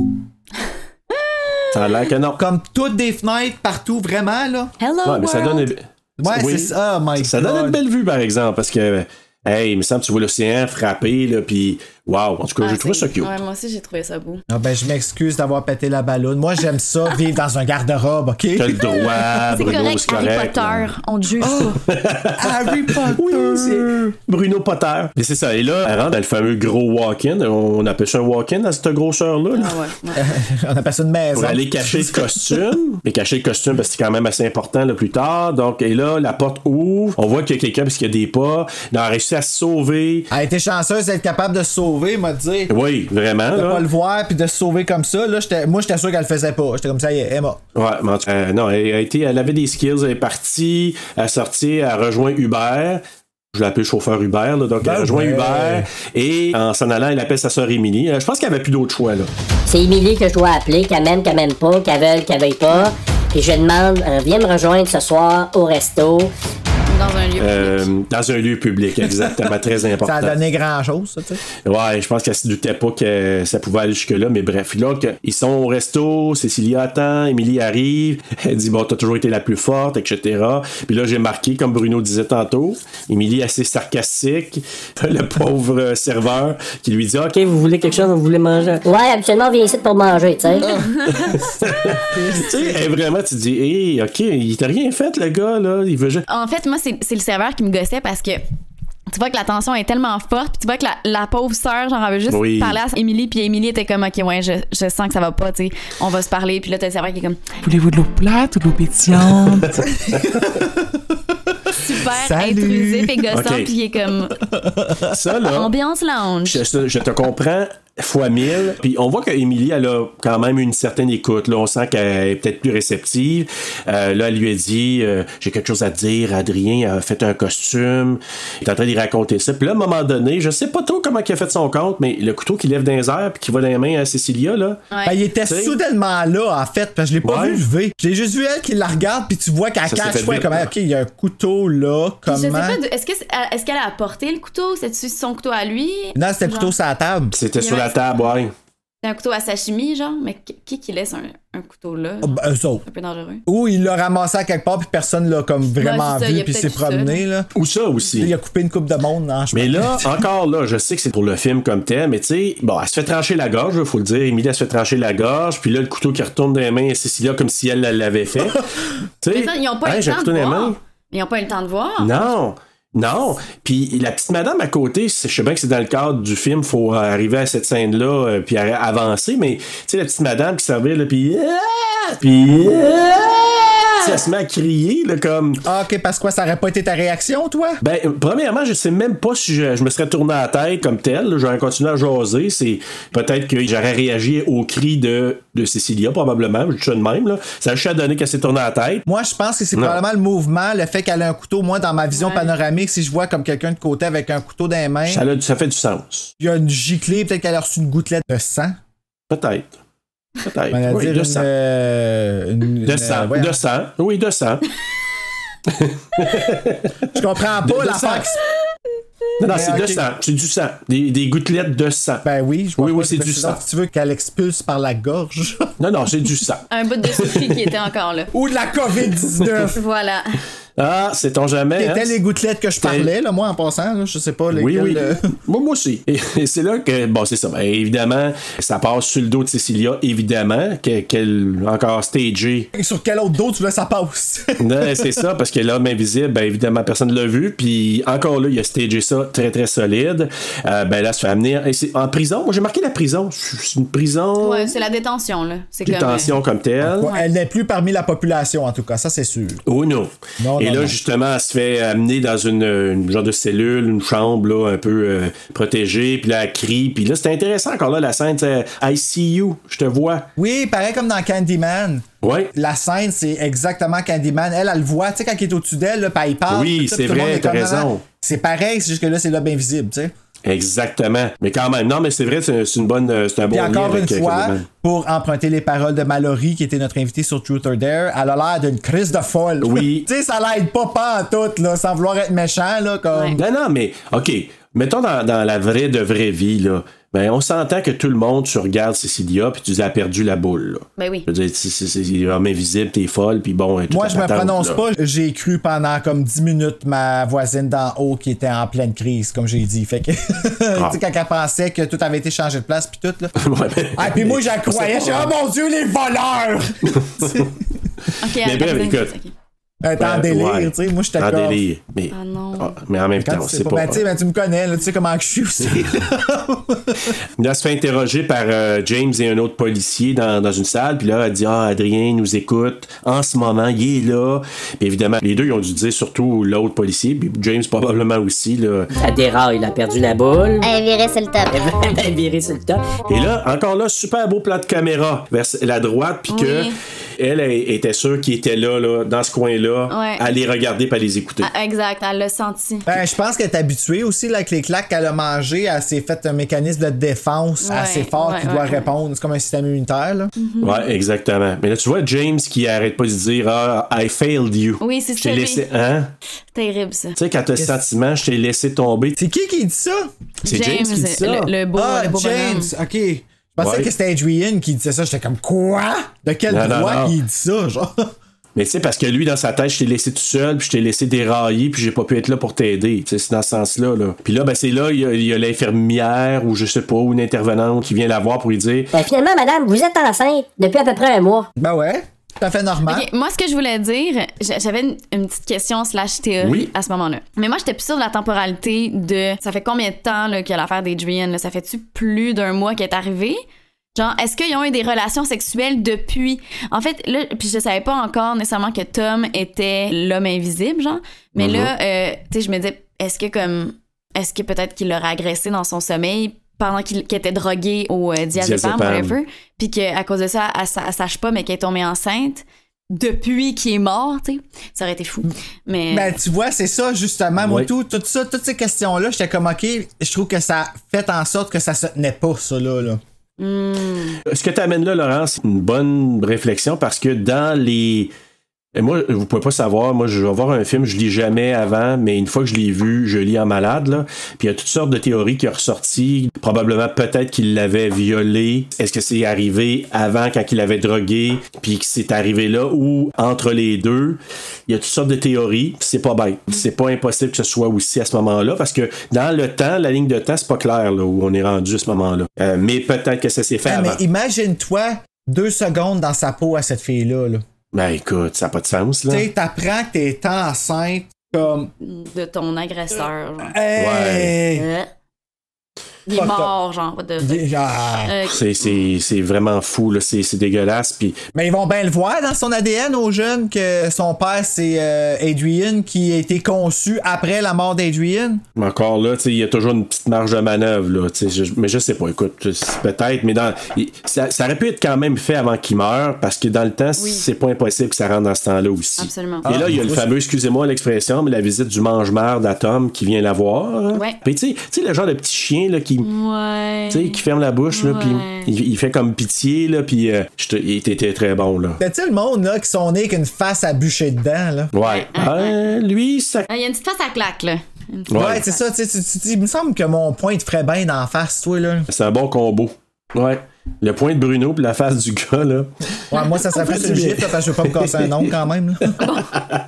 Ça a l'air que non. Comme toutes des fenêtres partout, vraiment, là. Hello, ouais, mais ça donne une... Ouais, oui. c'est ça, oh my ça God. donne une belle vue, par exemple, parce que, hey, il me semble que tu vois l'océan frapper, là, puis wow, en tout cas, ah, j'ai trouvé ça cute. Ouais, moi aussi, j'ai trouvé ça beau. Ah ben, je m'excuse d'avoir pété la ballonne. Moi, j'aime ça, vivre dans un garde-robe, OK? T'as le droit, Bruno, correct, c'est correct. Harry Potter, là. On te juge oh, pas. Harry Potter! Oui, c'est Bruno Potter. Mais c'est ça, et là, elle rentre dans le fameux gros walk-in. On appelle ça un walk-in dans cette grosseur-là. Là. Ah ouais, ouais. On appelle ça une maison. Pour aller cacher le costume. Mais cacher le costume, parce que c'est quand même assez important, là, plus tard. Donc, et là, la porte ouvre. On voit qu'il y a quelqu'un, parce qu'il y a des pas. Elle a réussi à se sauver. Elle a été chanceuse d'être capable de se sauver, m'a dit. Oui, vraiment. De là. pas le voir puis de se sauver comme ça. Là, j'étais, moi, j'étais sûr qu'elle le faisait pas. J'étais comme ça, elle est morte. Ouais, mais euh, non, elle, a été, elle avait des skills. Elle est partie, elle est sortie, elle a rejoint Hubert. Je l'appelle chauffeur Hubert, là, donc ben elle rejoint ouais. Hubert. Et en s'en allant, elle appelle sa sœur Émilie. Je pense qu'il n'y avait plus d'autre choix. Là. C'est Émilie que je dois appeler, qu'elle m'aime, qu'elle m'aime pas, qu'elle veuille, qu'elle veuille pas. Puis je demande, euh, viens me rejoindre ce soir au resto. Dans un lieu euh, public. Dans un lieu public, exactement, très important. Ça a donné grand-chose, ça, tu sais. Ouais, je pense qu'elle se doutait pas que ça pouvait aller jusque-là, mais bref, là, que, ils sont au resto, Cécilia attend, Émilie arrive, elle dit, bon, t'as toujours été la plus forte, et cetera. Puis là, j'ai marqué, comme Bruno disait tantôt, Émilie assez sarcastique, le pauvre serveur qui lui dit, OK, vous voulez quelque chose, vous voulez manger? Ouais, habituellement, on vient ici pour manger, tu sais. Tu sais, vraiment, tu te dis, hé, hey, OK, il t'a rien fait, le gars, là, il veut juste... En fait, moi, c'est, c'est le serveur qui me gossait parce que tu vois que la tension est tellement forte, puis tu vois que la, la pauvre sœur, genre, elle veut juste oui. parler à Émilie, puis Émilie était comme, OK, ouais, je, je sens que ça va pas, tu sais, on va se parler, puis là, t'as le serveur qui est comme, voulez-vous de l'eau plate ou de l'eau pétillante? Super intrusif et gossant, okay. Puis il est comme, ça, là, ambiance lounge. Je, je te comprends fois mille. Puis on voit qu'Émilie, elle a quand même une certaine écoute. Là, on sent qu'elle est peut-être plus réceptive. Euh, là, elle lui a dit euh, j'ai quelque chose à te dire. Adrien a fait un costume. Il est en train d'y raconter ça. Puis là, à un moment donné, je sais pas trop comment il a fait son compte, mais le couteau qui lève dans les airs puis qui va dans les mains à Cécilia, là. Ouais. Ben, il était t'sais? soudainement là, en fait, parce que je l'ai pas ouais. vu lever. J'ai juste vu elle qui la regarde, puis tu vois qu'elle cache fois comme OK, il y a un couteau là. Comment? Je sais pas, est-ce, que, est-ce qu'elle a apporté le couteau? C'est-tu son couteau à lui? Non, c'était le couteau sur la table. C'était sur la table, ouais. C'est un couteau à sashimi, genre, mais qui qui laisse un, un couteau là? Oh, ben, eux autres. Un peu dangereux. Ou il l'a ramassé à quelque part, puis personne l'a comme vraiment ouais, vu, puis s'est promené, là. Ou ça aussi. Il a coupé une coupe de monde, non, je Mais là, encore là, je sais que c'est pour le film comme tel, mais tu sais, bon, elle se fait trancher la gorge, il faut le dire. Emilie, elle se fait trancher la gorge, puis là, le couteau qui retourne dans les mains à Cecilia comme si elle l'avait fait. Tu sais, ils n'ont pas hein, eu le temps de voir. voir. Ils n'ont pas eu le temps de voir. Non. Non, puis la petite madame à côté, je sais bien que c'est dans le cadre du film, faut arriver à cette scène-là, euh, puis avancer, mais tu sais, la petite madame qui servait, là, puis... Puis... Ça se met à crier, là, comme... Ah, OK, parce que quoi, ça aurait pas été ta réaction, toi? Ben, premièrement, je sais même pas si je, je me serais tourné la tête comme tel. Là, j'aurais continué à jaser. C'est peut-être que j'aurais réagi au cri de, de Cecilia, probablement. Je dis ça de même, là. Ça a juste à donner qu'elle s'est tournée la tête. Moi, je pense que c'est non. probablement le mouvement, le fait qu'elle a un couteau. Moi, dans ma vision ouais. panoramique, si je vois comme quelqu'un de côté avec un couteau dans les mains... Ça, a, ça fait du sens. Il y a une giclée, peut-être qu'elle a reçu une gouttelette de sang. Peut-être. Peut-être. On va oui, dire de une, sang. Euh, une, de une, sang. euh, de sang. Oui, de sang. Je comprends pas l'affaire qui se... Non, non, c'est okay. de sang. C'est du sang. Des, des gouttelettes de sang. Ben oui, je Oui, oui, c'est du sang. Si tu veux qu'elle expulse par la gorge. Non, non, c'est du sang. Un bout de Sophie qui était encore là. Ou de la covid dix-neuf. Voilà. Ah, sait-on jamais. C'était hein? les gouttelettes que je parlais, là, moi, en passant. Là, je sais pas lesquelles. Oui, oui. Euh... Moi, moi aussi. Et, et c'est là que, bon, c'est ça. Ben, évidemment, ça passe sur le dos de Cecilia, évidemment, qu'elle, qu'elle encore stagé. Et sur quel autre dos tu veux ça passe? Non, c'est ça, parce que l'homme invisible, ben, évidemment, personne ne l'a vu. Puis encore là, il a stagé ça très, très solide. Euh, ben là, se fait amener et c'est en prison. Moi, j'ai marqué la prison. C'est une prison. Ouais, c'est la détention, là. C'est détention comme, comme telle. Ouais, elle n'est plus parmi la population, en tout cas. Ça, c'est sûr. Oh non. non et non, là, non. justement, elle se fait amener dans une, une genre de cellule, une chambre là, un peu euh, protégée, puis là, elle crie. Puis là, c'est intéressant encore là, la scène, c'est I see you, je te vois. Oui, pareil comme dans Candyman. Ouais. La scène, c'est exactement Candyman. Elle, elle le voit, tu sais, quand il est au-dessus d'elle, là, puis elle parle. Oui, ça, c'est vrai, t'as raison. C'est pareil, c'est juste que là, c'est l'homme invisible, tu sais. Exactement. Mais quand même, non, mais c'est vrai, c'est, c'est une bonne, c'est un bon lien. Et encore avec une fois, Candyman. pour emprunter les paroles de Mallory, qui était notre invitée sur Truth or Dare, elle a l'air d'une crise de folle. Oui. Tu sais, ça l'aide pas pas en tout, là, sans vouloir être méchant, là, comme. Ouais. Non, non, mais, OK. Mettons dans, dans la vraie de vraie vie, là. Ben, on s'entend que tout le monde, tu regardes Cecilia, puis tu dis, elle a perdu la boule, là. Ben oui. Je veux dire, c'est, c'est, c'est l'homme invisible, t'es folle, puis bon, tout moi, je me prononce là. pas. J'ai cru pendant comme dix minutes ma voisine d'en haut qui était en pleine crise, comme j'ai dit. Fait que, ah. tu sais, quand elle pensait que tout avait été changé de place, puis tout, là. Ouais, mais... Ah, puis moi, j'en croyais. J'ai oh mon Dieu, les voleurs! OK, mais bref, écoute. Okay. Euh, t'es en délire, ouais. tu sais. Moi, j'étais en comme... délire. Mais, ah non. Ah, mais en même quand temps, c'est c'est pas... pas... Ben, tu sais, ben, tu me connais, là, tu sais comment je suis aussi. Là, elle se fait interroger par euh, James et un autre policier dans, dans une salle. Puis là, elle dit, ah, Adrien nous écoute. En ce moment, il est là. Puis évidemment, les deux, ils ont dû dire, surtout l'autre policier. Puis James, probablement aussi, là. Ça déraille, il a perdu la boule. Elle virait sur le top. Elle virait sur le top. Et là, encore là, super beau plan de caméra vers la droite. Puis que... Oui. Elle, elle était sûre qu'il était là, là, dans ce coin-là, ouais. à les regarder et à les écouter. Ah, exact, elle l'a senti. Ben, je pense qu'elle est habituée aussi, là, avec les claques qu'elle a mangées. Elle s'est fait un mécanisme de défense ouais, assez fort ouais, qui ouais, doit ouais. répondre. C'est comme un système immunitaire, là. Mm-hmm. Ouais, exactement. Mais là, tu vois James qui arrête pas de dire ah, I failed you. Oui, c'est je t'ai ça. laissé. Hein? Terrible, ça. Tu sais, quand t'as ce sentiment, je t'ai laissé tomber. C'est qui qui dit ça? C'est James, James qui dit ça. Le, le beau, ah, le beau James, bonhomme. OK. Je pensais ouais. que c'était Adrian qui disait ça. J'étais comme, quoi? De quel non, droit non, non. il dit ça, genre? Mais tu sais, parce que lui, dans sa tête, je t'ai laissé tout seul, puis je t'ai laissé dérailler, puis j'ai pas pu être là pour t'aider. Tu sais, c'est dans ce sens-là, là. Puis là, ben, c'est là, il y a, il y a l'infirmière, ou je sais pas, ou une intervenante qui vient la voir pour lui dire... Ben, finalement, madame, vous êtes enceinte depuis à peu près un mois. Ben ouais. Tout à fait normal. Okay, moi, ce que je voulais dire, j'avais une, une petite question slash théorie oui. à ce moment-là. Mais moi, j'étais plus sûre de la temporalité de... Ça fait combien de temps là, qu'il y a l'affaire d'Adrian? Là? Ça fait-tu plus d'un mois qu'elle est arrivée? Genre, est-ce qu'ils ont eu des relations sexuelles depuis... En fait, là, puis je savais pas encore nécessairement que Tom était l'homme invisible, genre. Mais mm-hmm. là, euh, tu sais, je me disais, est-ce que comme... Est-ce que peut-être qu'il l'aurait agressé dans son sommeil pendant qu'il, qu'il était drogué au euh, diazépam, whatever, puis qu'à cause de ça, elle, elle sache pas, mais qu'elle est tombée enceinte depuis qu'il est mort, tu sais, ça aurait été fou. Mais ben tu vois, c'est ça justement. Oui. Moi tout, tout ça, toutes ces questions là, j'étais comme ok, je trouve que ça fait en sorte que ça se tenait pas ça là. là. Mm. Ce que tu amènes là, Laurent, c'est une bonne réflexion parce que dans les Et moi, vous pouvez pas savoir, moi, je vais voir un film, je lis jamais avant, mais une fois que je l'ai vu, je lis en malade, là. Puis il y a toutes sortes de théories qui sont ressorties. Probablement, peut-être qu'il l'avait violé. Est-ce que c'est arrivé avant, quand il l'avait drogué, puis que c'est arrivé là, ou entre les deux? Il y a toutes sortes de théories. C'est pas bête. C'est pas impossible que ce soit aussi à ce moment-là, parce que dans le temps, la ligne de temps, c'est pas clair, là, où on est rendu à ce moment-là. Euh, mais peut-être que ça s'est fait ah, avant. Mais imagine-toi deux secondes dans sa peau à cette fille-là, là. Ben écoute, ça n'a pas de sens, là. Tu sais, t'apprends que t'es enceinte comme... De ton agresseur, genre. Hey! Ouais. Euh. Il est Fuck mort, genre. De... Ah. Euh, C'est, c'est, c'est vraiment fou, là. C'est, c'est dégueulasse. Puis... Mais ils vont bien le voir dans son A D N aux jeunes que son père, c'est euh, Adrian qui a été conçu après la mort d'Adrian. Mais encore là, il y a toujours une petite marge de manœuvre, là. Je, mais je sais pas, écoute, peut-être, mais dans, ça, ça aurait pu être quand même fait avant qu'il meure, parce que dans le temps, oui. c'est pas impossible que ça rentre dans ce temps-là aussi. Absolument. Et là, il y a le fameux, excusez-moi l'expression, mais la visite du mange-mère d'Atom qui vient la voir. Hein. Ouais. Puis tu sais, le genre de petit chien là, qui, ouais. qui ferme la bouche, ouais. là, puis il, il fait comme pitié, là, puis euh, il était très bon, là. T'as-tu le monde, là, qui sont nés avec une face à bûcher dedans, là? Ouais. Euh, lui, ça... Il y a une petite face à claque, là. Ouais, ouais c'est ça, tu sais, il me semble que mon point te ferait bien d'en face, toi, là. C'est un bon combo. Ouais. Le point de Bruno puis la face du gars, là. Ouais, moi, ça serait plus une gifle, parce que je veux pas me casser un ongle quand même, là.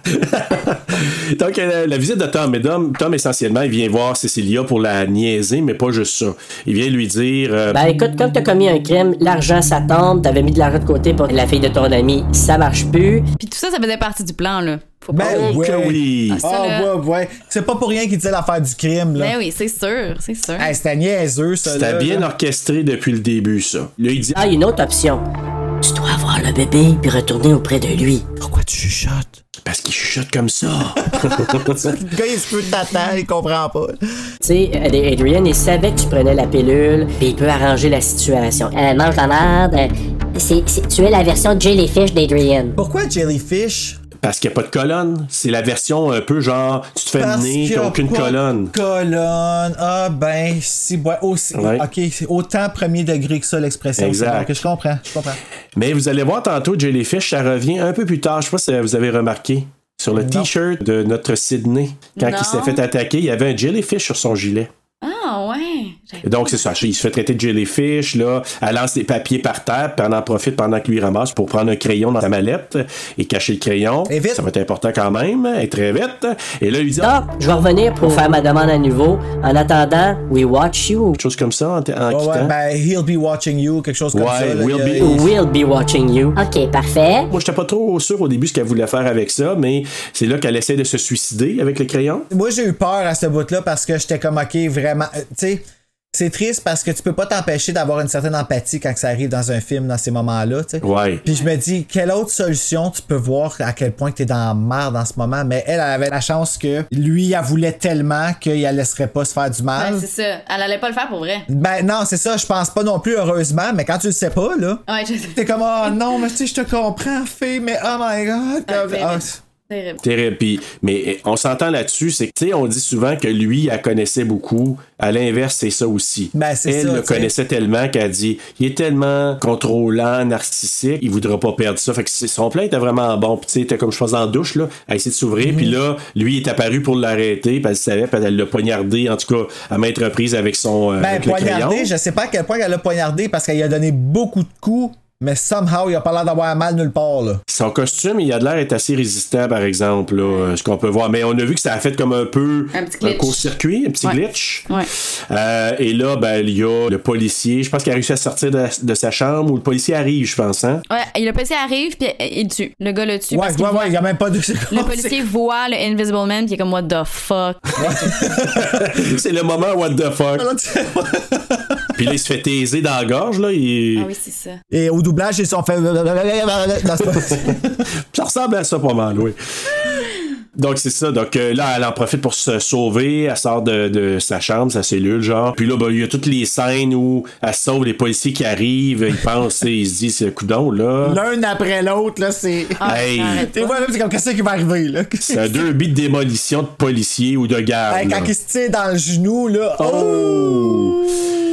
Donc, euh, la visite de Tom, et Tom, Tom, essentiellement, il vient voir Cecilia pour la niaiser, mais pas juste ça. Il vient lui dire... Euh, ben, écoute, comme t'as commis un crime, l'argent, ça tombe, t'avais mis de l'argent de côté pour la fille de ton ami, ça marche plus. Puis tout ça, ça faisait partie du plan, là. Faut ben pas ouais. Que oui. Ah, oh, ouais, ouais. C'est pas pour rien qu'il disait l'affaire du crime, là. Ben oui, c'est sûr, c'est sûr. Hey, c'était niaiseux, ça. C'était là, bien là. orchestré depuis le début, ça. Là, il dit... Ah, il y a une autre option. Tu dois avoir le bébé puis retourner auprès de lui. Pourquoi tu chuchotes? Parce qu'il chuchote comme ça. Le gars, il se peut t'attendre, il comprend pas. Tu sais, Adrian, il savait que tu prenais la pilule, puis il peut arranger la situation. Euh, mange la merde. C'est, c'est, tu es la version Jellyfish d'Adrian. Pourquoi Jellyfish? Parce qu'il n'y a pas de colonne. C'est la version un peu genre, tu te fais Parce mener, t'as aucune colonne. Colonne. Ah ben, si, ouais, aussi. Ouais. Ok, c'est autant premier degré que ça l'expression. Exact. Donc, je comprends, je comprends. Mais vous allez voir tantôt, Jellyfish, ça revient un peu plus tard. Je sais pas si vous avez remarqué. Sur le non. t-shirt de notre Sydney, quand non. il s'est fait attaquer, il y avait un jellyfish sur son gilet. Ah ouais. Et donc c'est ça, il se fait traiter de jellyfish, là, elle lance des papiers par terre, puis elle en profite pendant que lui ramasse pour prendre un crayon dans sa mallette et cacher le crayon. Et vite. Ça va être important quand même, et très vite. Et là, il dit... Ah, je vais revenir pour faire ma demande à nouveau. En attendant, we watch you. Quelque chose comme ça, en, en oh, quittant. Ouais, ben, he'll be watching you, quelque chose comme ouais, ça. Là, we'll, be... be... we'll be watching you. OK, parfait. Moi, j'étais pas trop sûr au début ce qu'elle voulait faire avec ça, mais c'est là qu'elle essaie de se suicider avec le crayon. Moi, j'ai eu peur à ce bout-là parce que j'étais comme, OK, vraiment... Tu sais... C'est triste parce que tu peux pas t'empêcher d'avoir une certaine empathie quand ça arrive dans un film, dans ces moments-là, tu sais. Ouais. Puis je me dis, quelle autre solution tu peux voir à quel point tu es dans la merde en ce moment, mais elle, elle avait la chance que lui, elle voulait tellement qu'il la laisserait pas se faire du mal. Ouais, c'est ça. Elle allait pas le faire pour vrai. Ben non, c'est ça, je pense pas non plus, heureusement, mais quand tu le sais pas, là, ouais, je sais. T'es comme, oh non, mais tu sais, je te comprends, fille, mais oh my god. Okay, oh, Terrible. Terrible. Puis, mais on s'entend là-dessus, c'est que, tu sais, on dit souvent que lui, elle connaissait beaucoup. À l'inverse, c'est ça aussi. Ben, c'est elle ça, le connaissait tellement qu'elle dit, il est tellement contrôlant, narcissique, il voudra pas perdre ça. Fait que son plan était vraiment bon. Puis, tu sais, était comme je faisais en douche, là, à essayer de s'ouvrir. Mm-hmm. Puis là, lui, il est apparu pour l'arrêter. Puis elle savait, puis elle l'a poignardé, en tout cas, à maintes reprises avec son. Euh, ben, avec poignardé, je sais pas à quel point elle l'a poignardé parce qu'elle lui a donné beaucoup de coups. Mais somehow, il a pas l'air d'avoir mal nulle part, là. Son costume, il a de l'air d'être assez résistant, par exemple, là, ce qu'on peut voir. Mais on a vu que ça a fait comme un peu un, petit glitch. un court-circuit, un petit ouais. glitch. Ouais. Euh, et là, ben, il y a le policier. Je pense qu'il a réussi à sortir de, de sa chambre, ou le policier arrive, je pense, hein? Ouais, le policier arrive, puis il le tue. Le gars le tue. Ouais, parce ouais, qu'il ouais, voit... il y a même pas de secondes. Le policier voit le Invisible Man, puis il est comme, what the fuck? C'est le moment, what the fuck? Puis là, il se fait taiser dans la gorge, là. Il... Ah oui, c'est ça. Et au doublage, ils sont fait. Ça ressemble à ça pas mal, oui. Donc, c'est ça. Donc, euh, là, elle en profite pour se sauver. Elle sort de, de sa chambre, sa cellule, genre. Puis là, ben, il y a toutes les scènes où elle sauve les policiers qui arrivent. Ils pensent, ils se disent, c'est le coudon, là. L'un après l'autre, là, c'est. Ah, hey. T'es vois, même, c'est comme qu'est-ce qui va arriver, là. C'est un derby de démolition de policiers ou de garde. Hey, quand il se tire dans le genou, là. Oh!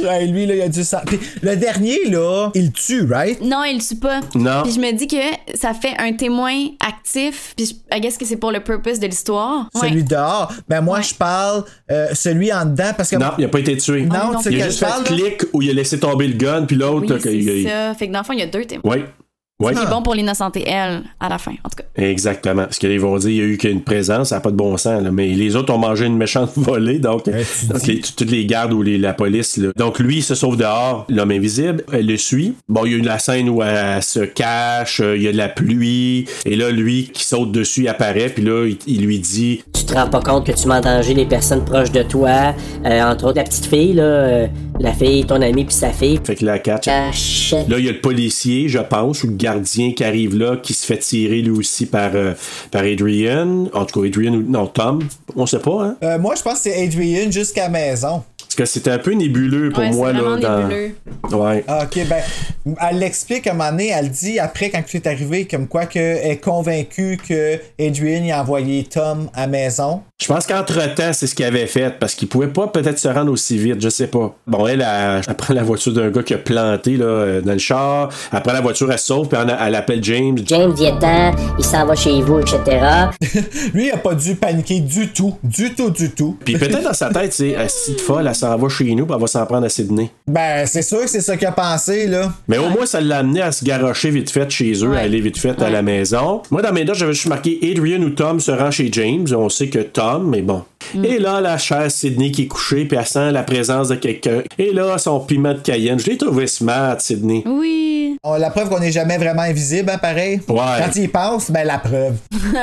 Ouais, lui, là, il a du sang. Puis le dernier, là, il tue, right? Non, il tue pas. Non. Puis je me dis que ça fait un témoin actif. Puis je guess que c'est pour le purpose de l'histoire. Celui ouais. dehors. Ben moi, ouais. je parle euh, celui en dedans parce que... Non, il a pas été tué. Non, non tu sais il a que juste je fait parle, clic où il a laissé tomber le gun, puis l'autre... Oui, c'est il... ça. Fait que dans le fond, il y a deux témoins. Oui. Ouais. C'est bon pour l'innocenter, elle, à la fin, en tout cas. Exactement. Parce qu'ils vont dire qu'il y a eu qu'une présence, ça n'a pas de bon sens. Là. Mais les autres ont mangé une méchante volée, donc, ouais, donc les, toutes les gardes ou les, la police. Là. Donc lui, il se sauve dehors, l'homme invisible, elle le suit. Bon, il y a eu la scène où elle se cache, il y a de la pluie, et là, lui qui saute dessus, il apparaît, puis là, il, il lui dit... Tu te rends pas compte que tu mets en danger les personnes proches de toi, euh, entre autres la petite fille, là, euh, la fille, ton ami, puis sa fille. Fait que la catch. Cache. Là, il y a le policier, je pense, ou le gardien qui arrive là, qui se fait tirer lui aussi par, euh, par Adrian. En tout cas, Adrian ou... Non, Tom. On sait pas, hein? Euh, moi, je pense que c'est Adrian jusqu'à la maison. Parce que c'était un peu nébuleux pour ouais, moi. C'est là, dans... nébuleux. Ouais. Ah, ok, ben, elle l'explique à un moment donné, elle dit après, quand tout est arrivé, comme quoi qu'elle est convaincue que Adrian y a envoyé Tom à la maison. Je pense qu'entre-temps, c'est ce qu'il avait fait, parce qu'il pouvait pas peut-être se rendre aussi vite, je sais pas. Bon, elle, elle, elle prend la voiture d'un gars qui a planté là, dans le char, elle prend la voiture, elle se sauve, puis elle, elle appelle James. James, il est temps, il s'en va chez vous, et cetera. Lui, il a pas dû paniquer du tout, du tout, du tout. Puis peut-être dans sa tête, c'est si folle, elle s'en va chez nous, puis elle va s'en prendre à Sydney. Ben, c'est sûr que c'est ça qu'il a pensé, là. Mais au moins, ça l'a amené à se garrocher vite fait chez eux, ouais. à aller vite fait ouais. à la maison. Moi, dans mes notes, j'avais juste marqué Adrian ou Tom se rend chez James. On sait que Tom, mais bon. Mm. Et là, la chère Sydney qui est couchée, puis elle sent la présence de quelqu'un. Et là, son piment de Cayenne. Je l'ai trouvé smart, Sydney. Oui. On, la preuve qu'on n'est jamais vraiment invisible, hein, pareil. Ouais. Quand il pense, ben la preuve.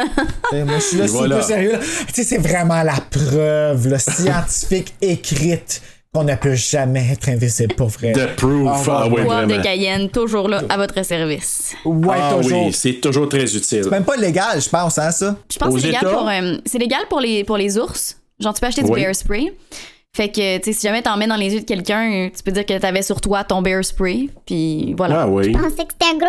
Moi, je suis là, voilà. super sérieux. Tu sais, c'est vraiment la preuve, là, scientifique écrite. qu'on ne peut jamais être invisible pour vrai. The proof. Ah, oui, Poivre vraiment. de Cayenne, toujours là, à votre service. Ouais, ah, toujours. oui, c'est toujours très utile. C'est même pas légal, je pense, hein, ça? Je pense que c'est légal, pour, euh, c'est légal pour les, pour les ours. Genre, tu peux acheter du oui. bear spray. Fait que, tu sais, si jamais t'en mets dans les yeux de quelqu'un, tu peux dire que t'avais sur toi ton bear spray. Puis voilà. Ah oui. Je pensais que c'était un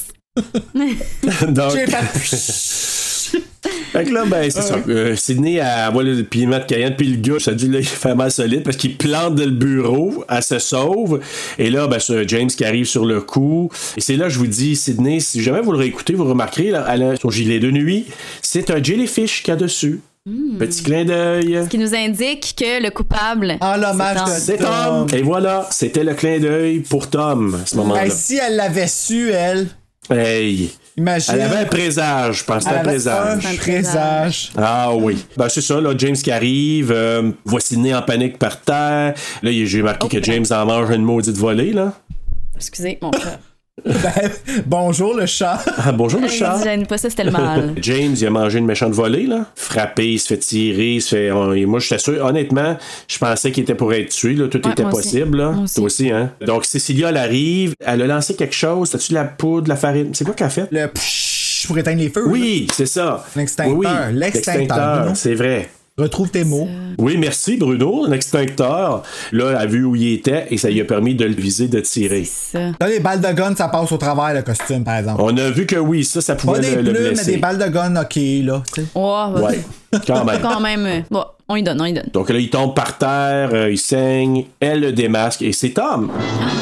gros ours. Donc... J'ai fait... Fait que là, ben, c'est euh. ça. Euh, Sydney, elle voit le piment de Cayenne, puis le gars, ça a dû lui faire mal solide parce qu'il plante dans le bureau, elle se sauve. Et là, ben, c'est James qui arrive sur le coup. Et c'est là que je vous dis, Sydney, si jamais vous le réécoutez, vous remarquerez, là, elle a son gilet de nuit, c'est un jellyfish qu'il y a dessus. Mmh. Petit clin d'œil. Ce qui nous indique que le coupable. En l'hommage de c'est Tom. Et voilà, c'était le clin d'œil pour Tom à ce moment-là. Ben, si elle l'avait su, elle. Hey! Imagine. Elle avait un présage, je pense. Elle un avait présage. Un présage. Ah oui. Ben, c'est ça, là, James qui arrive, euh, voit Sydney en panique par terre. Là, j'ai marqué oh, que James en mange une maudite volée, là. Excusez, mon chat. Ben, bonjour le chat. Ah, bonjour le chat. J'aime pas ça, c'était le mal. James, il a mangé une méchante volée, là. Frappé, il se fait tirer, il se fait. On, moi, j'étais sûr, honnêtement, je pensais qu'il était pour être tué, là. Tout ouais, était possible, aussi. là. Toi aussi, hein. Donc, Cecilia, elle arrive, elle a lancé quelque chose. T'as-tu de la poudre, de la farine? C'est quoi qu'elle a fait? Le pshhh pour éteindre les feux. Oui, là. C'est ça. L'extincteur. Oui, oui. L'extincteur. C'est vrai. Retrouve tes mots. Oui, merci Bruno. Un extincteur, là, a vu où il était et ça lui a permis de le viser, de tirer. Ça. Là, les balles de gun, ça passe au travers le costume, par exemple. On a vu que oui, ça, ça pouvait pas le, des le plumes, blesser. mais des balles de gun, ok, là. Ouais, ouais. ouais. Quand même. Quand même. Bon, on y donne, on y donne. Donc là, il tombe par terre, euh, il saigne, elle le démasque et c'est Tom.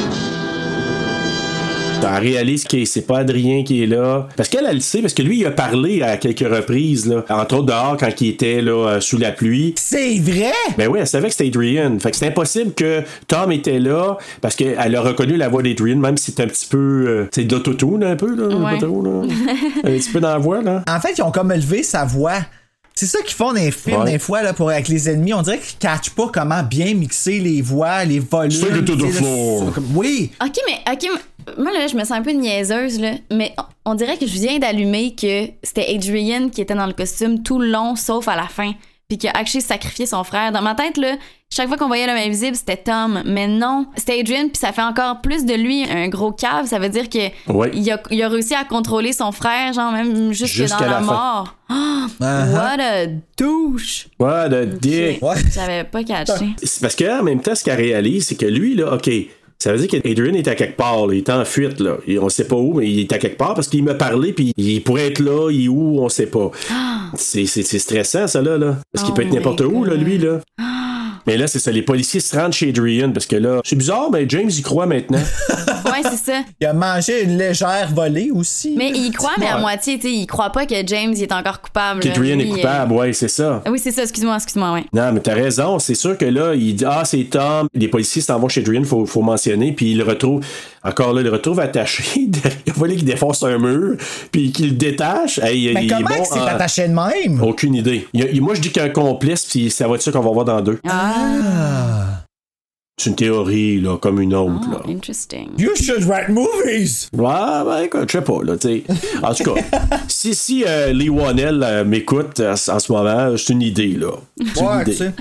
Elle réalise que c'est pas Adrien qui est là. Parce qu'elle, elle le sait, parce que lui, il a parlé à quelques reprises, là. Entre autres dehors, quand il était là, sous la pluie. C'est vrai? Ben oui, elle savait que c'était Adrian. Fait que c'est impossible que Tom était là, parce qu'elle a reconnu la voix d'Adrian, même si c'est un petit peu. Euh, c'est de l'autotune, un peu, là. Ouais. là. Un petit peu dans la voix, là. En fait, ils ont comme élevé sa voix. C'est ça qu'ils font dans les films, ouais. des fois, là, pour, avec les ennemis. On dirait qu'ils catchent pas comment bien mixer les voix, les volumes. C'est que tout floor. Oui. OK, mais, OK, moi, là, je me sens un peu niaiseuse, là. Mais on dirait que je viens d'allumer que c'était Adrian qui était dans le costume tout le long, sauf à la fin. Puis qui a actually sacrifié son frère. Dans ma tête, là, chaque fois qu'on voyait l'homme invisible, c'était Tom. Mais non, c'était Adrian, puis ça fait encore plus de lui un gros cave. Ça veut dire que ouais. il, a, il a réussi à contrôler son frère, genre même jusque Jusqu'à dans la, la mort. Oh, uh-huh. What a douche! What a dick! Ouais. J'avais pas catché. C'est parce qu'en même temps, ce qu'elle réalise, c'est que lui, là, OK, ça veut dire qu'Adrian est à quelque part, là, il est en fuite, là. Et on sait pas où, mais il est à quelque part parce qu'il m'a parlé, puis il pourrait être là, il est où, on sait pas. c'est, c'est, c'est stressant, ça, là, là. Parce qu'il oh peut être n'importe God. où, là, lui, là. Mais là, c'est ça, les policiers se rendent chez Adrian parce que là, c'est bizarre, mais James y croit maintenant. Ouais, c'est ça. Il a mangé une légère volée aussi. Mais il croit, mais à Ouais. moitié, tu sais, il croit pas que James il est encore coupable. Qu'Adrian Lui, est coupable, euh... ouais, c'est ça. Oui, c'est ça, excuse-moi, excuse-moi, ouais. Non, mais t'as raison. C'est sûr que là, il dit ah, c'est Tom. Les policiers s'en vont chez Adrian, faut, faut mentionner. Puis il le retrouve, encore là, il le retrouve attaché. Il a fallu qu'il défonce un mur, puis qu'il le détache. Hey, Mais il comment est bon, il s'est en... attaché de même? Aucune idée. Il y a- moi, je dis qu'il y a un complice, puis ça va être ça qu'on va voir dans deux. Ah. C'est une théorie, là, comme une autre. Oh, là. interesting. You should write movies! Ouais, ben écoute, je sais pas, là, tu sais. En tout cas, si, si euh, Lee Whannell euh, m'écoute euh, en ce moment, c'est une idée, là. C'est une Ouais, idée. tu sais.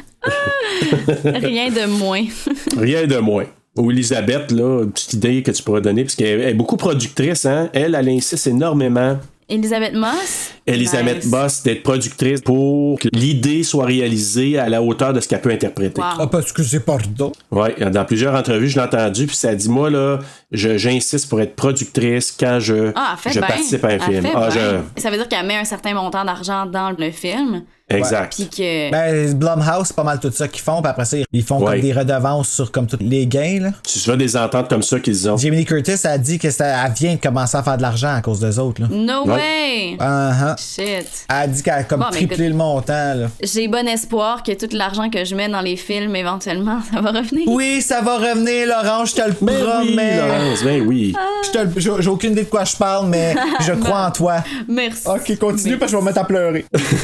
Rien de moins. Rien de moins. Ou Elisabeth, là, une petite idée que tu pourrais donner, parce qu'elle est beaucoup productrice, hein. Elle, elle insiste énormément. Elisabeth Moss? Elisabeth Nice. Moss d'être productrice pour que l'idée soit réalisée à la hauteur de ce qu'elle peut interpréter. Wow. Ah, parce que c'est pardon. Ouais, dans plusieurs entrevues, je l'ai entendu, puis ça dit, moi, là, je, j'insiste pour être productrice quand je, Ah, elle fait je bien. participe à un Elle film. fait Ah, bien. je... Ça veut dire qu'elle met un certain montant d'argent dans le film. Exact. Puis que. Ben, Blumhouse, c'est pas mal tout ça qu'ils font, puis après ça, ils font Ouais. comme des redevances sur comme tous les gains, là. Tu vois des ententes comme ça qu'ils ont. Jamie Lee Curtis a dit que ça, elle vient de commencer à faire de l'argent à cause des autres, là. No Ouais. way! Uh-huh. Shit. Elle a dit qu'elle a comme Bon, mais triplé écoute- le montant, là. J'ai bon espoir que tout l'argent que je mets dans les films, éventuellement, ça va revenir. Oui, ça va revenir, Laurent, je te le Ben oui, promets. Laurence, ben oui. Je te le- j'ai, j'ai aucune idée de quoi je parle, mais je crois en toi. Merci. Ok, continue, parce que je vais me mettre à pleurer.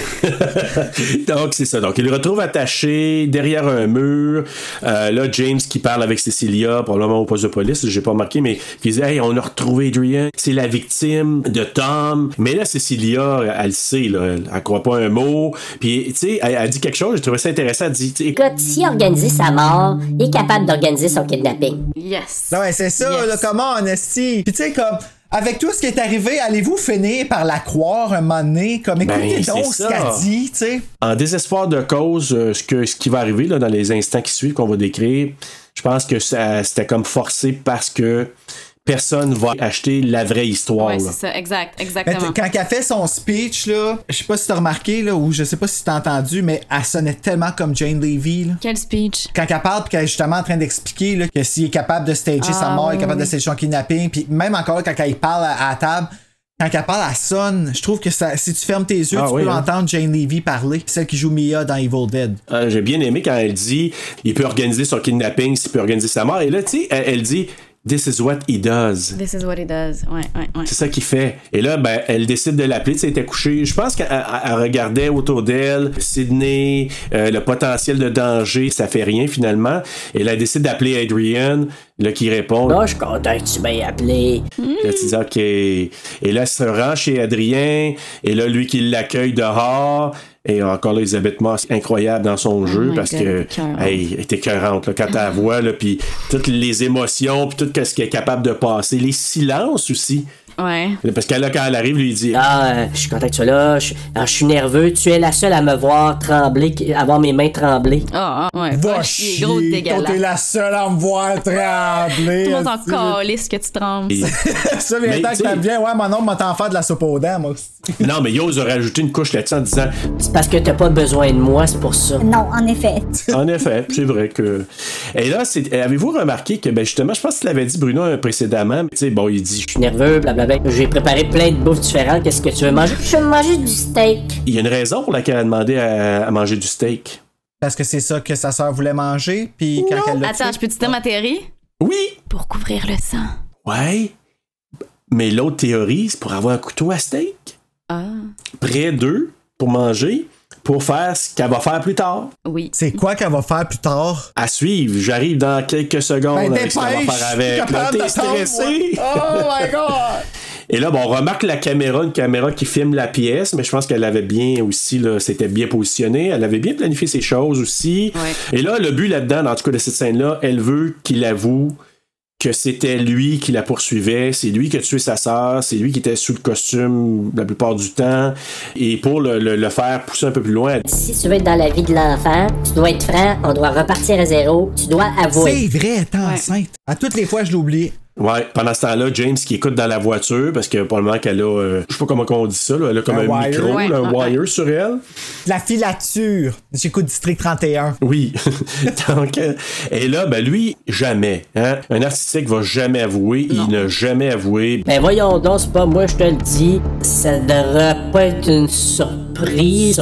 Donc, c'est ça. Donc, il le retrouve attaché derrière un mur. Euh, là, James qui parle avec Cecilia, probablement au poste de police, j'ai pas remarqué, mais qui dit hey, on a retrouvé Adrian, c'est la victime de Tom. Mais là, Cecilia, elle le sait, là, elle, elle croit pas un mot. Puis, tu sais, elle, elle dit quelque chose, j'ai trouvé ça intéressant. Elle dit Écoute, s'il a organisé sa mort, il est capable d'organiser son kidnapping. Yes. Non, ouais, c'est ça, Yes. là, comment, honesty. Puis, tu sais, comme. Avec tout ce qui est arrivé, allez-vous finir par la croire un moment donné? Comme, écoutez Ben, c'est donc ce ça. qu'elle dit, tu sais. en désespoir de cause, euh, ce, que, ce qui va arriver là, dans les instants qui suivent, qu'on va décrire, je pense que ça, c'était comme forcé parce que personne va acheter la vraie histoire. Ouais, là. c'est ça, exact, Mais exactement. t- quand elle fait son speech, là, je sais pas si t'as remarqué, là, ou je sais pas si t'as entendu, mais elle sonnait tellement comme Jane Levy, là. Quel speech? Quand elle parle, puis qu'elle est justement en train d'expliquer là, que s'il est capable de stager Ah, sa mort, il est oui, capable oui. de stager son kidnapping, puis même encore quand elle parle à, à la table, quand elle parle, elle sonne. Je trouve que ça, si tu fermes tes yeux, Ah, tu oui, peux hein. entendre Jane Levy parler, celle qui joue Mia dans Evil Dead. Euh, j'ai bien aimé quand elle dit il peut organiser son kidnapping, il peut organiser sa mort. Et là, tu sais, elle, elle dit This is what he does. This is what he does. Ouais, ouais, ouais. C'est ça qu'il fait. Et là, ben, elle décide de l'appeler. Tu sais, elle était couchée. Je pense qu'elle elle- elle regardait autour d'elle Sydney, euh, le potentiel de danger. Ça fait rien finalement. Et là, elle décide d'appeler Adrian. Là, qui répond. Là, je suis content que tu m'aies appelé. Là, tu dis, OK. Et là, elle se rend chez Adrien. Et là, lui qui l'accueille dehors. Et encore là, Elisabeth Moss, incroyable dans son jeu my parce God, que écœurante. hey, elle est écœurante là, quand elle la voit, là, puis toutes les émotions, puis tout ce qu'elle est capable de passer, les silences aussi. Ouais. Parce que là, quand elle arrive, lui il dit Ah, euh, je suis content que tu sois là. Je, alors, je suis nerveux. Tu es la seule à me voir trembler, qui- avoir mes mains trembler. Ah, ah, ouais. Va Va chier, gros chier, dégueulasse. toi, t'es la seule à me voir trembler. Tout le monde hostie. s'en calisse que tu trembles. Et- Ça vient Mais, tant que tu sais- ça vient, ouais, mon oncle m'a t'en faire de la soupe aux dents, moi aussi. Non, mais Yo, ils ont rajouté une couche là-dessus en disant C'est parce que t'as pas besoin de moi, c'est pour ça. Non, en effet. en effet, c'est vrai que. Et là, c'est... avez-vous remarqué que, ben justement, je pense que tu l'avais dit Bruno euh, précédemment, mais tu sais, bon, il dit Je suis nerveux, blablabla. J'ai préparé plein de bouffes différentes. Qu'est-ce que tu veux manger? Je veux manger du steak. il y a une raison pour laquelle elle a demandé à, à manger du steak. Parce que c'est ça que sa sœur voulait manger, puis quand elle l'a Attends, tué- je peux te dire ma théorie? Oui! Pour couvrir le sang. Ouais. Mais l'autre théorie, c'est pour avoir un couteau à steak. Ah. Près d'eux, pour manger, pour faire ce qu'elle va faire plus tard. Oui. C'est quoi qu'elle va faire plus tard? À suivre, j'arrive dans quelques secondes Ben, avec ce qu'elle va dépêche, faire avec. je suis Là, capable t'es d'attendre, stressé? moi. Oh my god! Et là, bon, on remarque la caméra, une caméra qui filme la pièce, mais je pense qu'elle avait bien aussi, là, c'était bien positionné. Elle avait bien planifié ses choses aussi. Ouais. Et là, le but là-dedans, en tout cas de cette scène-là, elle veut qu'il avoue que c'était lui qui la poursuivait, c'est lui qui a tué sa sœur, c'est lui qui était sous le costume la plupart du temps. Et pour le, le, le faire pousser un peu plus loin, Si tu veux être dans la vie de l'enfant, tu dois être franc, on doit repartir à zéro, tu dois avouer. C'est vrai, elle est enceinte. À toutes les fois, je l'oublie. Ouais, pendant ce temps-là, James qui écoute dans la voiture, parce que pour le moment qu'elle a, euh, je sais pas comment on dit ça, là, elle a comme un, un micro, ouais, là, un ouais. wire sur elle. La filature. J'écoute District trente et un. Oui. Donc, euh, et là, ben lui, jamais. Hein? Un artistique va jamais avouer, non. Il n'a jamais avoué. Ben voyons donc, c'est pas moi, je te le dis. Ça devrait pas être une surprise.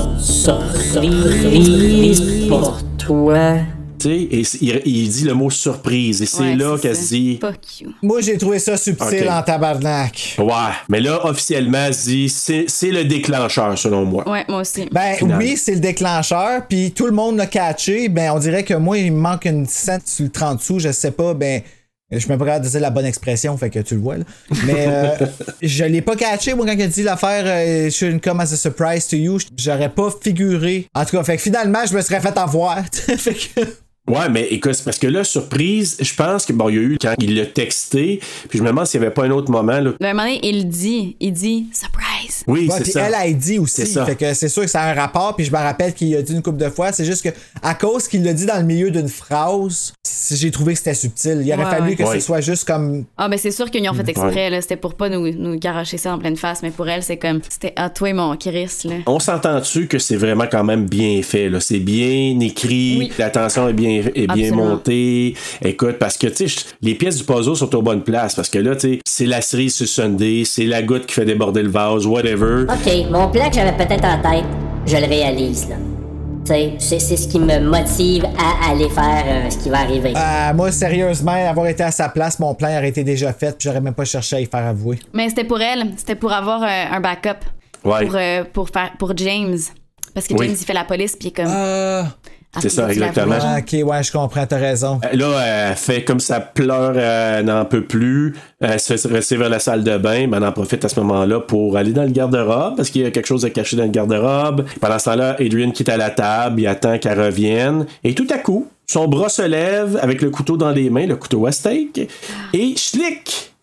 Surprise pour toi. Et il, il dit le mot surprise et c'est ouais, là c'est qu'elle se dit moi j'ai trouvé ça subtil okay. En tabarnak. Ouais, mais là officiellement elle se dit c'est, c'est le déclencheur selon moi. Ouais, moi aussi. Ben finalement. Oui, c'est le déclencheur, puis tout le monde l'a catché. Ben on dirait que moi il me manque une cent sur le trente sous, je sais pas, ben je me prépare de dire la bonne expression, fait que tu le vois là. Mais euh, je l'ai pas catché, moi, quand il a dit l'affaire euh, shouldn't come as a surprise to you, j'aurais pas figuré. En tout cas, fait que finalement, je me serais fait avoir. Fait que. Ouais, mais écoute, c'est parce que là, surprise, je pense que bon, il y a eu quand il l'a texté, puis je me demande s'il n'y avait pas un autre moment. Là. À un moment donné, il dit, il dit surprise. Oui, ouais, c'est puis ça. Elle a dit aussi, c'est fait que c'est sûr que ça a un rapport, puis je me rappelle qu'il l'a dit une couple de fois, c'est juste que à cause qu'il l'a dit dans le milieu d'une phrase, j'ai trouvé que c'était subtil. Il aurait ouais, fallu ouais. que ouais. ce soit juste comme. Ah, ben c'est sûr qu'ils ont fait exprès, ouais. là, c'était pour pas nous, nous garocher ça en pleine face, mais pour elle, c'est comme, c'était à toi, mon Chris, là. On s'entend-tu que c'est vraiment quand même bien fait, là? C'est bien écrit, oui. L'attention est bien, est bien montée. Écoute, parce que, tu sais, les pièces du puzzle sont aux bonnes places. Parce que là, tu sais, c'est la cerise sur Sunday, c'est la goutte qui fait déborder le vase, whatever. OK, mon plan que j'avais peut-être en tête, je le réalise, là. Tu sais, c'est, c'est ce qui me motive à aller faire euh, ce qui va arriver. Euh, moi, sérieusement, avoir été à sa place, mon plan aurait été déjà fait. J'aurais même pas cherché à y faire avouer. Mais c'était pour elle. C'était pour avoir euh, un backup. Ouais. Pour, euh, pour, faire, pour James. Parce que James, oui. Il fait la police, puis il est comme... Euh... C'est ça, exactement. Ah, ok, ouais, je comprends, t'as raison. Là, elle fait comme ça pleure, elle n'en peut plus. Elle se fait rester vers la salle de bain, mais elle en profite à ce moment-là pour aller dans le garde-robe, parce qu'il y a quelque chose de caché dans le garde-robe. Pendant ce temps-là, Adrian quitte à la table, il attend qu'elle revienne. Et tout à coup, son bras se lève avec le couteau dans les mains, le couteau à steak, et schlick!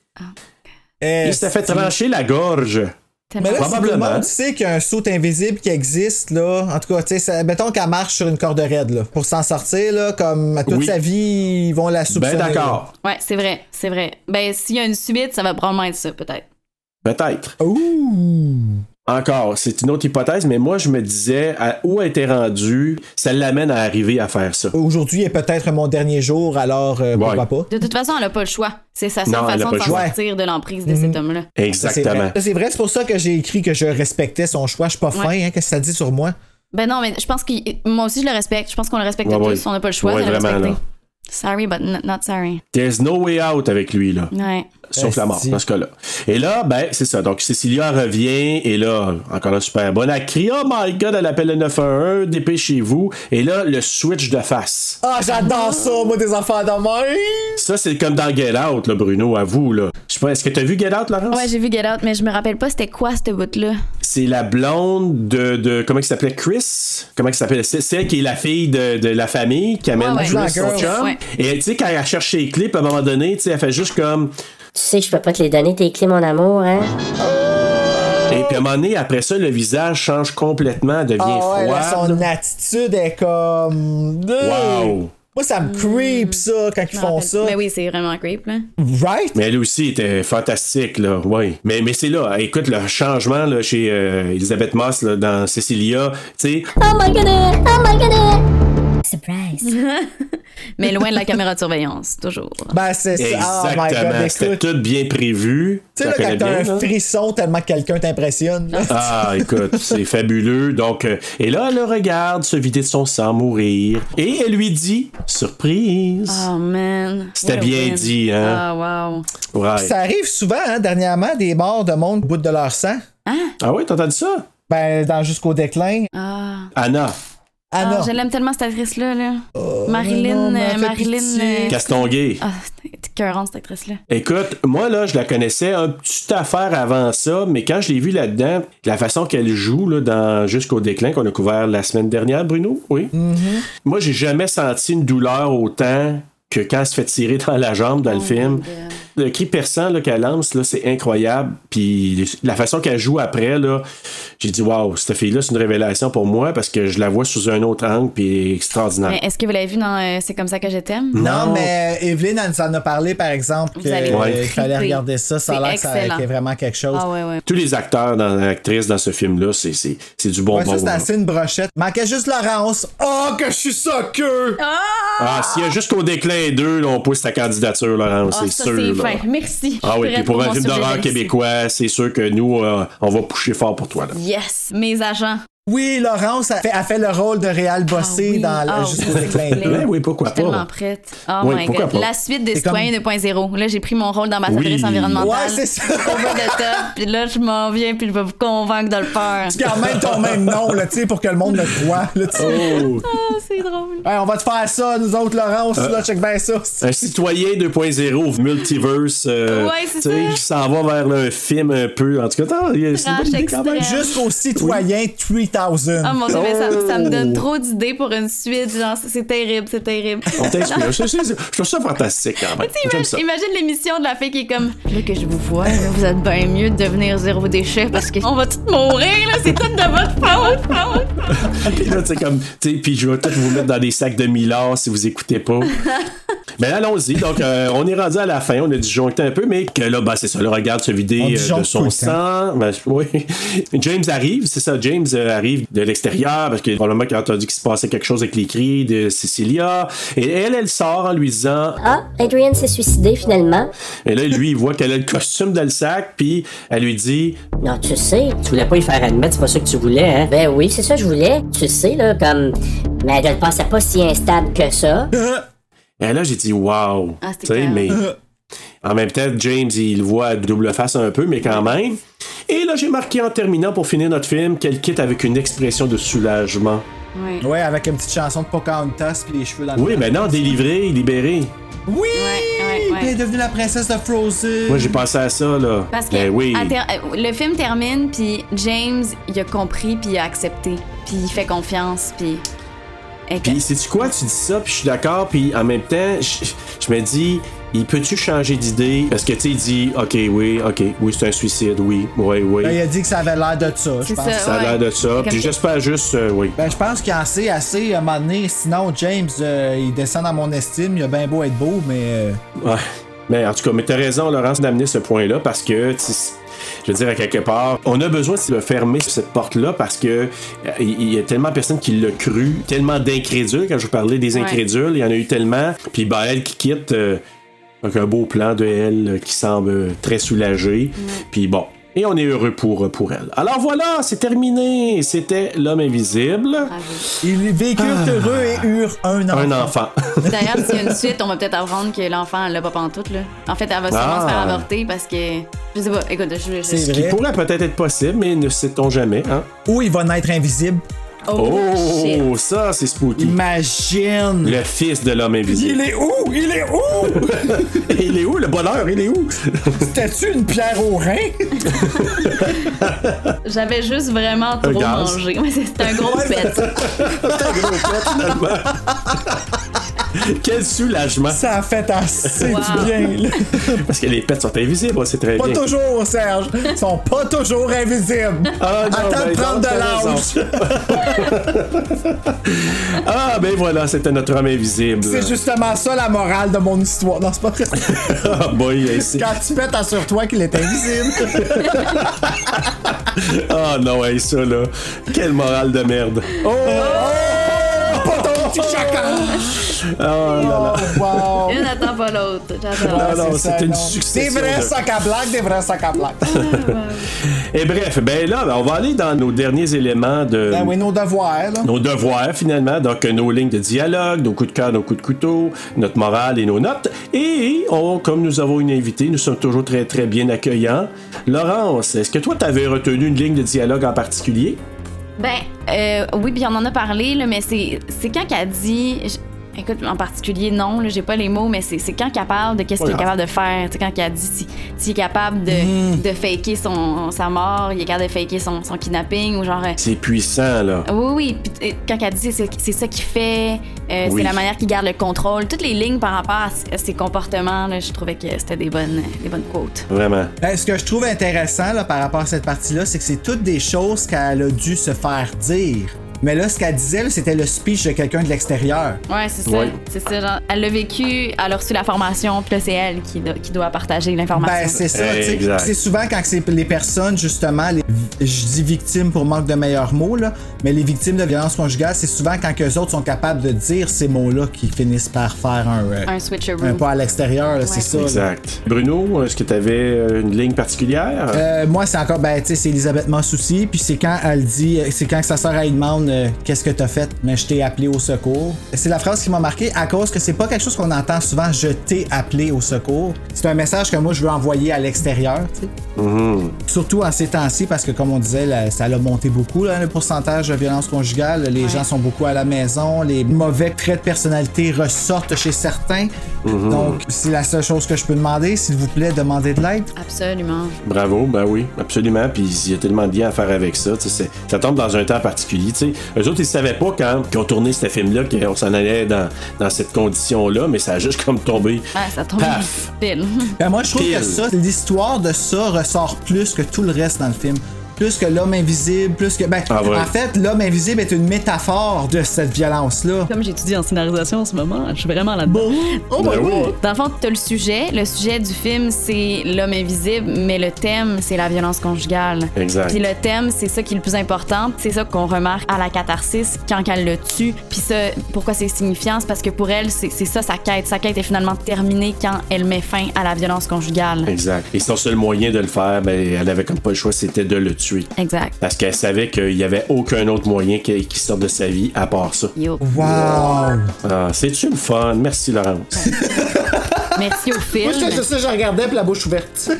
Il s'est fait trancher la gorge. Mais là, si tout le monde sait qu'il y a un saut invisible qui existe, là, en tout cas, tu sais, mettons qu'elle marche sur une corde raide, là, pour s'en sortir, là, comme à toute oui. sa vie, ils vont la soupçonner. Ben d'accord. Là. Ouais, c'est vrai, c'est vrai. Ben, s'il y a une subite, ça va probablement être ça, peut-être. Peut-être. Ouh! Encore, c'est une autre hypothèse, mais moi, je me disais, à où elle était rendue, ça l'amène à arriver à faire ça. Aujourd'hui est peut-être mon dernier jour, alors euh, pourquoi ouais. pas? De toute façon, elle n'a pas le choix. C'est sa seule non, façon de s'en sortir de l'emprise de mmh. cet homme-là. Exactement. C'est, c'est vrai, c'est pour ça que j'ai écrit que je respectais son choix. Je suis pas ouais. fin, hein, qu'est-ce que ça dit sur moi? Ben non, mais je pense que moi aussi, je le respecte. Je pense qu'on le respecte ouais, tous. Ouais. On n'a pas le choix ouais, de le vraiment, respecter. Là. Sorry, but n- not sorry. There's no way out avec lui, là. Ouais. Sauf la mort, dans ce cas-là. Et là, ben, c'est ça. Donc, Cecilia revient, et là, encore là, super bonne. Elle crie, oh my god, elle appelle le neuf un un, dépêchez-vous. Et là, le switch de face. Ah, oh, j'adore ça, moi, des enfants de même. Ça, c'est comme dans Get Out, là, Bruno, à vous, là. Je sais pas, est-ce que t'as vu Get Out, Laurence? Ouais, j'ai vu Get Out, mais je me rappelle pas c'était quoi, cette bout-là. C'est la blonde de, de comment il s'appelait, Chris? Comment il s'appelle? C'est celle qui est la fille de, de la famille, qui amène ouais, ouais, Chris, son chum. Ouais. Et tu sais, quand elle cherche ses clips, à un moment donné, tu sais, elle fait juste comme... Tu sais que je peux pas te les donner, tes clés, mon amour, hein? Et puis à un moment donné, après ça, le visage change complètement, devient oh, ouais, froid. Son attitude est comme... Wow! Moi, ça me creep, ça, quand ils font ça. Mais oui, c'est vraiment creep, là. Right? Mais elle aussi était fantastique, là, oui. Mais, mais c'est là, écoute, le changement là, chez euh, Elisabeth Moss là, dans Cecilia, tu sais... Oh my god! Oh my god! Surprise! Mais loin de la caméra de surveillance, toujours. Ben, c'est ça. Exactement. Oh my God, c'était tout bien prévu. Tu sais, là, quand t'as bien, un frisson tellement que quelqu'un t'impressionne. Là. Ah, écoute, c'est fabuleux. Donc, euh, et là, elle le regarde se vider de son sang, mourir. Et elle lui dit, surprise. Oh, man. C'était bien win. dit, hein? Ah, wow. Ouais. Ça arrive souvent, hein, dernièrement, des morts de monde au bout de leur sang. Ah, ah oui, t'as entendu ça? Ben, dans Jusqu'au déclin. Ah. Anna. Anna. Ah, je l'aime tellement, cette actrice-là. Là. Oh, non, Marilyn. Euh, Marilyn. Euh... Castonguay. Ah, t'es écœurante, cette actrice-là. Écoute, moi, là, je la connaissais un petit affaire avant ça, mais quand je l'ai vue là-dedans, la façon qu'elle joue là, dans Jusqu'au déclin, qu'on a couvert la semaine dernière, Bruno, oui. Mm-hmm. Moi, j'ai jamais senti une douleur autant que quand elle se fait tirer dans la jambe dans oh le film. Le cri perçant là, qu'elle lance, là, c'est incroyable. Puis la façon qu'elle joue après, là, j'ai dit, waouh, cette fille-là, c'est une révélation pour moi parce que je la vois sous un autre angle, puis extraordinaire. Mais est-ce que vous l'avez vu dans euh, C'est comme ça que je t'aime? Non, non mais Evelyne, elle nous en a parlé, par exemple, qu'il ouais. fallait regarder ça. Ça a l'air que ça qu'il y a vraiment quelque chose. Ah, ouais, ouais. Tous les acteurs, dans l'actrice dans ce film-là, c'est, c'est, c'est du bon ouais, bon. Ça, c'est assez une brochette. Manquait juste Laurence. Oh, que je suis ça que! Ah! Ah, s'il y a jusqu'au déclin d'eux, là, on pousse ta candidature, Laurence, oh, c'est ça, sûr. C'est là. fin. Merci. Ah oui, puis pour un film d'horreur québécois, c'est sûr que nous, euh, on va pusher fort pour toi. Là. Yes, mes agents. Oui, Laurence a fait, a fait le rôle de Réal Bossé ah oui. dans oh, Jusqu'au déclin d'eux. Oui, oui, pourquoi je suis pas. tellement prête. Oh oui, my God. Pas. La suite des Citoyens comme... deux point zéro. Là, j'ai pris mon rôle d'ambassadrice oui. environnementale. Ouais, c'est ça. On va de top. Puis là, je m'en viens, puis je vais vous convaincre de le faire. Tu gardes même ton même nom, là, tu sais, pour que le monde le croie. Là, oh. Ah, c'est drôle. Hey, on va te faire ça, nous autres, Laurence. Euh, là, check bien ça. Un Citoyen deux point zéro, multiverse. Euh, ouais, c'est ça. Qui s'en va vers là, un film un peu. En tout cas, attends, c'est une bonne idée quand même. Jusqu'au Citoyen oui. trois mille. Ah, mon Dieu, oh. mais ça, ça me donne trop d'idées pour une suite. Genre, c'est terrible, c'est terrible. On t'inspire. Je, je, je, je trouve ça fantastique quand même. Imagine, ça. Imagine l'émission de la fille qui est comme là que je vous vois, là, vous êtes bien mieux de devenir zéro déchet parce qu'on va tous mourir, là, c'est tout de votre faute, faute. Puis là, tu sais, comme, tu sais, puis je vais tout vous mettre dans des sacs de milliards si vous écoutez pas. Ben allons-y. Donc, euh, on est rendu à la fin. On a disjoncté un peu, mais que là, ben, c'est ça. Là, regarde se vider euh, de son sang. Ben, oui. James arrive, c'est ça. James euh, arrive de l'extérieur parce que probablement qu'il a entendu qu'il se passait quelque chose avec les cris de Cecilia. Et elle, elle sort en lui disant ah, Adrian s'est suicidé finalement. Et là, lui, il voit qu'elle a le costume dans le sac, puis elle lui dit non, tu sais, tu voulais pas y faire admettre, c'est pas ça que tu voulais, hein? Ben oui, c'est ça que je voulais. Tu sais, là, comme. Mais je ne pensais pas si instable que ça. Et là, j'ai dit, wow. Ah, tu sais, mais en même temps, James, il le voit à double face un peu, mais quand même. Et là, j'ai marqué en terminant pour finir notre film qu'elle quitte avec une expression de soulagement. Oui. Ouais, avec une petite chanson de Pocahontas puis les cheveux dans le oui, mais non, délivrée, libérée. Oui! Ouais, ouais, ouais. Elle est devenue la princesse de Frozen. Moi, j'ai pensé à ça, là. Parce que ben, oui. ter- le film termine, puis James, il a compris, puis il a accepté. Puis il fait confiance, puis... Puis, sais-tu quoi? Tu dis ça, puis je suis d'accord, puis en même temps, je, je me dis, il peut-tu changer d'idée? Parce que, tu sais, il dit, OK, oui, OK, oui, c'est un suicide, oui, oui, oui. Ben, il a dit que ça avait l'air de ça, je pense. Ça, ça a ouais. l'air de ça, puis j'espère juste, euh, oui. Ben, je pense qu'il en sait assez à un moment donné, sinon, James, euh, il descend dans mon estime, il a bien beau être beau, mais... Euh... Ouais, mais en tout cas, mais t'as raison, Laurence, d'amener ce point-là, parce que, je veux dire, à quelque part, on a besoin de fermer cette porte-là parce que il y a tellement de personnes qui l'ont cru, tellement d'incrédules. Quand je vous parlais des incrédules, il y en a eu tellement. Puis ben, elle qui quitte, euh, avec un beau plan de elle euh, qui semble très soulagée. Mm. Puis bon. Et on est heureux pour, pour elle. Alors voilà, c'est terminé. C'était L'Homme Invisible. Bravo. Il vécut ah. heureux et eurent un enfant. Un enfant. D'ailleurs, s'il y a une suite, on va peut-être apprendre que l'enfant, elle l'a pas pantoute, là. En fait, elle va sûrement ah. se faire avorter parce que... Je sais pas, écoute, je... je... C'est ce qui pourrait peut-être être possible, mais ne sait-on jamais, hein? Ou il va naître invisible. Oh, oh ça, c'est spooky. Imagine! Le fils de l'homme invisible. Il est où? Il est où? Il est où? Le bonheur, il est où? C'était-tu une pierre au rein? J'avais juste vraiment trop mangé. C'était un gros pet. C'était un gros pet, finalement. Quel soulagement. Ça a fait assez wow. du bien. Là. Parce que les pets sont invisibles, c'est très pas bien. Pas toujours, Serge. Ils sont pas toujours invisibles. Ah, non, attends ben, de prendre de l'âge. Ah, ben voilà, c'était notre homme invisible. C'est justement ça la morale de mon histoire. Non, c'est pas vrai. Ah, boy, hey, quand tu pètes, assure-toi qu'il est invisible. Ah, oh, non, hey, ça, là. Quelle morale de merde. Oh! oh! Pas ton petit chacal! Oh là là. Wow. Une n'attend pas l'autre. J'adore. Non, non, c'est une succession. Des vrais de... sacs à blagues, des vrais sacs à blagues. Et bref, ben là, ben, on va aller dans nos derniers éléments de... Ben oui, nos devoirs. Là. Nos devoirs, finalement. Donc, nos lignes de dialogue, nos coups de cœur, nos coups de couteau, notre morale et nos notes. Et, on, comme nous avons une invitée, nous sommes toujours très, très bien accueillants. Laurence, est-ce que toi, t'avais retenu une ligne de dialogue en particulier? Ben, euh, oui, puis on en a parlé, là, mais c'est, c'est quand qu'elle dit... Écoute, en particulier, non, là, j'ai pas les mots, mais c'est, c'est quand capable de qu'est-ce qu'il est capable de faire. Tu sais, quand il a dit s'il si, est capable de, mm. de faker son, sa mort, il est capable de faker son, son kidnapping ou genre. C'est puissant, là. Oui, oui. Puis, quand il a dit c'est, c'est ça qu'il fait, euh, oui. c'est la manière qu'il garde le contrôle. Toutes les lignes par rapport à, à ses comportements, là, je trouvais que c'était des bonnes, des bonnes quotes. Vraiment. Ben, ce que je trouve intéressant là, par rapport à cette partie-là, c'est que c'est toutes des choses qu'elle a dû se faire dire. Mais là, ce qu'elle disait, là, c'était le speech de quelqu'un de l'extérieur. Ouais, c'est ça. Ouais. C'est ça, genre, elle l'a vécu, elle a reçu la formation, puis là, c'est elle qui, do- qui doit partager l'information. Ben, c'est ça, tu sais. C'est souvent quand c'est les personnes, justement, les, je dis victimes pour manque de meilleurs mots, là, mais les victimes de violence conjugale, c'est souvent quand eux autres sont capables de dire ces mots-là qu'ils finissent par faire un... Euh, un switcheroo. Un pas à l'extérieur, là, ouais. c'est ça. Exact. Là. Bruno, est-ce que tu avais une ligne particulière? Euh, moi, c'est encore, ben, tu sais, c'est Elisabeth Moss aussi, puis c'est quand elle dit, c'est quand sa sœur, elle demande euh, qu'est-ce que t'as fait, mais je t'ai appelé au secours. C'est la phrase qui m'a marqué à cause que c'est pas quelque chose qu'on entend souvent, je t'ai appelé au secours. C'est un message que moi je veux envoyer à l'extérieur, tu sais. Mm-hmm. Surtout en ces temps-ci, parce que comme on disait, là, ça a monté beaucoup, là, le pourcentage de violence conjugale. Les ouais. gens sont beaucoup à la maison, les mauvais traits de personnalité ressortent chez certains. Mm-hmm. Donc, c'est la seule chose que je peux demander, s'il vous plaît, demandez de l'aide. Absolument. Bravo, ben oui, absolument. Puis il y a tellement de bien à faire avec ça. C'est, ça tombe dans un temps particulier. T'sais. Eux autres, ils savaient pas quand ils ont tourné ce film-là qu'on s'en allait dans, dans cette condition-là, mais ça a juste comme tombé. Ouais, ça tombe pile. Ben moi, je trouve Pile. que ça, l'histoire de ça ressort plus que tout le reste dans le film. Plus que l'homme invisible, plus que... Ben, ah, ouais. en fait, l'homme invisible est une métaphore de cette violence-là. Comme j'étudie en scénarisation en ce moment, je suis vraiment là-dedans. Bon. Oh ben oui. Dans le fond, t'as le sujet. Le sujet du film, c'est l'homme invisible, mais le thème, c'est la violence conjugale. Exact. Puis le thème, c'est ça qui est le plus important. C'est ça qu'on remarque à la catharsis quand elle le tue. Puis ça, pourquoi c'est signifiant? C'est parce que pour elle, c'est, c'est ça sa quête. Sa quête est finalement terminée quand elle met fin à la violence conjugale. Exact. Et son seul moyen de le faire, ben, elle avait comme pas le choix, c'était de le tuer. Exact. Parce qu'elle savait qu'il n'y avait aucun autre moyen qui, qui sorte de sa vie à part ça. Yo. Wow! Ah, c'est-tu le fun? Merci, Laurence. Merci au film. Moi, je sais, je regardais puis la bouche ouverte.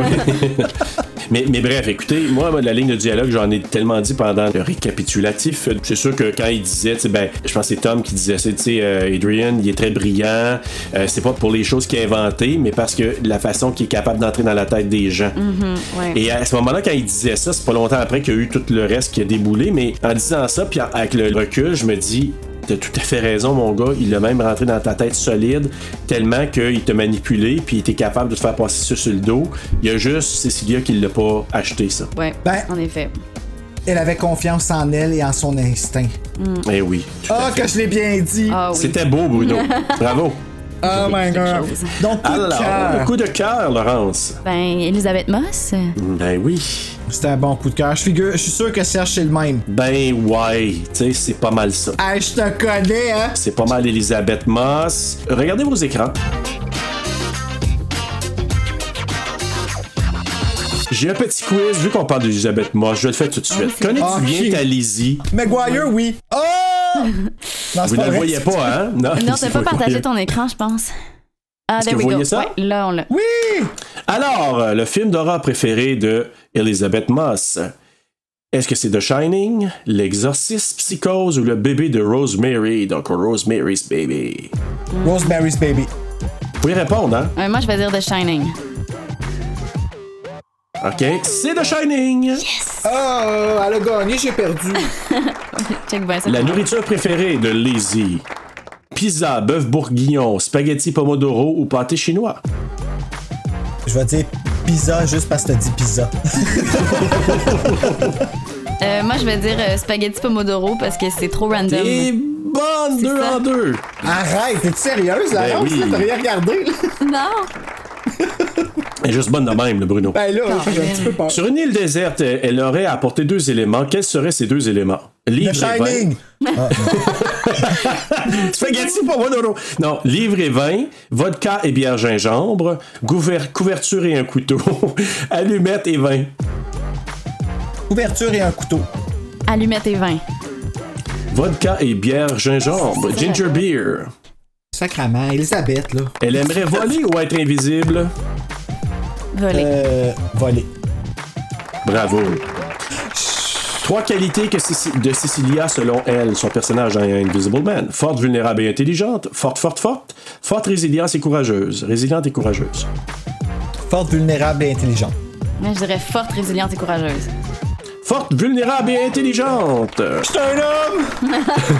mais, mais bref, écoutez, moi, la ligne de dialogue, j'en ai tellement dit pendant le récapitulatif. C'est sûr que quand il disait, ben, je pense que c'est Tom qui disait, tu sais, euh, Adrian, il est très brillant. Euh, c'est pas pour les choses qu'il a inventées, mais parce que la façon qu'il est capable d'entrer dans la tête des gens. Mm-hmm, ouais. Et à ce moment-là, quand il disait ça, c'est pas longtemps après qu'il y a eu tout le reste qui a déboulé, mais en disant ça, puis avec le recul, je me dis... T'as tout à fait raison, mon gars. Il l'a même rentré dans ta tête solide, tellement qu'il t'a manipulé, puis il était capable de te faire passer ça sur le dos. Il y a juste Cecilia qui l'a pas acheté, ça. Ouais, ben, en effet. Elle avait confiance en elle et en son instinct. Mm. Eh oui. Ah, oh, que je l'ai bien dit. Ah, oui. C'était beau, Bruno. Bravo. Oh my God. Donc, coup Alors, de cœur. Le coup de cœur, Laurence. Ben, Elisabeth Moss. Ben oui. C'était un bon coup de cœur. Je figure, je suis sûr que Serge, c'est le même. Ben ouais, tu sais, c'est pas mal ça. Ah, je te connais, hein? C'est pas mal Elisabeth Moss. Regardez vos écrans. J'ai un petit quiz, vu qu'on parle d'Elisabeth Moss, je vais le faire tout de suite. Oh, Connais-tu okay. bien ta Lizzie? Maguire, oui. Oh! Non, vous ne le voyez pas, hein? Non, non t'as pas partagé ton écran, je pense. Ah, Est-ce que vous voyez ça? Ouais, là, on l'a. Oui! Alors, le film d'horreur préféré de Elisabeth Moss. Est-ce que c'est The Shining, L'Exorciste, Psychose ou le bébé de Rosemary? Donc, Rosemary's Baby. Rosemary's Baby. Vous pouvez répondre, hein? Euh, moi, je vais dire The Shining. OK, c'est The Shining! Yes! Oh, elle a gagné, j'ai perdu. Check bien ça. La nourriture préférée de Lizzie. Pizza, bœuf bourguignon, spaghetti pomodoro ou pâté chinois? Je vais dire pizza juste parce que t'as dit pizza. euh, moi, je vais dire euh, spaghetti pomodoro parce que c'est trop random. T'es bonne, deux ça. En deux. Arrête, t'es sérieuse, la ben oui. T'as rien regardé, là? Non. Elle est juste bonne de même, le Bruno. Ben là, j'ai un petit peu peur. Sur une île déserte, elle aurait apporté deux éléments. Quels seraient ces deux éléments? Livre The Shining! Ah, spaghetti pomodoro. Non, livre et vin, vodka et bière gingembre, gouver- couverture et un couteau, allumettes et vin. Couverture et un couteau. Allumettes et vin. Vodka et bière gingembre, ginger beer. Sacrement, Elisabeth, là. Elle aimerait voler ou être invisible? Voler. Euh, voler. Bravo. Trois qualités que Céc- de Cecilia selon elle, son personnage dans Invisible Man. Forte, vulnérable et intelligente. Forte, forte, forte. Forte, résilience et courageuse. Résiliente et courageuse. Forte, vulnérable et intelligente. Moi, je dirais forte, résiliente et courageuse. Forte, vulnérable et intelligente. C'est un homme!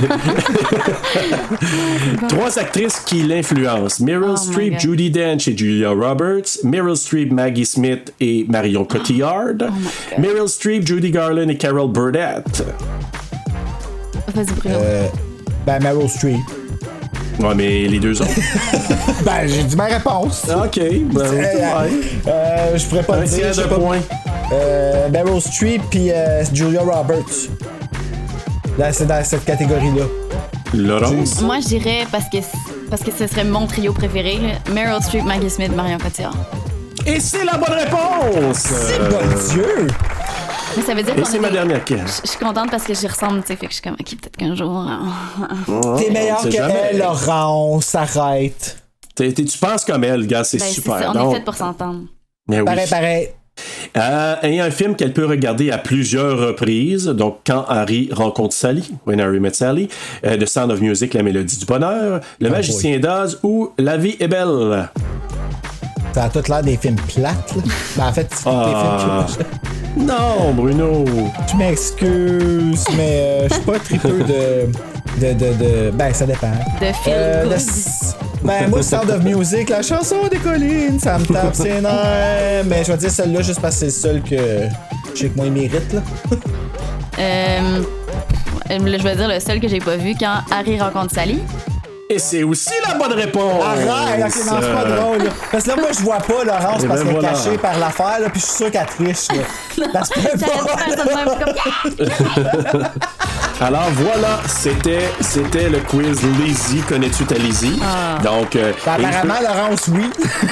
Trois actrices qui l'influencent. Meryl Oh Streep, Judi Dench et Julia Roberts. Meryl Streep, Maggie Smith et Marion Cotillard. Oh Meryl Streep, Judy Garland et Carol Burnett. Vas-y, Bruno. Euh, ben, Meryl Streep. Ouais, mais les deux autres. Ben, j'ai dit ma réponse. OK. Ben, Euh, ouais. euh, je pourrais pas Un le dire. tiers je sais de pas. point. Euh, Meryl Streep puis euh, Julia Roberts. Là, c'est dans cette catégorie-là. Laurence? Moi, je dirais parce que, parce que ce serait mon trio préféré, là. Meryl Streep, Maggie Smith, Marion Cotillard. Et c'est la bonne réponse! C'est bon Dieu! Mais ça veut dire Et qu'on c'est a ma des- dernière question. Je je suis contente parce que j'y ressemble, tu sais, fait que je suis comme, ok, peut-être qu'un jour. hein. T'es meilleur sait que jamais. elle, Laurence, arrête. T'es- t'es- tu penses comme elle, gars, c'est Ben, c'est super. ça, on Donc, est fait pour s'entendre. mais oui. Pareil, pareil. Euh, et un film qu'elle peut regarder à plusieurs reprises. Donc, Quand Harry rencontre Sally, When Harry Met Sally, euh, The Sound of Music, La Mélodie du Bonheur, Le Oh Magicien d'Oz ou La Vie est belle. Ça a tout l'air des films plates, là. Ben, en fait, c'est Ah. des films Non, Bruno. Je m'excuse, mais euh, je suis pas tripeux de, de, de, de. Ben, ça dépend. De feel Euh, good. de- Ben, moi, Sound of Music, la chanson des collines, ça me tape ses nerfs. Mais je vais dire celle-là juste parce que c'est le seul que je sais que moi, il mérite, là. Euh, euh, je vais dire le seul que j'ai pas vu quand Harry rencontre Sally. Et c'est aussi la bonne réponse. Arrête, ok, non, c'est pas drôle, là. Parce que là, moi, je vois pas Laurence Et parce ben qu'elle est voilà. cachée par l'affaire, là, puis je suis sûr qu'elle triche, là. Ça se peut J'aurais dû faire ça de même, je suis comme, yeah! Alors voilà, c'était c'était le quiz Lizzie. Connais-tu ta Lizzie? Ah. Donc, euh, Ben, et- apparemment, Laurence, oui.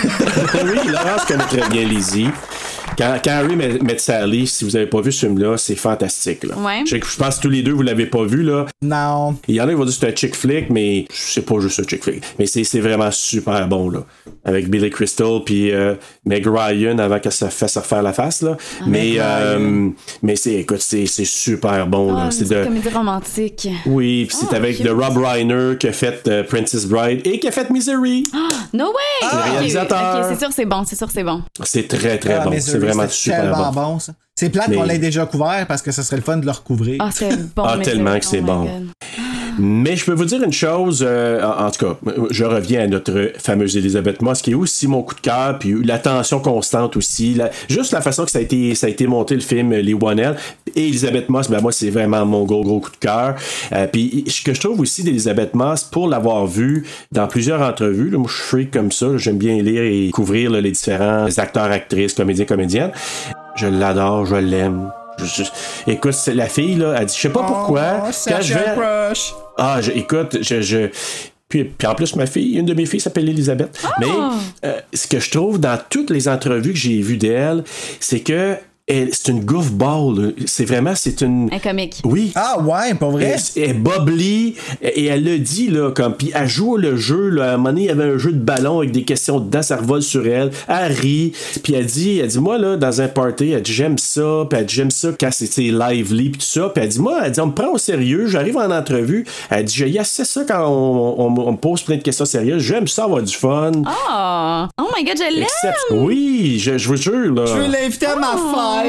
oui, Laurence connaît très bien Lizzie. Quand, quand Harry met, met Sally, si vous avez pas vu ce film-là, c'est fantastique. Là. Ouais. Je, sais que je pense que tous les deux, vous l'avez pas vu. Là. Non. Il y en a qui vont dire que c'est un chick flick, mais c'est pas juste un chick flick. Mais c'est, c'est vraiment super bon. Là. Avec Billy Crystal puis euh, Meg Ryan avant qu'elle se fasse refaire la face. Là. Ah, mais Meg euh, mais c'est, écoute, c'est, c'est super bon. Ah, Là. une C'est petite de... comédie romantique. Oui, puis c'est Ah, avec cute. de Rob Reiner qui a fait euh, Princess Bride et qui a fait Misery. No way! C'est le Ok, réalisateur. ok, c'est sûr, c'est bon, c'est sûr, c'est bon. C'est très très Ah, bon. Misery, C'est vraiment c'était super tellement bon. bon, ça. C'est plate Mais- qu'on l'ait déjà couvert parce que ce serait le fun de le recouvrir. Ah, c'est bon. Ah, mais tellement c'est- que c'est oh my bon. God. Mais je peux vous dire une chose, euh, en, en tout cas, je reviens à notre fameuse Elisabeth Moss, qui est aussi mon coup de cœur, puis l'attention constante aussi, la, juste la façon que ça a été, ça a été monté le film Les One L, et Elisabeth Moss, ben moi c'est vraiment mon gros gros coup de cœur. Euh, puis ce que je trouve aussi d'Elisabeth Moss, pour l'avoir vu dans plusieurs entrevues, là, moi je suis freak comme ça, là, j'aime bien lire et couvrir là, les différents acteurs, actrices, comédiens, comédiennes. Je l'adore, je l'aime. Je- je- écoute, c'est- la fille, là, elle dit, je sais pas pourquoi, Oh, quand je vais... crush. Ah, je- écoute, je... je... Puis, puis en plus, ma fille, une de mes filles s'appelle Elisabeth. Mais euh, ce que je trouve dans toutes les entrevues que j'ai vues d'elle, c'est que elle, c'est une goofball. C'est vraiment, c'est une... Un comique. Oui. Ah ouais, pas vrai? Elle, elle est bubbly, et elle le dit, là, comme, puis elle joue le jeu, là, à un moment donné, il y avait un jeu de ballon avec des questions dedans, ça revole sur elle, elle rit, puis elle dit, elle dit, moi, là, dans un party, elle dit, j'aime ça, puis elle dit, j'aime ça quand c'est, tu sais, lively, puis tout ça, puis elle dit, moi, elle dit, on me prend au sérieux, j'arrive en entrevue, elle dit, j'ai assez ça quand on, on- on me pose plein de questions sérieuses, j'aime ça avoir du fun. Oh! Oh my God, je l'aime! Except- oui, je, je vous jure, là. Je veux l'inviter à ma fête.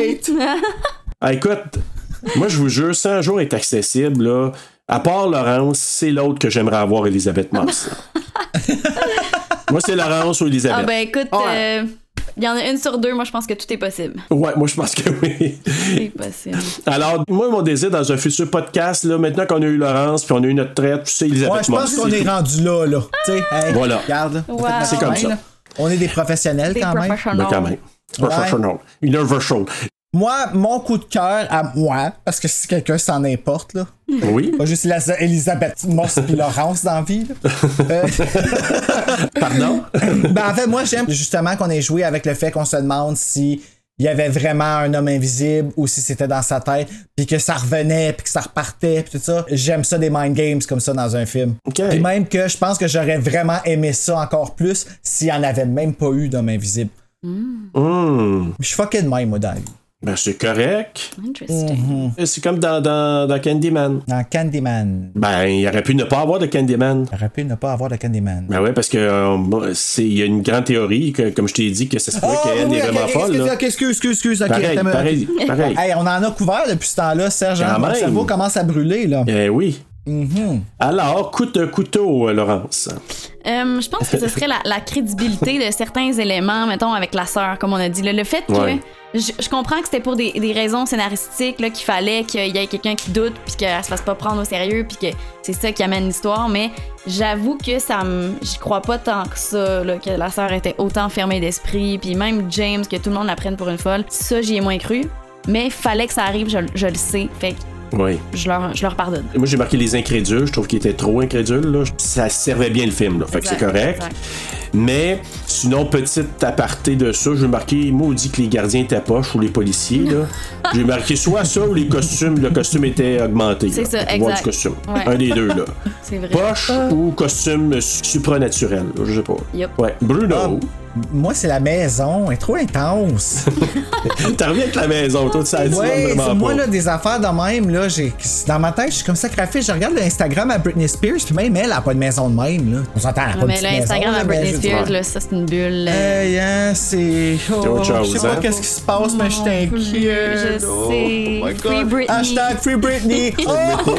Ah, écoute, moi, je vous jure, si un jour est accessible, là, à part Laurence, c'est l'autre que j'aimerais avoir, Elisabeth Moss. Moi, c'est Laurence ou Elisabeth. Ah ben écoute, euh, il y en a une sur deux, moi je pense que tout est possible. Ouais, moi, je pense que oui. C'est possible. Alors, moi, mon désir dans un futur podcast, là, maintenant qu'on a eu Laurence puis on a eu notre traite, c'est Elisabeth Ouais, je pense Moss. qu'on est rendu là, là. Tu sais, hey, Voilà. regarde. Wow. C'est comme ça. Là. On est des professionnels Des quand même. professionnels. Ben, quand même. Ouais. Professional. Universal. Moi, mon coup de cœur à moi, parce que si quelqu'un s'en importe, là. Oui. Pas juste la- Elisabeth Moss puis Laurence dans la vie, là. Euh, Pardon? ben, en fait, moi, j'aime justement qu'on ait joué avec le fait qu'on se demande si il y avait vraiment un homme invisible ou si c'était dans sa tête, puis que ça revenait, puis que ça repartait, puis tout ça. J'aime ça des mind games comme ça dans un film. Okay. Puis même que je pense que j'aurais vraiment aimé ça encore plus s'il n'y en avait même pas eu d'homme invisible. Mm. Je suis fucking même, moi, dans la vie. Ben, c'est correct. Interesting. Mm-hmm. C'est comme dans, dans, dans Candyman. Dans Candyman. Ben, il aurait pu ne pas avoir de Candyman. Il aurait pu ne pas avoir de Candyman. Ben ouais, parce que euh, c'est il y a une grande théorie, que, comme je t'ai dit, que ça se pourrait oh, qu'elle oui, est okay, vraiment okay, folle. excuse, Là. Okay, excuse, excuse, excuse. Okay, pareil, pareil, pareil. Hey, on en a couvert depuis ce temps-là, Serge. Quand Mon même. cerveau commence à brûler, là. Eh oui. Mm-hmm. Alors, coup de couteau, euh, Laurence. Euh, je pense que ce serait la, la crédibilité de certains éléments, mettons, avec la sœur, comme on a dit. Le, le fait que... Ouais. Je, je comprends que c'était pour des, des raisons scénaristiques, là, qu'il fallait qu'il y ait quelqu'un qui doute, puis qu'elle se fasse pas prendre au sérieux, puis que c'est ça qui amène l'histoire, mais j'avoue que ça me... J'y crois pas tant que ça, là, que la sœur était autant fermée d'esprit, puis même James, que tout le monde la prenne pour une folle. Ça, j'y ai moins cru, mais fallait que ça arrive, je, je le sais, fait que oui. Je leur, je leur pardonne. Moi, j'ai marqué les incrédules. Je trouve qu'ils étaient trop incrédules. Là. Ça servait bien le film. Là. Fait exact, que c'est correct. Exact. Mais sinon, petite aparté de ça, j'ai marqué, moi, on dit que les gardiens étaient poches ou les policiers. Là. J'ai marqué soit ça ou les costumes. Le costume était augmenté. C'est là, ça, exact. Voir du costume. Ouais. Un des deux. Là. C'est vrai. Poche ah. ou costume supranaturel. Là, je sais pas. Yep. Ouais. Bruno. Ah. Moi, c'est la maison. Elle est trop intense. T'en reviens avec la maison, toi, tu sais. Ouais, c'est moi, là, des affaires de même, là, j'ai... dans ma tête, je suis comme ça craffé. Je regarde l'Instagram à Britney Spears, puis même elle, elle a pas de maison de même, là. On s'entend, elle a pas mais de maison. Mais l'Instagram à Britney Spears, là, ça, c'est une bulle. Hey, hein, c'est. Oh, autre chose, je sais pas hein? qu'est-ce qui se passe, mais je t'inquiète. Je oh, sais. My God. Free Britney. Hashtag Free Britney. Oh!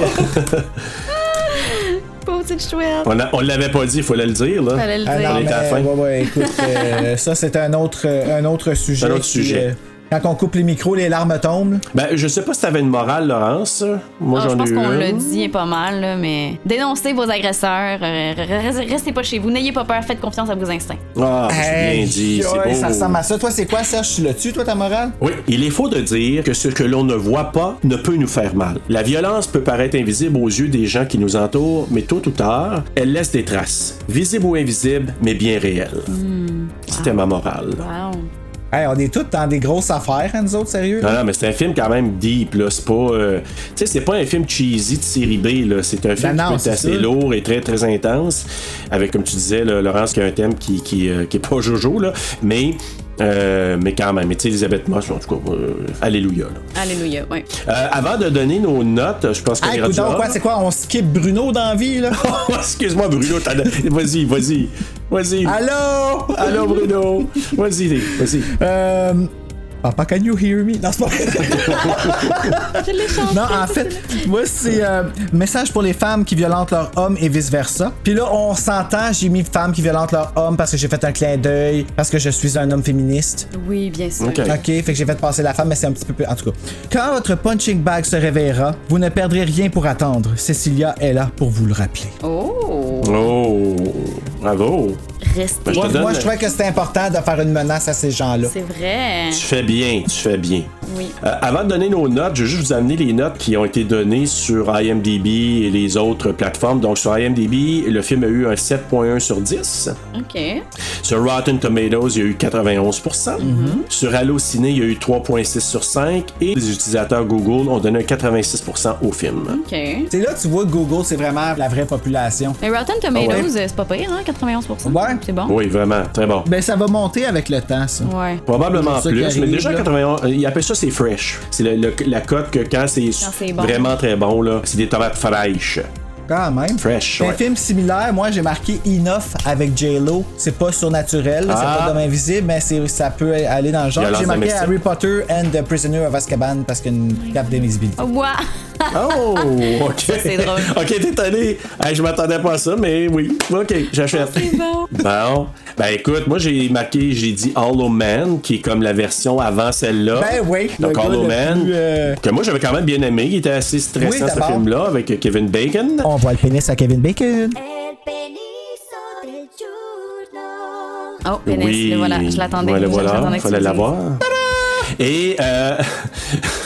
On, a, on l'avait pas dit, il fallait le dire, là. Fallait le dire. Ah non, on est à la fin. Ouais, ouais, écoute, euh, ça, c'est un autre, un autre sujet. Un autre qui, sujet. Euh, quand on coupe les micros, les larmes tombent. Ben, je sais pas si t'avais une morale, Laurence. Moi, non, j'en ai eu. Je pense qu'on une. l'a dit pas mal, là, mais dénoncez vos agresseurs. Euh, restez pas chez vous. N'ayez pas peur. Faites confiance à vos instincts. Ah, c'est hey, bien dit. C'est beau. Ça ressemble à ça. Toi, c'est quoi, Serge? Tu l'as-tu, toi, ta morale? Oui, il est faux de dire que ce que l'on ne voit pas ne peut nous faire mal. La violence peut paraître invisible aux yeux des gens qui nous entourent, mais tôt ou tard, elle laisse des traces. Visibles ou invisibles, mais bien réelles. Mm. C'était wow. ma morale. Wow. Hey, on est tous dans des grosses affaires, hein, nous autres, sérieux? Là? Non, non, mais c'est un film quand même deep, là. C'est pas. Euh, tu sais, c'est pas un film cheesy de série B, là. C'est un film ben non, qui peut être assez ça. lourd et très, très intense. Avec, comme tu disais, là, Laurence, qui a un thème qui, qui, euh, qui est pas jojo, là. Mais. Euh, mais quand même, tu sais, Elisabeth Moss, en tout cas, euh, alléluia. Là. Alléluia, oui. Euh, avant de donner nos notes, je pense qu'on hey, ira du quoi, c'est quoi? On skip Bruno dans la vie, là? Excuse-moi, Bruno, t'as... vas-y, vas-y, vas-y. Allô? Allô, Bruno? Vas-y, vas-y. Euh... Papa, can you hear me? Non, c'est pas Non, en fait, moi, c'est euh, message pour les femmes qui violentent leurs hommes et vice-versa. Puis là, on s'entend, j'ai mis femmes qui violentent leurs hommes parce que j'ai fait un clin d'œil, parce que je suis un homme féministe. Oui, bien sûr. OK. OK, fait que j'ai fait passer la femme, mais c'est un petit peu plus... En tout cas, quand votre punching bag se réveillera, vous ne perdrez rien pour attendre. Cécilia est là pour vous le rappeler. Oh! Oh! Bravo! Restez. Ben, je moi, te donne... moi, je trouvais que c'était important de faire une menace à ces gens-là. C'est vrai. Tu fais bien, tu fais bien. Oui. Euh, avant de donner nos notes, je vais juste vous amener les notes qui ont été données sur I M D B et les autres plateformes. Donc, sur I M D B, le film a eu un sept virgule un sur dix. OK. Sur Rotten Tomatoes, il y a eu quatre-vingt-onze pour cent. Mm-hmm. Sur Allociné, il y a eu trois virgule six sur cinq. Et les utilisateurs Google ont donné un quatre-vingt-six pour cent au film. OK. C'est là tu vois que Google, c'est vraiment la vraie population. Mais Rotten Tomatoes, Ah ouais. c'est pas pire, hein? quatre-vingt-onze pour cent. Ouais. C'est bon. Oui, vraiment, très bon. Ben, ça va monter avec le temps, ça. Ouais. Probablement C'est ça plus, qui arrive, mais déjà là. quatre-vingt-onze, ils appellent ça c'est fresh. C'est le- le- la cote que quand c'est, Quand c'est bon. vraiment très bon, là, c'est des tomates fraîches. Quand même. Fresh, Un ouais. film similaire, moi j'ai marqué Enough avec J-Lo. C'est pas surnaturel, Ah. c'est pas d'homme invisible, mais c'est, ça peut aller dans le genre. Violence J'ai marqué domestique. Harry Potter and the Prisoner of Azkaban parce qu'il y a une cape d'invisibilité. Ouais. Oh, ok. c'est drôle. Ok, t'es étonné. Hey, je m'attendais pas à ça, mais oui. Ok, j'achète. C'est bon. Bon. Ben écoute, moi j'ai marqué, j'ai dit Hollow Man, qui est comme la version avant celle-là. Ben oui. le Donc gars Hollow le Man, plus, euh, que moi j'avais quand même bien aimé. Il était assez stressant, Oui, ce d'abord. film-là, avec Kevin Bacon. On voit le pénis à Kevin Bacon. Oh, pénis, Oui. le voilà. Je l'attendais. Ouais, le Je voilà. l'attendais Il que tu fallait le l'avoir. dises. Et euh,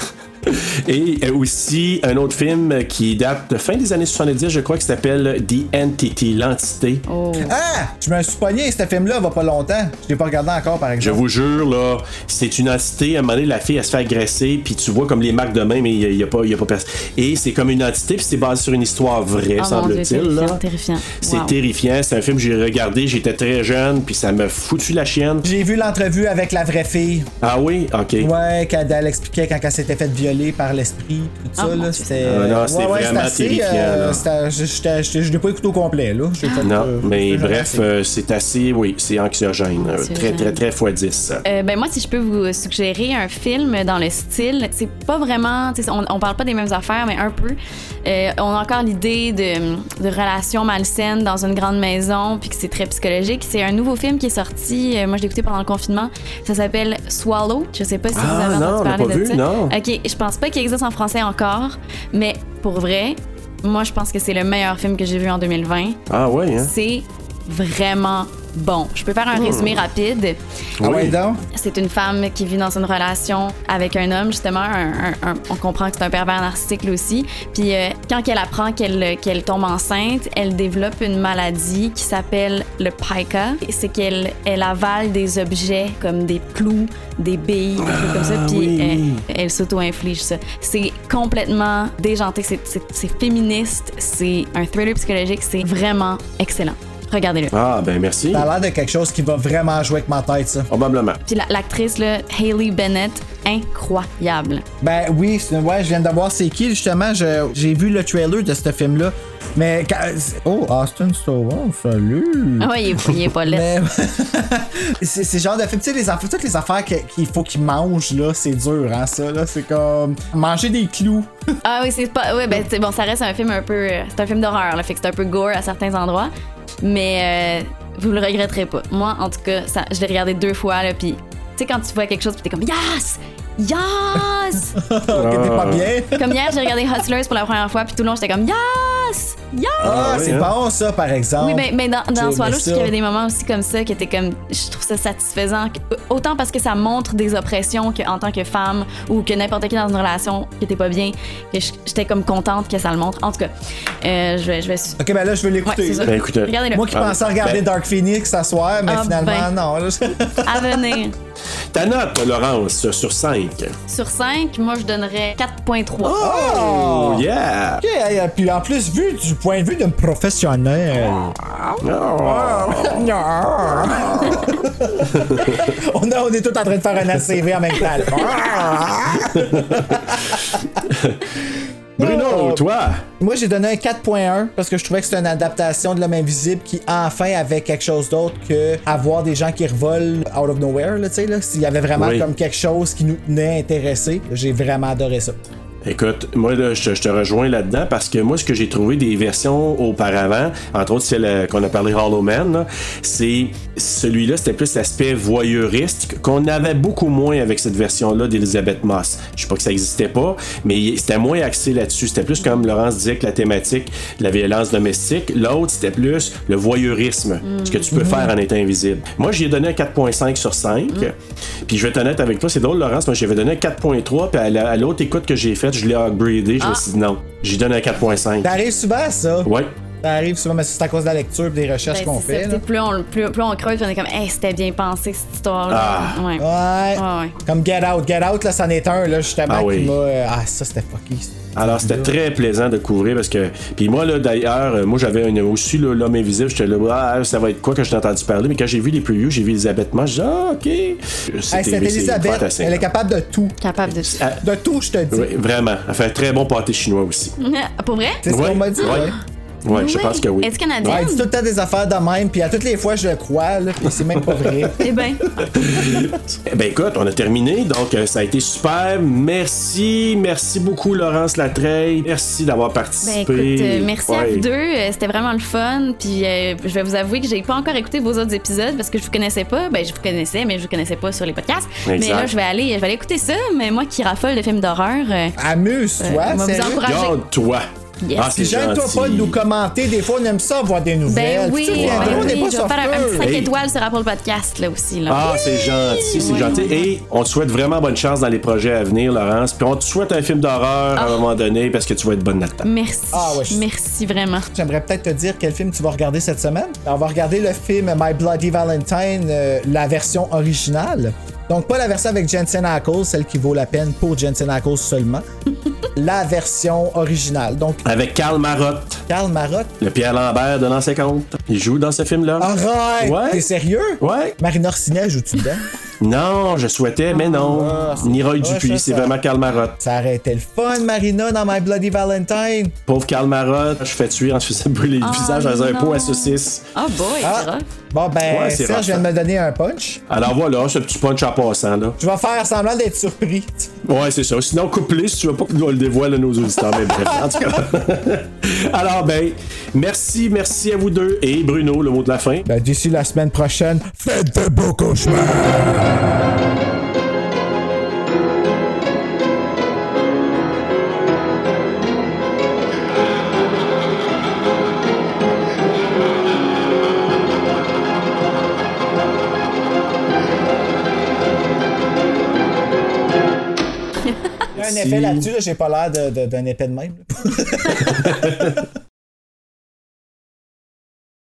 Et euh, aussi, un autre film qui date de fin des années soixante-dix, je crois, qui s'appelle The Entity, l'entité. Oh. Ah! Je me suis pogné, ce film-là, il va pas longtemps. Je l'ai pas regardé encore, par exemple. Je vous jure, là, c'est une entité. À un moment donné, la fille, elle se fait agresser, puis tu vois comme les marques de main, mais il n'y a, a pas, y a pas personne. Et c'est comme une entité, puis c'est basé sur une histoire vraie, oh, semble-t-il. Dieu, là. terrifiant, terrifiant. C'est wow. terrifiant. C'est un film que j'ai regardé, j'étais très jeune, puis ça m'a foutu la chienne. J'ai vu l'entrevue avec la vraie fille. Ah oui? OK. Ouais, quand elle expliquait quand elle s'était fait violer par l'esprit, tout ça, oh, là, c'était... Ah, non, c'était ouais, ouais, vraiment assez, terrifiant. Euh, là. Je ne l'ai pas écouté au complet, là. Fait, non, euh, mais bref, euh, c'est assez, oui, c'est anxiogène. Euh, très, très, très fois dix. Euh, ben moi, si je peux vous suggérer un film dans le style, c'est pas vraiment... On, on parle pas des mêmes affaires, mais un peu. Euh, on a encore l'idée de, de relations malsaines dans une grande maison, puis que c'est très psychologique. C'est un nouveau film qui est sorti, euh, moi je l'ai écouté pendant le confinement, ça s'appelle Swallow. Je sais pas si ah, vous avez non, entendu parler on l'a pas de vu, ça. Non. OK, je pense pas qu'il existe en français encore, mais pour vrai, moi je pense que c'est le meilleur film que j'ai vu en deux mille vingt. Ah ouais, hein? C'est vraiment bon. Je peux faire un mmh. résumé rapide. Ah ouais, donc? C'est une femme qui vit dans une relation avec un homme, justement. Un, un, un, on comprend que c'est un pervers narcissique, lui aussi. Puis euh, quand elle apprend qu'elle, qu'elle tombe enceinte, elle développe une maladie qui s'appelle le pica. C'est qu'elle elle avale des objets comme des clous, des billes, des trucs comme ça. Puis oui. elle, elle s'auto-inflige ça. C'est complètement déjanté. C'est, c'est, c'est féministe. C'est un thriller psychologique. C'est vraiment excellent. Regardez-le. Ah, ben merci. Ça a l'air de quelque chose qui va vraiment jouer avec ma tête, ça. Probablement. Puis la, l'actrice, là, Hayley Bennett, incroyable. Ben oui, ouais, je viens de voir c'est qui, justement. Je, j'ai vu le trailer de ce film-là. Mais quand... Oh, Austin Stowell, salut! Ah ouais, il est, il est pas laid. Mais... c'est, c'est genre de film, tu sais, les affaires, toutes les affaires que, qu'il faut qu'ils mangent, là, c'est dur, hein, ça, là. C'est comme manger des clous. Ah oui, c'est pas... Ouais, ben, c'est, bon, ça reste un film un peu... C'est un film d'horreur, là, fait que c'est un peu gore à certains endroits. Mais euh, vous le regretterez pas. Moi, en tout cas, ça, je l'ai regardé deux fois, là, pis... Tu sais, quand tu vois quelque chose, pis t'es comme « Yes! Yes! » Ok, t'es pas bien? Comme hier, j'ai regardé Hustlers pour la première fois, puis tout le long, j'étais comme « Yes! Yes! » Ah, c'est hein? Bon, ça, par exemple. Oui, mais, mais dans, dans Swallow, je trouve ça. qu'il y avait des moments aussi comme ça qui étaient comme... Je trouve ça satisfaisant. Autant parce que ça montre des oppressions qu'en tant que femme ou que n'importe qui dans une relation qui était pas bien, que j'étais comme contente que ça le montre. En tout cas, euh, je vais... Je vais... Ok, ben là, je vais l'écouter. Ouais, c'est ça. Ben, écoute, regardez-le. Moi qui ah, pensais regarder ben... Dark Phoenix ce soir, mais ah, finalement, ben. non. Là. À venir. Ta note, Laurence, sur cinq? Sur cinq, moi, je donnerais quatre virgule trois. Oh, oh yeah! OK, et puis en plus, vu du point de vue d'un professionnel. Oh. on, a, on est tous en train de faire un A C V en même temps. Bruno, oh. toi? Moi, j'ai donné un quatre virgule un parce que je trouvais que c'était une adaptation de L'Homme Invisible qui, enfin, avait quelque chose d'autre que avoir des gens qui revolent out of nowhere, là, tu sais, là. S'il y avait vraiment oui. comme quelque chose qui nous tenait intéressés, j'ai vraiment adoré ça. Écoute, moi, là, je, je te rejoins là-dedans parce que moi, ce que j'ai trouvé des versions auparavant, entre autres celle qu'on a parlé Hollow Man, là, c'est celui-là, c'était plus l'aspect voyeuriste qu'on avait beaucoup moins avec cette version-là d'Elizabeth Moss. Je sais pas que ça existait pas, mais c'était moins axé là-dessus. C'était plus comme Laurence disait que la thématique de la violence domestique. L'autre, c'était plus le voyeurisme, mm. ce que tu peux mm. faire en étant invisible. Moi, j'y ai donné un quatre virgule cinq sur cinq. Mm. Puis je vais être honnête avec toi, c'est drôle, Laurence, moi, j'avais donné un quatre virgule trois, puis à, la, à l'autre écoute que j'ai faite, je l'ai upgradé, je ah. me suis dit non. J'ai donné un quatre virgule cinq. Ça arrive souvent, ça? Oui. Ça arrive souvent, mais c'est à cause de la lecture et des recherches ben, qu'on fait. Ça, plus, on, plus, plus on creuse, on est comme, hey, c'était bien pensé cette histoire-là. Ah. Ouais. Ouais. ouais. ouais. Comme Get Out. Get Out, là, c'en est un, là, justement, ah, oui. qui m'a. Ah, ça, c'était fucky. Alors, c'était très plaisant de couvrir parce que. Puis moi, là, d'ailleurs, moi, j'avais une, aussi là, L'Homme Invisible. J'étais là, ah, ça va être quoi que je t'ai entendu parler. Mais quand j'ai vu les previews, j'ai vu Elisabeth Moss. J'ai dit, ah, OK. C'était, hey, c'était Elisabeth. Elle est capable de tout. Capable de tout. De tout, je te dis. Oui, vraiment. Elle fait un très bon pâté chinois aussi. Pour vrai? C'est ce ouais, qu'on m'a dit, ouais. ouais. Ouais, oui, je pense que oui. Est-ce canadienne? Ouais, elle dit tout le temps des affaires de même, puis à toutes les fois, je le crois, là, puis c'est même pas vrai. Eh ben. Eh ben, écoute, on a terminé, donc euh, ça a été super. Merci, merci beaucoup, Laurence Latreille. Merci d'avoir participé. Ben, écoute, euh, merci ouais. à vous deux. Euh, c'était vraiment le fun. Puis euh, je vais vous avouer que j'ai pas encore écouté vos autres épisodes parce que je vous connaissais pas. Ben, je vous connaissais, mais je vous connaissais pas sur les podcasts. Exact. Mais là, je vais aller, je vais aller écouter ça. Mais moi qui raffole de films d'horreur. Euh, Amuse-toi, euh, c'est vous encourager. Regarde-toi. Yes. Ah, c'est Gêne-toi gentil. pas de nous commenter. Des fois, on aime ça, voir des nouvelles. Ben oui, Puis, tu sais, ben on n'est oui, pas je vais faire un, un petit cinq Hey. étoiles sur Apple Podcast, là aussi. Là. Ah, c'est gentil, c'est Oui. gentil. Et on te souhaite vraiment bonne chance dans les projets à venir, Laurence. Puis on te souhaite un film d'horreur à un moment donné parce que tu vas être bonne là-dedans. Merci. Ah, ouais, je- Merci vraiment. J'aimerais peut-être te dire quel film tu vas regarder cette semaine. On va regarder le film My Bloody Valentine, euh, la version originale. Donc, pas la version avec Jensen Ackles, celle qui vaut la peine pour Jensen Ackles seulement. La version originale. Donc, Avec Karl Marotte, Karl Marotte. le Pierre Lambert de l'an cinquante. Il joue dans ce film-là. Arrête! Ouais. T'es sérieux? Ouais. Marina Orsinier joue-tu dedans? Non, je souhaitais, mais non. Ah, c'est- Ni Roy Ouais, Dupuis, ça, c'est ça- vraiment Karl Marotte. Ça aurait été le fun, Marina, dans My Bloody Valentine. Pauvre Karl Marotte, je fais tuer en se faisant brûler le Oh, visage dans un non. pot à saucisses. Oh boy, Ah. c'est rough. Bon, ben, Ouais, c'est Serge rough, vient de hein. me donner un punch. Alors voilà, ce petit punch en passant, là. Je vais faire semblant d'être surpris. Ouais, c'est ça. Sinon, coupe-les si tu veux pas que nous le dévoile à nos auditeurs. Mais bref, en tout cas. Alors, ben, merci, merci à vous deux. Et Bruno, le mot de la fin. Ben, d'ici la semaine prochaine, faites de beaux cauchemars! Il y a un effet là-dessus, là, j'ai pas l'air de- de- d'un épée de même. là.